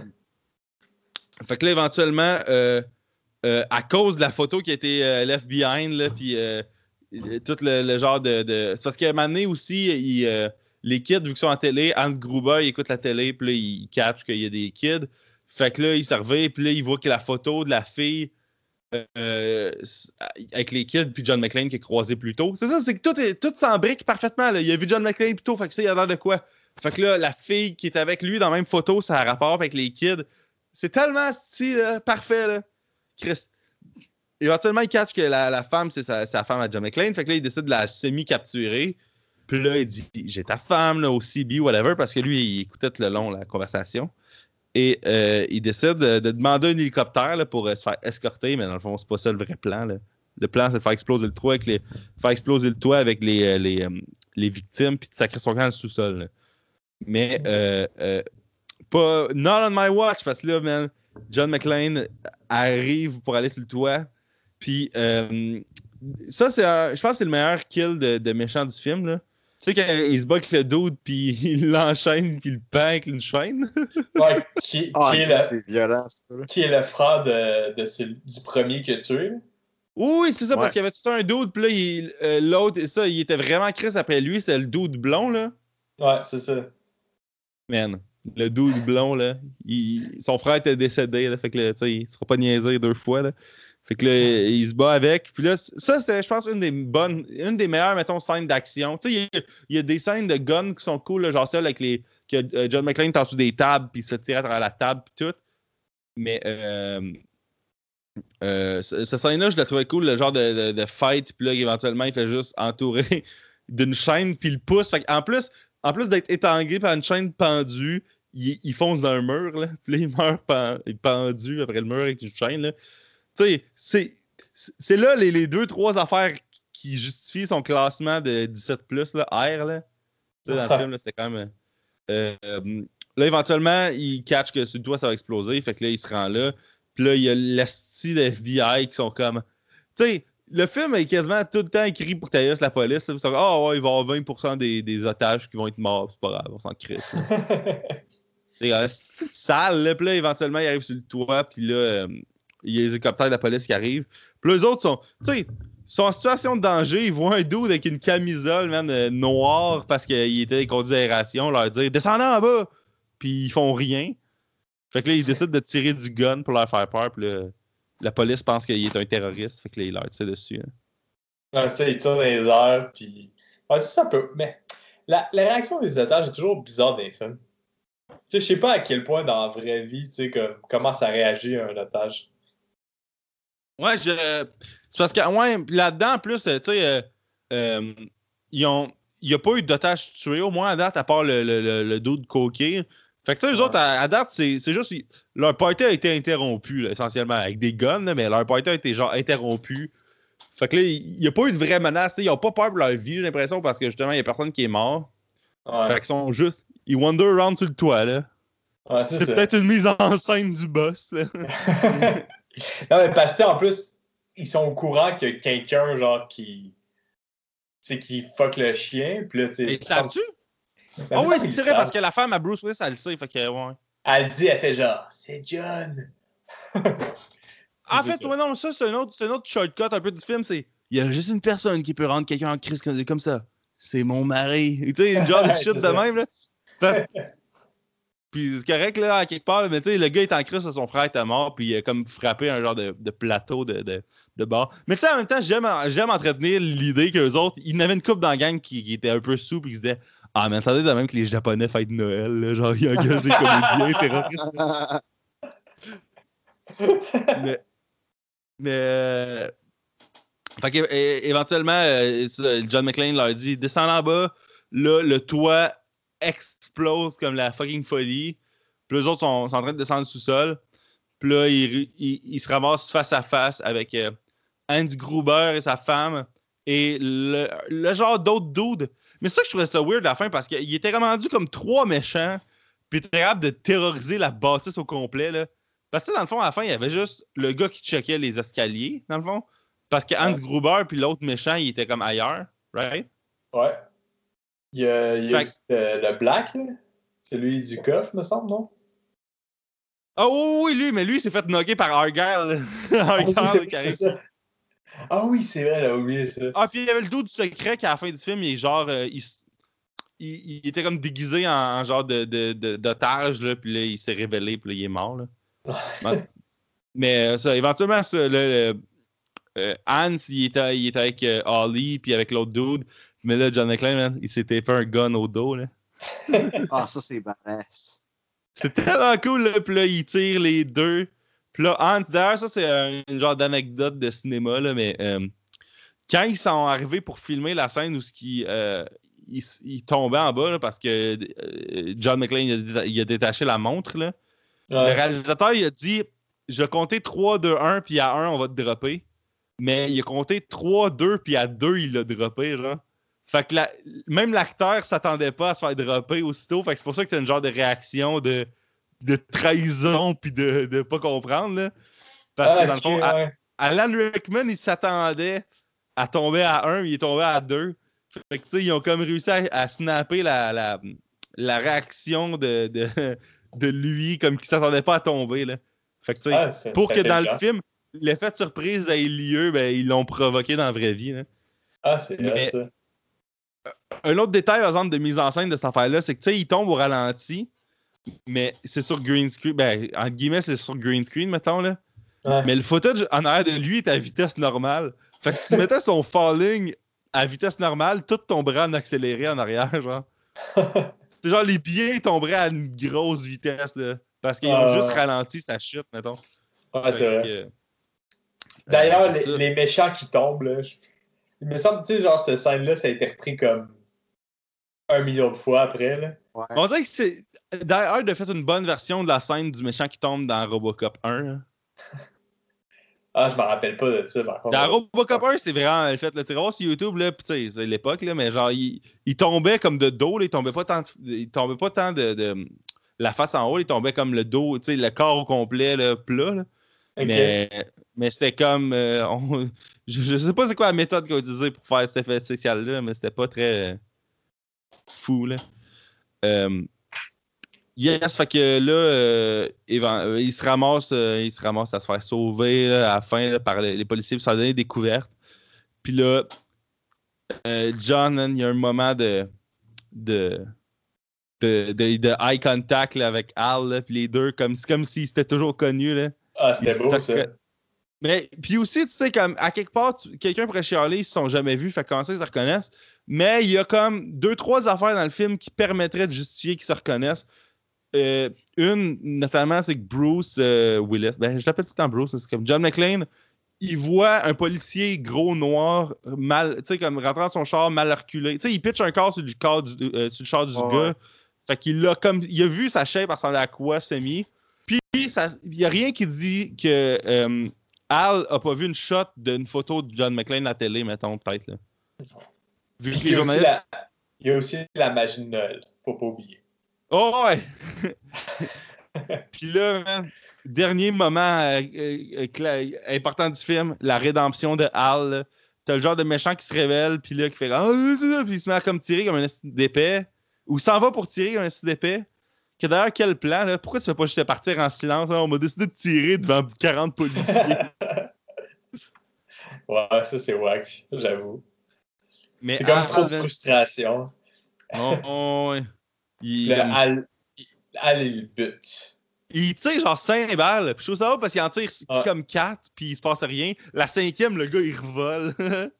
fait que là, éventuellement, euh, euh, à cause de la photo qui a été euh, left behind, là, puis euh, tout le, le genre de, de... C'est parce qu'à un moment donné aussi, il, euh, les kids, vu qu'ils sont en télé, Hans Gruber, il écoute la télé, puis là, il catch qu'il y a des kids. Fait que là, il servait, puis là, il voit que la photo de la fille euh, avec les kids, puis John McClane qui a croisé plus tôt. C'est ça, c'est que tout, est, tout s'embrique parfaitement. Là. Il a vu John McClane plus tôt, fait que ça, il a l'air de quoi? Fait que là, la fille qui est avec lui dans la même photo, ça a rapport avec les kids. C'est tellement stylé, parfait, là. Chris. Éventuellement, il catch que la, la femme, c'est sa, sa femme à John McClane. Fait que là, il décide de la semi-capturer. Puis là, il dit j'ai ta femme là, au C B, whatever, parce que lui, il écoutait tout le long la conversation. Et euh, il décide de, de demander un hélicoptère là, pour euh, se faire escorter, mais dans le fond, c'est pas ça le vrai plan. Là. Le plan, c'est de faire exploser le toit avec les, faire exploser le toit avec les, euh, les, euh, les victimes, puis de sacrer son camp dans le sous-sol. Là. Mais euh, euh, pas. Not on my watch, parce que là, man, John McClane arrive pour aller sur le toit. Puis euh, ça, c'est un, je pense que c'est le meilleur kill de, de méchant du film. Là. Tu sais, quand il se bat avec le dude, puis il l'enchaîne, puis il le peint avec une chaîne. Ouais, qui, Ah, qui, est le, c'est violent, ça. Là. qui est le frère de, de celui- du premier qui a tué. Oui, c'est ça, Ouais. parce qu'il y avait tout un dude, puis là, il, euh, l'autre, ça, il était vraiment Chris après lui, c'est le dude blond, là. Ouais, c'est ça. Man, le dude blond, là, il, son frère était décédé, là, fait que, là, tu sais, il sera pas niaisé deux fois, là. Fait que là, il se bat avec. Puis là, ça, c'est, je pense, une des bonnes, une des meilleures, mettons, scènes d'action. Tu sais, il y, a, il y a des scènes de guns qui sont cool, là, genre celle avec les. Que euh, John McClane est en dessous des tables, puis il se tire à travers la table, puis tout. Mais euh, euh, ce, ce scène-là, je la trouvais cool, le genre de, de, de fight, puis là, éventuellement, il fait juste entourer d'une chaîne, puis il le pousse. Fait en plus, en plus d'être étanglé par une chaîne pendue, il, il fonce dans un mur, là, puis là, il meurt pen, pendu après le mur avec une chaîne, là. Tu sais, c'est, c'est là les, les deux, trois affaires qui justifient son classement de dix-sept plus, là, R, là. Dans le film, là, c'était quand même. Euh, euh, là, éventuellement, il catch que sur le toit, ça va exploser. Fait que là, il se rend là. Puis là, il y a l'asti de F B I qui sont comme. Tu sais, le film est quasiment tout le temps écrit pour que tu ailles la police. Ah, oh, ouais, il va y avoir vingt pour cent des, des otages qui vont être morts. C'est pas grave, on s'en crisse. C'est euh, sale, là. Puis là, éventuellement, il arrive sur le toit. Puis là, euh, il y a les hélicoptères de la police qui arrivent. Puis là, les autres sont. Tu sais, sont en situation de danger. Ils voient un dude avec une camisole, man, euh, noire parce qu'il était conduit d'aération. Leur dire descendez en bas. Puis ils font rien. Fait que là, ils décident de tirer du gun pour leur faire peur. Puis là, la police pense qu'il est un terroriste. Fait que là, il leur tire dessus. Hein. Ouais, c'est ça, il tire dans les airs. Puis. Ouais, c'est ça un peu. Mais la, la réaction des otages est toujours bizarre dans les films. Tu sais, je sais pas à quel point dans la vraie vie, tu sais, comme, comment ça réagit un otage. Ouais, je. C'est parce que, ouais, là-dedans, en plus, tu sais, euh, euh, ils ont. Il n'y a pas eu d'otages tués, au moins à date, à part le, le, le, le dude coquet. Fait que, tu sais, eux Ouais. autres, à, à date, c'est, c'est juste. Leur party a été interrompu, là, essentiellement, avec des guns, là, mais leur party a été, genre, interrompu. Fait que là, il n'y a pas eu de vraie menace. Ils n'ont pas peur pour leur vie, j'ai l'impression, parce que justement, il n'y a personne qui est mort. Ouais. Fait qu'ils sont juste. Ils wander around sur le toit, là. Ouais, c'est C'est ça. peut-être une mise en scène du boss. Là. Non, mais parce que, en plus, ils sont au courant qu'il y a quelqu'un, genre, qui. Tu sais, qui fuck le chien. Puis là, tu sais. Et il me semble- savent-tu? il me Ah oui, semble qu'ils c'est vrai, parce savent. que la femme à Bruce Willis, elle le sait. Fait que, ouais. Elle dit, elle fait genre, c'est John. En C'est fait, ça. ouais, non, ça, c'est un autre, c'est un autre shortcut un peu du film. C'est il y a juste une personne qui peut rendre quelqu'un en crise comme comme ça. C'est mon mari. Tu sais, une genre de shit C'est de ça. même, là. Parce- Puis c'est correct, là, à quelque part, mais tu sais, le gars est en crise, son frère était mort, puis il a comme frappé un genre de, de plateau de, de, de bar. Mais tu sais, en même temps, j'aime, j'aime entretenir l'idée qu'eux autres, ils n'avaient une couple dans la gang qui, qui était un peu sous, puis qui se disaient ah, mais attendez, de même que les Japonais fêtent Noël, là, genre, ils engagent des comédiens terroristes. mais. Mais. Euh... Fait que, é- éventuellement, euh, ça, John McClane leur dit descends en bas, là, le toit explose comme la fucking folie. Puis les autres sont, sont en train de descendre sous sol. Puis là, ils il, il se ramassent face à face avec euh, Andy Gruber et sa femme et le, le genre d'autres dudes. Mais c'est ça que je trouvais ça weird à la fin parce qu'il était rendu comme trois méchants, puis il était capable de terroriser la bâtisse au complet. Là. Parce que dans le fond, à la fin, il y avait juste le gars qui checkait les escaliers, dans le fond. Parce que Hans Ouais. Gruber puis l'autre méchant, il était comme ailleurs, right? Ouais. Il y a, il y a Fait- aussi le, le Black, là. Celui du coffre, me semble, non? Ah oui, oui, lui, mais lui, il s'est fait knocker par Argyle. Ah oui, Argyle, c'est qui c'est arrive. ça. Ah oui, c'est vrai, j'ai oublié ça. Ah, puis il y avait le dos du secret qu'à la fin du film, il est genre. euh, il, s- il, il était comme déguisé en, en genre de, de, de- d'otage, là, puis là, il s'est révélé, puis là, il est mort, là. Ouais. Mais euh, ça, éventuellement, ça, là, le- euh, Hans, il était, il était avec euh, Ollie, puis avec l'autre dude. Mais là, John McClane, man, il s'était fait un gun au dos, là. Ah, ça, c'est badass. C'est tellement cool, là. Puis là, il tire les deux. Puis là, Hans, d'ailleurs, ça, c'est un, une genre d'anecdote de cinéma, là, mais euh, quand ils sont arrivés pour filmer la scène où il, euh, il, il tombait en bas, là, parce que euh, John McClane, il a, déta- il a détaché la montre, là. Le Ouais. réalisateur, il a dit je vais compter trois, deux, un, puis à un, on va te dropper. Mais il a compté trois, deux, puis à deux, il l'a droppé, genre. Fait que la- même l'acteur s'attendait pas à se faire dropper aussitôt. Fait que c'est pour ça que c'est une genre de réaction de, de trahison puis de, de pas comprendre, là. Parce que Ah, dans le ok, fond, à- ouais. Alan Rickman, il s'attendait à tomber à un, mais il est tombé à deux. Fait que, tu sais, ils ont comme réussi à, à snapper la, la, la réaction de, de, de lui, comme qu'il s'attendait pas à tomber, là. Fait que, tu sais, Ah, c'est- pour c'est que dans le intelligent. film, l'effet de surprise ait lieu, ben, ils l'ont provoqué dans la vraie vie, là. Ah, c'est vrai, Mais ça. un autre détail, par exemple, de mise en scène de cette affaire-là, c'est que, tu sais, il tombe au ralenti, mais c'est sur green screen. Ben, entre guillemets, c'est sur green screen, mettons, là. Ouais. Mais le footage en arrière de lui est à vitesse normale. Fait que si tu mettais son falling à vitesse normale, tout tomberait en accéléré en arrière, genre. C'est genre les pieds tomberaient à une grosse vitesse, là. Parce qu'ils ont Ah. juste ralenti sa chute, mettons. Ouais, c'est Fait vrai. que, euh, D'ailleurs, c'est les, ça. les méchants qui tombent, là, je- il me semble, tu sais, genre, cette scène-là, ça a été repris comme un million de fois après, là. Ouais. On dirait que c'est. Die Hard a fait une bonne version de la scène du méchant qui tombe dans Robocop un. Là. Ah, je me rappelle pas de ça, par contre. Dans Robocop un, c'est vraiment mal fait. Là. Tu vas sur YouTube, là, pis tu sais, c'est l'époque, là, mais genre, il, il tombait comme de dos, là, il tombait pas tant, de, il tombait pas tant de, de la face en haut, il tombait comme le dos, tu sais, le corps au complet, là, plat. Là. Ok. Mais, mais c'était comme. euh, on- je, je sais pas c'est quoi la méthode qu'on a utilisée pour faire cet effet spécial-là, mais c'était pas très euh, fou, là. Euh, yes, fait que là, euh, évan- euh, il se ramasse, euh, il se ramasse à se faire sauver là, à la fin là, par les, les policiers pour se donner des couvertes. Puis là, euh, John, hein, il y a un moment de de, de, de, de eye contact là, avec Al, là, puis les deux, comme, c'est comme s'ils s'étaient toujours connus. Là. Ah, c'était Ils beau, se ça. reconna- Mais puis aussi, tu sais, comme à quelque part, tu- quelqu'un pourrait chialer, ils se sont jamais vus, fait comment ça ils se reconnaissent. Mais il y a comme deux, trois affaires dans le film qui permettraient de justifier qu'ils se reconnaissent. Euh, une, notamment, c'est que Bruce euh, Willis, ben je l'appelle tout le temps Bruce, c'est comme John McClane, il voit un policier gros noir, mal, tu sais, comme rentrant dans son char mal reculé. Tu sais, il pitch un corps sur le, corps du, euh, sur le char du Ouais. gars. Fait qu'il a comme. Il a vu sa shape ressembler à quoi, semi. Puis, ça- il n'y a rien qui dit que euh, Al a pas vu une shot d'une photo de John McClane à la télé, mettons, peut-être. Là. Vu que Il les y, a aussi journalistes. la... il y a aussi la magie de Noël, faut pas oublier. Oh, ouais! Puis là, man, dernier moment euh, euh, cla- important du film, la rédemption de Hal. Là. T'as le genre de méchant qui se révèle, puis là, qui fait. Ah, puis il se met à comme tirer comme un esti d'épée. Ou s'en va pour tirer comme un esti d'épée. Que d'ailleurs, quel plan, là? Pourquoi tu fais pas juste partir en silence? Hein? On m'a décidé de tirer devant quarante policiers. Ouais, ça c'est wack, j'avoue. Mais C'est comme Hal, trop de man, frustration. oh, oh, ouais. Il, Le comme, Al, Al est le but. il tire genre cinq balles. Puis je trouve ça va parce qu'il en tire Ah. comme quatre, puis il se passe rien. La cinquième, le gars, il revole.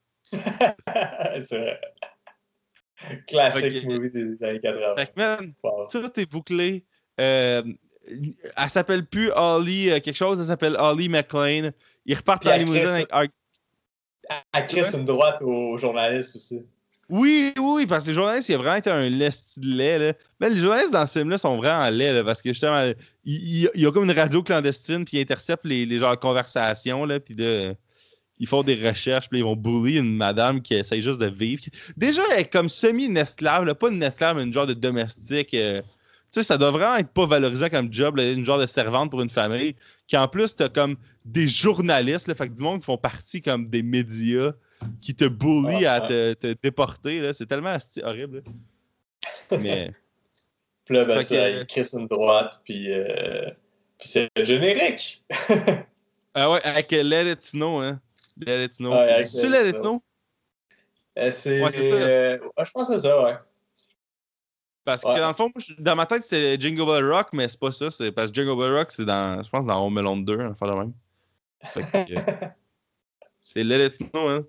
C'est vrai. Classique Ok. movie des années quatre-vingts. Fait que, man, Wow. tout est bouclé. Euh, elle s'appelle plus Holly euh, quelque chose, elle s'appelle Holly McLean. Ils repartent Puis en elle limousine crée, avec Ar- elle crée Ouais. une droite aux journalistes aussi. Oui, oui, parce que les journalistes, il a vraiment été un lest de lait. Là. Mais les journalistes dans ce film-là sont vraiment laids, là, parce que justement, il y, a comme une radio clandestine, puis ils interceptent les, les genres de conversations, là, puis là, ils font des recherches, puis ils vont bully une madame qui essaye juste de vivre. Déjà, elle est comme semi-esclave, là, pas une esclave, mais une genre de domestique. Euh, tu sais, ça doit vraiment être pas valorisé comme job, là, une genre de servante pour une famille, qui en plus, t'as comme des journalistes, là, fait que du monde qui font partie comme des médias, qui te bully Ah, à ouais. te, te déporter, là. C'est tellement asti horrible. Là. Mais. Puis là, ben, Fait ça, que- il crée une droite, puis, euh, puis c'est le générique. Ah ouais, avec euh, Let It Snow, hein. Let It Snow. Ouais, puis- avec C'est Let It Let It Snow. Snow? Euh, c'est. Ouais, c'est ça. euh, ouais, je pense que c'est ça, ouais. Parce Ouais. que dans le fond, moi, je- dans ma tête, c'est Jingle Bell Rock, mais c'est pas ça. C'est parce que Jingle Bell Rock, c'est dans, je pense, dans Home Alone deux, enfin de même. Fait que, euh, c'est Let It Snow, hein.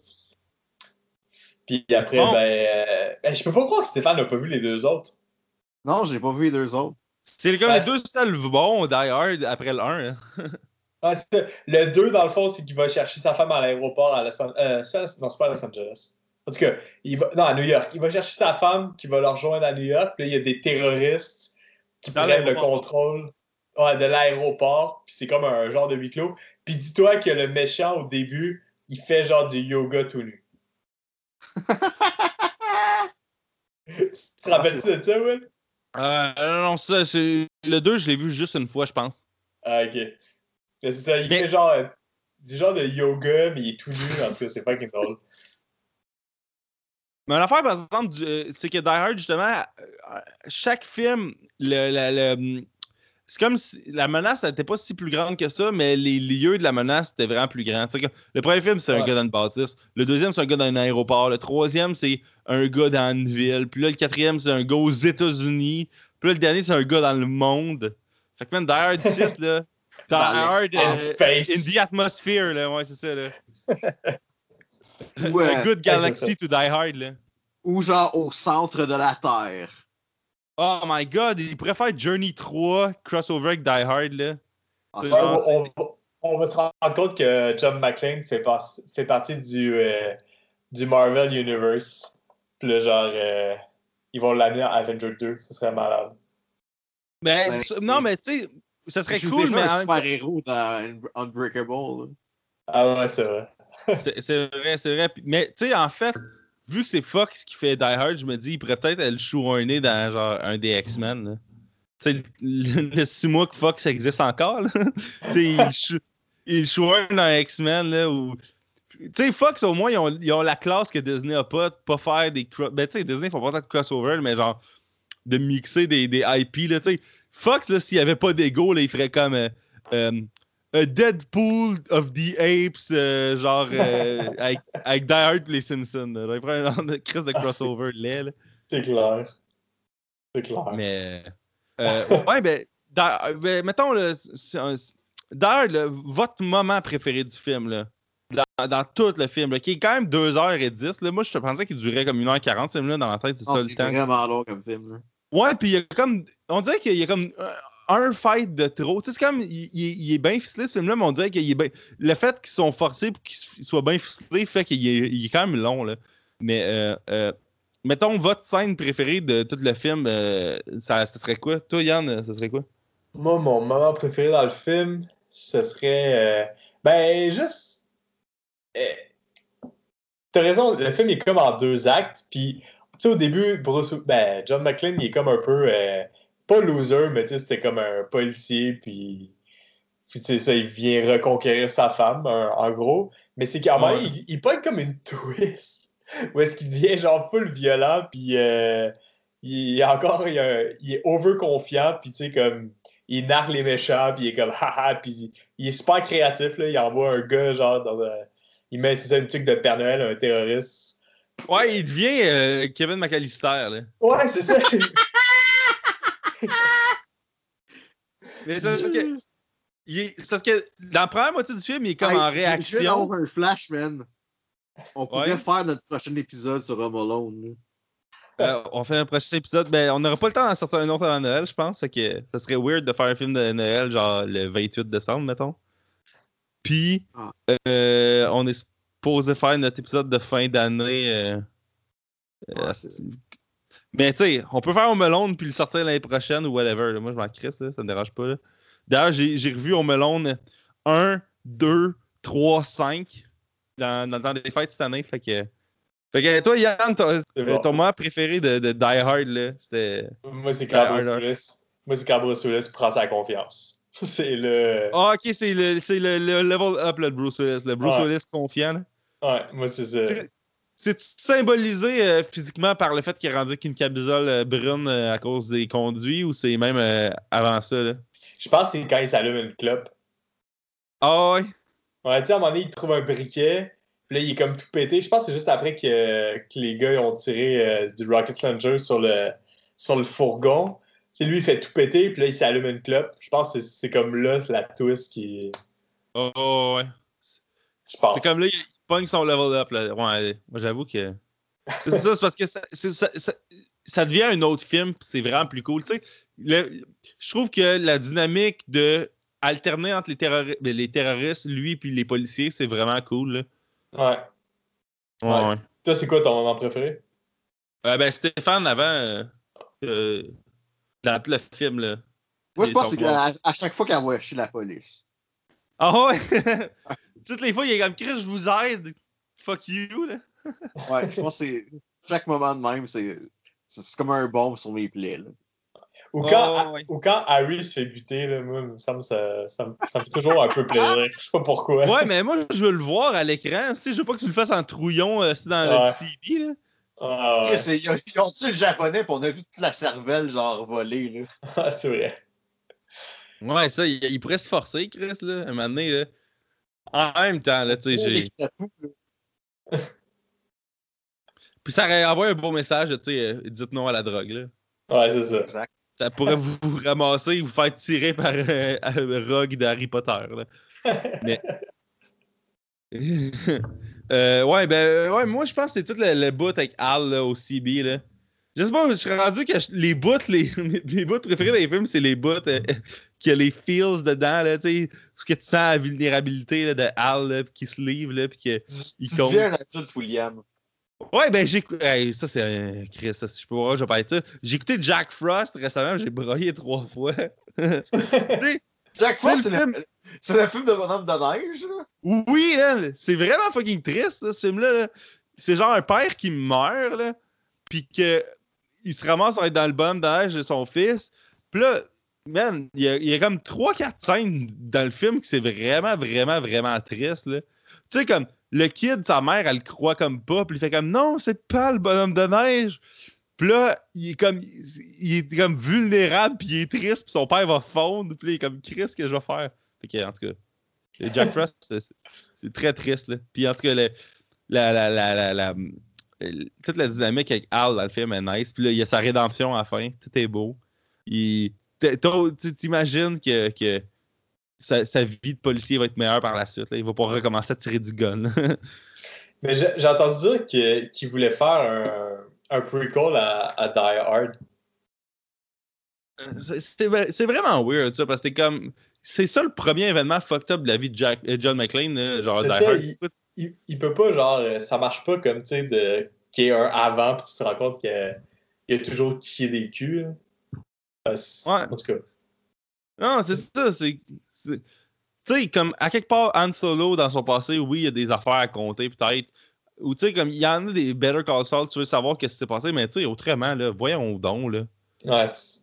Puis après, Bon. ben, euh, ben, je peux pas croire que Stéphane n'a pas vu les deux autres. Non, j'ai pas vu les deux autres. C'est comme Ben, les deux seuls bons Die Hard après le un. Hein. Ah, c'est ça. Le deux, dans le fond, c'est qu'il va chercher sa femme à l'aéroport à Los Angeles. Euh, ça, non, c'est pas à Los Angeles. En tout cas, il va... non, à New York. Il va chercher sa femme qui va le rejoindre à New York. Puis là, il y a des terroristes qui Dans prennent le l'aéroport. contrôle ouais, de l'aéroport. Puis c'est comme un genre de huis clos. Puis dis-toi que le méchant, au début, il fait genre du yoga tout nu. Tu te rappelles-tu de ça, Will? Euh, non, non, ça, c'est... Le deux, je l'ai vu juste une fois, je pense. Ah, ok. Mais c'est ça, il Mais- fait genre euh, du genre de yoga, mais il est tout nu. En tout cas, c'est fucking drôle. Mais l'affaire, par exemple, du- euh, c'est que Die Hard, justement, euh, chaque film, le, le- le- c'est comme si la menace n'était pas si plus grande que ça, mais les lieux de la menace étaient vraiment plus grands. Tu sais, le premier film, c'est un Ouais. gars dans une bâtisse. Le deuxième, c'est un gars dans un aéroport. Le troisième, c'est un gars dans une ville. Puis là, le quatrième, c'est un gars aux États-Unis. Puis là, le dernier, c'est un gars dans le monde. Fait que même Die Hard six, là. Die Dans Hard In euh, space. in the atmosphere, là. Ouais, c'est ça, là. Ou, euh, A good c'est galaxy ça. to Die Hard, là. ou genre au centre de la Terre. Oh my god, il pourrait faire Journey trois, crossover avec Die Hard, là. Ah, C'est c'est Ouais, genre- on, on- on va se rendre compte que John McClane fait, par- fait partie du, euh, du Marvel Universe. Puis là, genre, euh, ils vont l'amener à Avenger deux. Ce serait malade. Ben, Ben, ça- non, mais tu sais, ça serait Je suis cool, déjà mais un en même temps, super-héros dans Unbreakable. là. Ah ouais, c'est vrai. c'est c'est vrai, c'est vrai. Puis- Mais tu sais, en fait, vu que c'est Fox qui fait Die Hard, je me dis, il pourrait peut-être le chouronner dans genre un des X-Men. là. Tu sais, le, le six mois que Fox existe encore, là. Tu sais, il, chou, il chouronne dans un X-Men, là, où... Tu sais, Fox, au moins, ils ont, ils ont la classe que Disney a pas, de pas faire des... cro- Ben, tu sais, Disney, ils font pas tant de crossover, mais genre, de mixer des, des I P, là, tu sais. Fox, là, s'il y avait pas d'ego, là, il ferait comme... euh, euh, un Deadpool of the Apes, euh, genre, euh, avec, avec Die Hard et les Simpsons. Là. Il ferait un genre de crise de Ah, crossover laid, là. C'est clair. C'est clair. Mais... Euh, ouais, ben, Die- ben, mettons, là, c'est un- Die Hard, là, votre moment préféré du film, là, dans, dans tout le film, là, qui est quand même deux heures dix, là, moi, je pensais qu'il durait comme une heure quarante, ce film-là, dans la tête, c'est Non, ça le c'est temps. vraiment long comme film. là. Ouais, puis il y a comme. On dirait qu'il y a comme un- un fight de trop. Tu sais, c'est comme. Il, il- il est bien ficelé, ce film-là, mais on dirait qu'il est bien. Le fait qu'ils sont forcés pour qu'il s- soit bien ficelé fait qu'il est, il est quand même long, là. Mais, euh, euh, mettons, votre scène préférée de tout le film, euh, ça, ça serait quoi? Toi, Yann, ça serait quoi? Moi, mon moment préféré dans le film, ce serait. euh, ben, juste. euh, T'as raison, le film est comme en deux actes. Puis, tu sais, au début, Bruce, ben, John McClane, il est comme un peu. euh, pas loser, mais tu sais, c'était comme un policier, puis, puis tu sais, ça, il vient reconquérir sa femme, un- en gros. Mais c'est qu'à un moment, Ouais. il, il pogne comme une twist, où est-ce qu'il devient genre full violent, puis euh, il est encore, il, a- il est overconfiant, puis tu sais, comme, il nargue les méchants, puis il est comme, haha, puis il, il est super créatif, là, il envoie un gars, genre, dans un... Il met, c'est ça, une tuque de Père Noël, un terroriste. Ouais, il devient euh, Kevin McAllister, là. Ouais, c'est ça! Mais c'est parce que, il est- c'est parce que dans la première moitié du film, il est comme Hey, en je- Je viens réaction. d'avoir un flash, man. On pourrait Ouais. faire notre prochain épisode sur Home Alone. là. Euh, on fait un prochain épisode. Ben, on n'aura pas le temps d'en sortir un autre avant Noël, je pense. Fait que ça serait weird de faire un film de Noël, genre le vingt-huit décembre, mettons. Puis, Ah. euh, on est supposé faire notre épisode de fin d'année. euh, Ouais, euh, c'est- Mais tu sais, on peut faire Home Alone puis le sortir l'année prochaine ou whatever. là. Moi, je m'en crisse, là, ça me dérange pas. là. D'ailleurs, j'ai, j'ai revu Home Alone un, deux, trois, cinq dans, dans le temps des fêtes cette année. Fait que, fait que toi, Yann, ton, C'est bon. ton moment préféré de, de Die Hard, là, c'était. Moi, c'est quand Die Bruce Hard. Willis. Moi, c'est quand Bruce Willis prend sa confiance. C'est le. Ah, ok, c'est le, c'est le, le level up là, de Bruce Willis. Le Bruce Ouais. Willis confiant. Là. Ouais, moi, c'est ça. C'est, c'est symbolisé euh, physiquement par le fait qu'il est rendu qu'une camisole euh, brune euh, à cause des conduits ou c'est même euh, avant ça? Là? Je pense que c'est quand il s'allume une clope. Ah ouais. Ouais, tu sais, à un moment donné, il trouve un briquet. Puis là, il est comme tout pété. Je pense que c'est juste après que, que les gars ils ont tiré euh, du rocket launcher sur le, sur le fourgon. Tu sais, lui, il fait tout péter. Puis là, il s'allume une clope. Je pense que c'est, c'est comme là, c'est la twist qui. Oh, oh, ouais. Je pense. C'est comme là, il pogne son level up. Là. Ouais, moi j'avoue que. C'est ça, c'est parce que ça, c'est- ça, ça, ça devient un autre film, pis c'est vraiment plus cool. Tu sais, le- je trouve que la dynamique de alterner entre les, terrori- les terroristes, lui et les policiers, c'est vraiment cool. Là. Ouais. Ouais, Ouais. ouais. Toi, c'est quoi ton moment préféré? Euh, ben, Stéphane, avant, euh, euh, dans tout le film, là. Moi, je Et pense ton que moment. à, à chaque fois qu'elle voit chez la police. Ah ouais! Toutes les fois, il est comme Chris, je vous aide. Fuck you, là. Ouais, je pense que c'est. Chaque moment de même, c'est. C'est c'est comme un bombe sur mes plaies. Là. Ou quand, Oh, ouais. ou quand Harry se fait buter, là, moi, ça me, ça, ça, me, ça me fait toujours un peu plaisir. Je sais pas pourquoi. Ouais, mais moi, je veux le voir à l'écran. Tu sais, je veux pas que tu le fasses en trouillon euh, c'est dans Ouais. le C D, là. Ah, ouais. Chris, Ils ont, ils ont tué le japonais, puis on a vu toute la cervelle, genre, voler. Là. Ah, c'est vrai. Ouais, ça, il, il pourrait se forcer, Chris, là, un moment donné, là. En même temps, là, tu sais, j'ai... Les tatous, là. Puis ça aurait envoyé un beau message, tu sais, euh, dites non à la drogue, là. Ouais, c'est ça. Exact. Ça pourrait vous, vous ramasser et vous faire tirer par euh, un Rogue d'Harry Potter, là. Mais... euh, ouais, ben, ouais, moi, je pense que c'est tout le, le bout avec Al, là, au C B, là. Je sais pas, je suis rendu que je- les bouts, les, les bouts préférés des films, c'est les bouts euh, qui a les feels dedans, là, tu sais, ce que tu sens la vulnérabilité là, de Al, là, puis qui se livre, là, puis que... Tu, Il tu compte. deviens un adulte, William. Ouais, ben, j'ai écouté... Hey, ça, c'est un... Chris, ça, si je peux voir, je vais parler de ça. J'ai écouté Jack Frost récemment, j'ai broyé trois fois. Tu sais, Jack Frost, C'est c'est le le, c'est le film de Bonhomme de Neige. Là. oui, là, c'est vraiment fucking triste, là, ce film-là. Là. C'est genre un père qui meurt, là, puis que il se ramasse à être dans le bonhomme d'âge de son fils. Puis là, man, il y a, il y a comme trois quatre scènes dans le film qui c'est vraiment, vraiment, vraiment triste, là. Tu sais, comme, le kid, sa mère, elle le croit comme pas, puis il fait comme, non, c'est pas le bonhomme de neige. Puis là, il est comme, il est comme vulnérable, puis il est triste, puis son père va fondre, puis là, il est comme, Chris, qu'est-ce que je vais faire? Fait que, en tout cas, le Jack Frost, c'est, c'est très triste, là. Puis en tout cas, le, la, la, la, la, la, la- toute la dynamique avec Al dans le film est nice. Puis là, il y a sa rédemption à la fin. Tout est beau. Il, t'es- t'as- tu t'imagines que, que sa, sa vie de policier va être meilleure par la suite. Là. Il va pouvoir recommencer à tirer du gun. Mais j'ai, j'ai entendu dire que, qu'il voulait faire un, un prequel à, à Die Hard. c'est, c'est, c'est vraiment weird, ça, parce que c'est comme. C'est ça le premier événement fucked up de la vie de Jack, euh, John McClane, là, genre C'est Die ça, Hard. il- Il, il peut pas, genre, euh, ça marche pas comme, tu sais, de, qu'il y ait un avant, puis tu te rends compte qu'il y a, il y a toujours qui est des culs. là. Euh, c'est- Ouais. En tout cas. Non, c'est ça. C'est, c'est... Tu sais, comme à quelque part, Han Solo, dans son passé, oui, il y a des affaires à compter, peut-être. Ou tu sais, comme il y en a des Better Call Saul, tu veux savoir qu'est-ce qui s'est passé, mais tu sais, autrement, là, voyons donc, là. Ouais, c'est-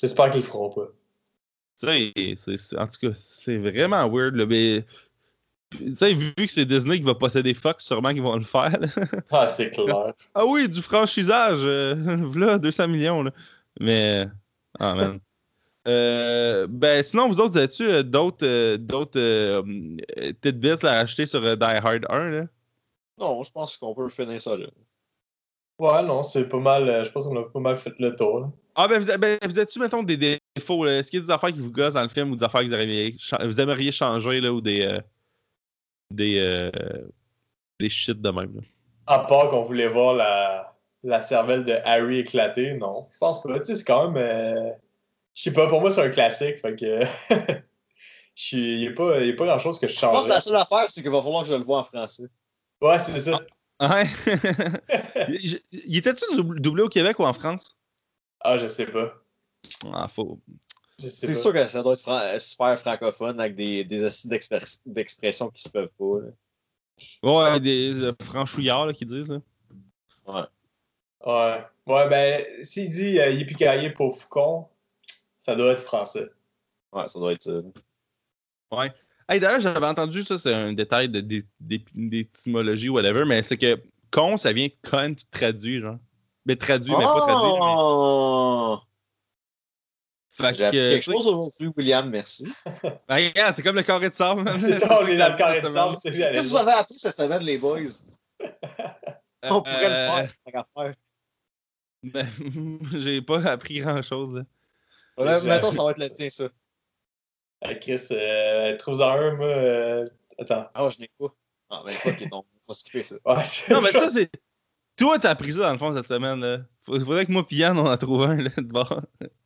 J'espère qu'ils le feront pas. Ça, c'est, c'est, en tout cas, c'est vraiment weird. Là, mais tu sais, vu que c'est Disney qui va posséder Fox, sûrement qu'ils vont le faire. Là. Ah, c'est clair. Ah oui, du franchisage. Euh, voilà, deux cents millions. Là. Mais. Ah, man. Euh, ben, sinon, vous autres, avez-tu euh, d'autres, euh, d'autres euh, euh, tidbits à acheter sur euh, Die Hard un? Là? Non, je pense qu'on peut finir ça là. Ouais, non, c'est pas mal. euh, je pense qu'on a pas mal fait le tour. Là. Ah, ben, vous, ben, vous avez-tu, mettons, des défauts? Là? Est-ce qu'il y a des affaires qui vous gossent dans le film ou des affaires que vous aimeriez, vous aimeriez changer là, ou des. Euh, des. Euh, des shit de même? Là? À part qu'on voulait voir la, la cervelle de Harry éclater, non. Je pense pas. Tu sais, c'est quand même. Euh, je sais pas, pour moi, c'est un classique. Fait que. Il n'y a pas, y a pas grand-chose que je Je pense changerais. que la seule affaire, c'est qu'il va falloir que je le voie en français. Ouais, c'est ça. Ah, ouais. il, il était-tu doublé au Québec ou en France? Ah, je sais pas. Ah, faut. Je sais C'est pas. sûr que ça doit être fran- super francophone avec des, des acides d'expres- d'expression qui se peuvent pas. Là. Ouais, des euh, franchouillards là, qui disent. Là. Ouais. Ouais. Ouais, ben, s'il dit euh, Yippee pour Foucon, ça doit être français. Ouais, ça doit être ça. Ouais. Hey, d'ailleurs, j'avais entendu ça, c'est un détail de, de, de, d'étymologie ou whatever, mais c'est que con, ça vient de cunt traduit, genre. Mais traduit, mais pas traduit. Mais... Oh! Fait J'ai appris que, quelque chose aujourd'hui, William, merci. Ben, regarde, c'est comme le carré de sable. man. C'est ça, on est dans le carré de cette sable. semaine. C'est lui, Qu'est-ce allez que vous avez appris cette semaine, les boys? On pourrait le Euh, faire, tant qu'à faire. Ben, j'ai pas appris grand-chose. Là. Ouais, j'ai mettons, appris- ça va être le tien, ça. Ah, Chris, euh, trouve-en un, moi. euh, Attends. Ah, je n'ai pas. Ah, ben, fuck, il est tombé. On va skipper ça. Ouais, Non, mais ça, c'est... Toi, t'as appris ça, dans le fond, cette semaine. Là. Faudrait que moi et Yann, on en trouve un, là, de bord.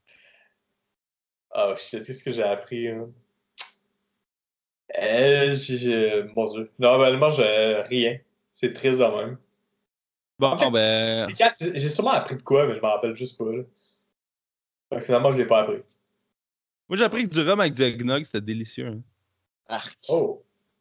Oh shit, qu'est-ce que j'ai appris? Hein? Euh, j'ai- j'ai- Mon Dieu. Normalement, j'ai rien. C'est triste de même. Bon, En fait, ben... C'est quatre, j'ai sûrement appris de quoi, mais je m'en rappelle juste pas. Là. Fait que finalement, je l'ai pas appris. Moi, j'ai appris que du rhum avec du eggnog, c'était délicieux. Hein. Arc. Oh!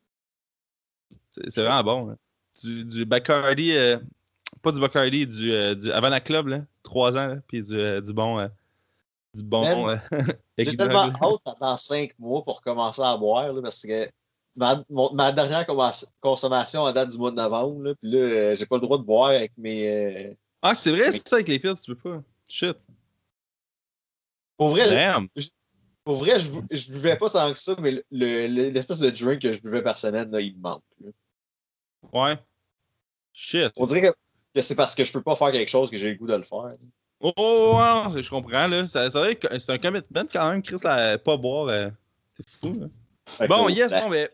C'est, c'est vraiment bon. Hein. Du, du Bacardi... Euh... Pas du Bacardi, du, euh, du Havana Club, là. Trois ans, là. Puis du, euh, du bon... Euh... Du bon... Man, Euh... J'ai eggnog, tellement là. hâte dans cinq mois pour commencer à boire, là, parce que ma, mon- ma dernière commence- consommation à date du mois de novembre, là, puis là, euh, j'ai pas le droit de boire avec mes... euh, Ah, c'est vrai, Mais- c'est ça avec les pills, tu peux pas. Shit. Pour vrai, Damn. pour vrai je, bu- je buvais pas tant que ça, mais le- le- l'espèce de drink que je buvais par semaine, là, il me manque. Là. Ouais. Shit. On dirait que, que c'est parce que je peux pas faire quelque chose que j'ai le goût de le faire. Oh, oh, ouais, je comprends, là. Ça, ça veut dire que c'est un commitment quand même, Chris, à pas boire. euh, C'est fou, là. Fait que Bon, là, yes, c'est- non, mais.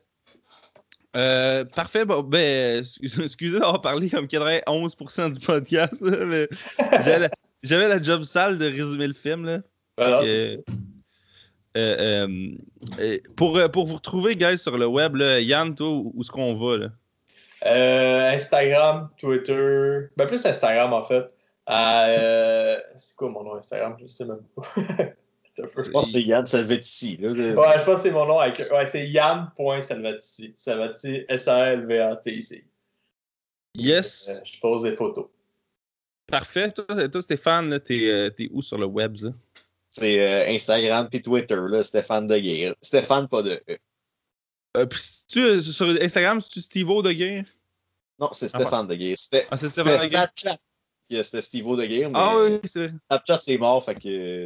Euh, parfait. Bon, ben, excusez, excusez d'avoir parlé comme quatre-vingt-onze pour cent du podcast, là, mais j'avais la, j'avais la job sale de résumer le film, là. Voilà, Euh, euh, euh, euh, pour, euh, pour vous retrouver, guys, sur le web, là, Yann, toi, où, où est-ce qu'on va, là? Euh, Instagram, Twitter. Ben, plus Instagram, en fait. Euh, c'est quoi mon nom Instagram? Je sais même pas. Attends un peu. je pense que c'est Yann Salvetti. Là. Ouais, je pense que c'est mon nom avec. Ouais, c'est yann.salvati. Salvati, S A L V A T I C. Yes. Euh, je pose des photos. Parfait. Toi, toi Stéphane, là, t'es, euh, t'es où sur le web, ça? C'est euh, Instagram puis Twitter, là, Stéphane de Guerre. Stéphane, pas de E. Euh, puis si tu, euh, sur Instagram, c'est-tu Steve-O de Guerre? Non, c'est Stéphane de Guerre. C'était Ah, c'est c'était Stéphane de Guerre. Snapchat. que C'était Steve-O de Guerre, mais Ah oui, c'est vrai. Snapchat, c'est mort, fait que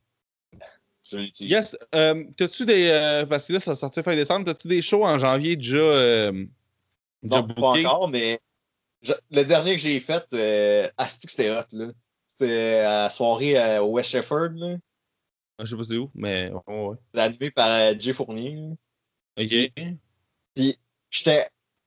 je l'utilise. Yes. Euh, t'as-tu des. Euh, parce que là, ça va sortir fin décembre. T'as-tu des shows en janvier déjà, euh, déjà Non, pas bookés? encore, mais je- le dernier que j'ai fait, euh, Asti, c'était hot, là. C'était à la soirée euh, au West Shefford, là. Ah, je sais pas c'est où, mais. Ouais, ouais. C'était animé par euh, Jay Fournier, là. Ok. Puis j'étais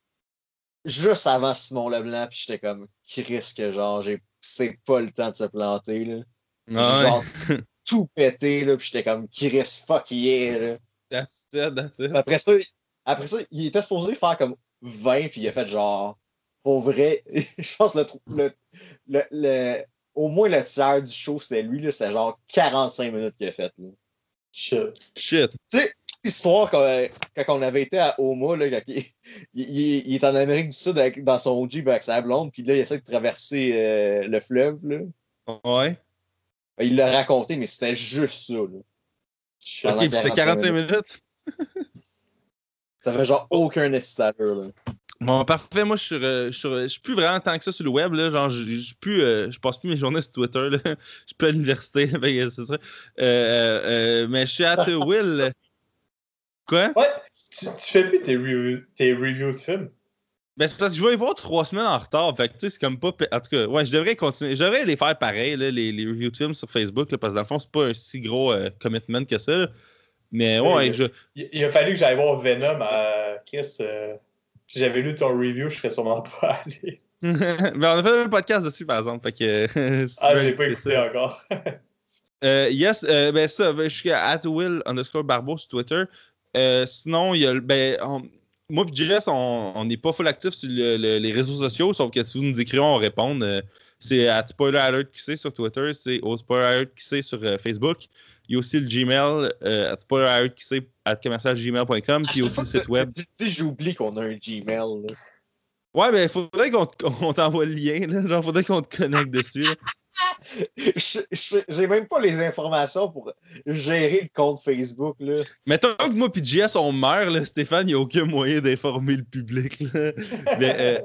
juste avant Simon Leblanc, puis j'étais comme, Chris, que genre, j'ai... c'est pas le temps de se planter, là. J'ai Ah, genre ouais. tout pété, là, puis j'étais comme, Chris, fuck yeah, là. That's it, that's it. Après ça, après ça, il était supposé faire comme vingt, puis il a fait genre, pour vrai, je pense le, le, le, le au moins le tiers du show, c'était lui, là, c'était genre quarante-cinq minutes qu'il a fait, là. Shit. Shit. Tu sais, l'histoire quand, quand on avait été à Oma, là, quand il, il, il, il est en Amérique du Sud avec, dans son Jeep avec sa blonde, puis là, il essaie de traverser euh, le fleuve, là. Ouais. Il l'a raconté, mais c'était juste ça. Là. Ok, puis c'était quarante-cinq minutes. Ça fait genre aucun excitateur, là. Bon, parfait. Moi, je suis, euh, je suis, je suis plus vraiment tant que ça sur le web. Là. Genre, je, je, plus, euh, je passe plus mes journées sur Twitter. Là. Je suis plus à l'université. C'est ça. Euh, euh, mais je suis à Will. Quoi? Ouais, tu, tu fais plus tes, re- tes reviews de films. Ben, c'est parce que je vais y voir trois semaines en retard. Fait que, tu sais, c'est comme pas. En tout cas, ouais, je devrais continuer. Je devrais les faire pareil, là, les, les reviews de films sur Facebook, là, parce que dans le fond, c'est pas un si gros euh, commitment que ça. Là. Mais ouais, ouais, je. Il, il a fallu que j'aille voir Venom à Chris. Euh, si j'avais lu ton review, je serais sûrement pas allé. Ben, on a fait un podcast dessus, par exemple. Fait que. Si ah, j'ai pas écouté ça. Encore. euh, yes, euh, ben ça, je suis à atwill underscore barbeau sur Twitter. Euh, sinon, il y a. Ben, on, moi et Jess, on n'est pas full actif sur le, le, les réseaux sociaux, sauf que si vous nous écrivez, on répond. Euh, c'est at Spoiler Alert Q C sur Twitter, c'est au Spoiler Alert Q C sur euh, Facebook. Il y a aussi le Gmail, euh, at Spoiler Alert Q C at commercial gmail point com, puis aussi le site web. Tu sais, j'oublie qu'on a un Gmail. Là. Ouais, ben, il faudrait qu'on, qu'on t'envoie le lien, là. Genre, faudrait qu'on te connecte dessus. Là. je, je, j'ai même pas les informations pour gérer le compte Facebook. Là. Mettons que moi et J S on meurt, là, Stéphane, il n'y a aucun moyen d'informer le public. Là. Mais, euh...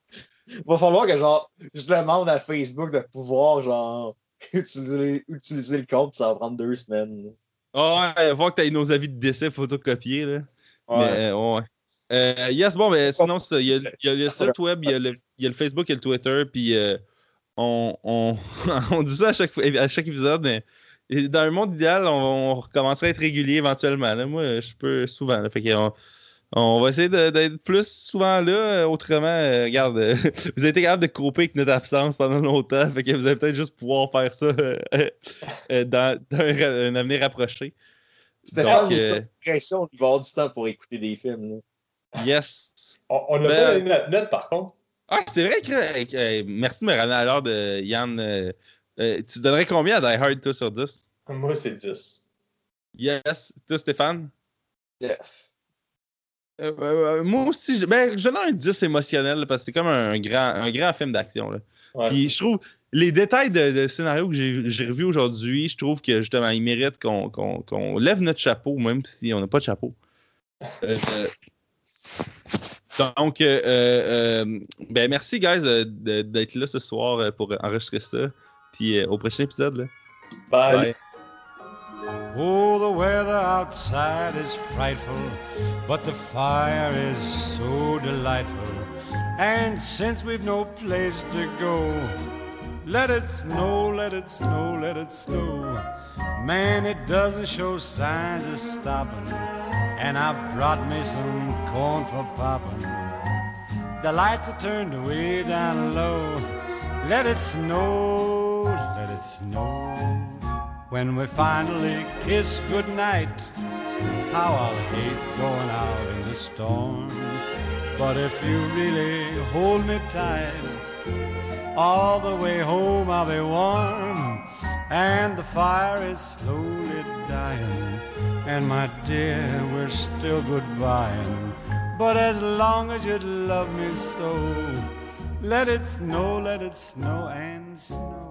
va falloir que genre je demande à Facebook de pouvoir genre utiliser, utiliser le compte, ça va prendre deux semaines. Oh, ouais, il va falloir que tu aies nos avis de décès photocopiés. Là. Ouais. Mais, euh, ouais. Euh, yes, bon, ben sinon, il y, y a le site web, il y, y a le Facebook et le Twitter, puis euh, on, on, on dit ça à chaque, à chaque épisode, mais dans un monde idéal, on, on recommencerait à être régulier éventuellement. Là. Moi, je peux souvent. Là, fait qu'on, on va essayer de, d'être plus souvent là. Autrement, euh, regarde, euh, vous avez été capable de couper avec notre absence pendant longtemps, fait que vous allez peut-être juste pouvoir faire ça euh, euh, dans, dans un, un avenir rapproché. Stéphane, il a l'impression qu'il va avoir du temps pour écouter des films. Là. Yes. On, on n'a ben, pas donné notre note, par contre. Ah, c'est vrai que... Euh, merci de me ramener à l'heure de Yann. Euh, euh, tu donnerais combien à Die Hard, toi, sur dix? Moi, c'est dix. Yes. Toi, Stéphane? Yes. Euh, euh, moi aussi, je, ben, je donne un dix émotionnel, parce que c'est comme un grand, un grand film d'action. Là. Ouais, puis je trouve... Les détails de, de scénario que j'ai, j'ai revus aujourd'hui, je trouve que, justement, ils méritent qu'on, qu'on, qu'on lève notre chapeau, même si on n'a pas de chapeau. Euh... Donc, euh, euh, ben merci, guys, euh, d'être là ce soir pour enregistrer ça. Puis euh, au prochain épisode. Là. Bye. Bye. Oh, the weather outside is frightful, but the fire is so delightful. And since we've no place to go, let it snow, let it snow, let it snow. Man, it doesn't show signs of stopping. And I brought me some corn for popping. The lights are turned way down low. Let it snow, let it snow. When we finally kiss goodnight, how I'll hate going out in the storm. But if you really hold me tight, all the way home I'll be warm. And the fire is slowly dying. And my dear, we're still goodbying. But as long as you love me so, let it snow, let it snow and snow.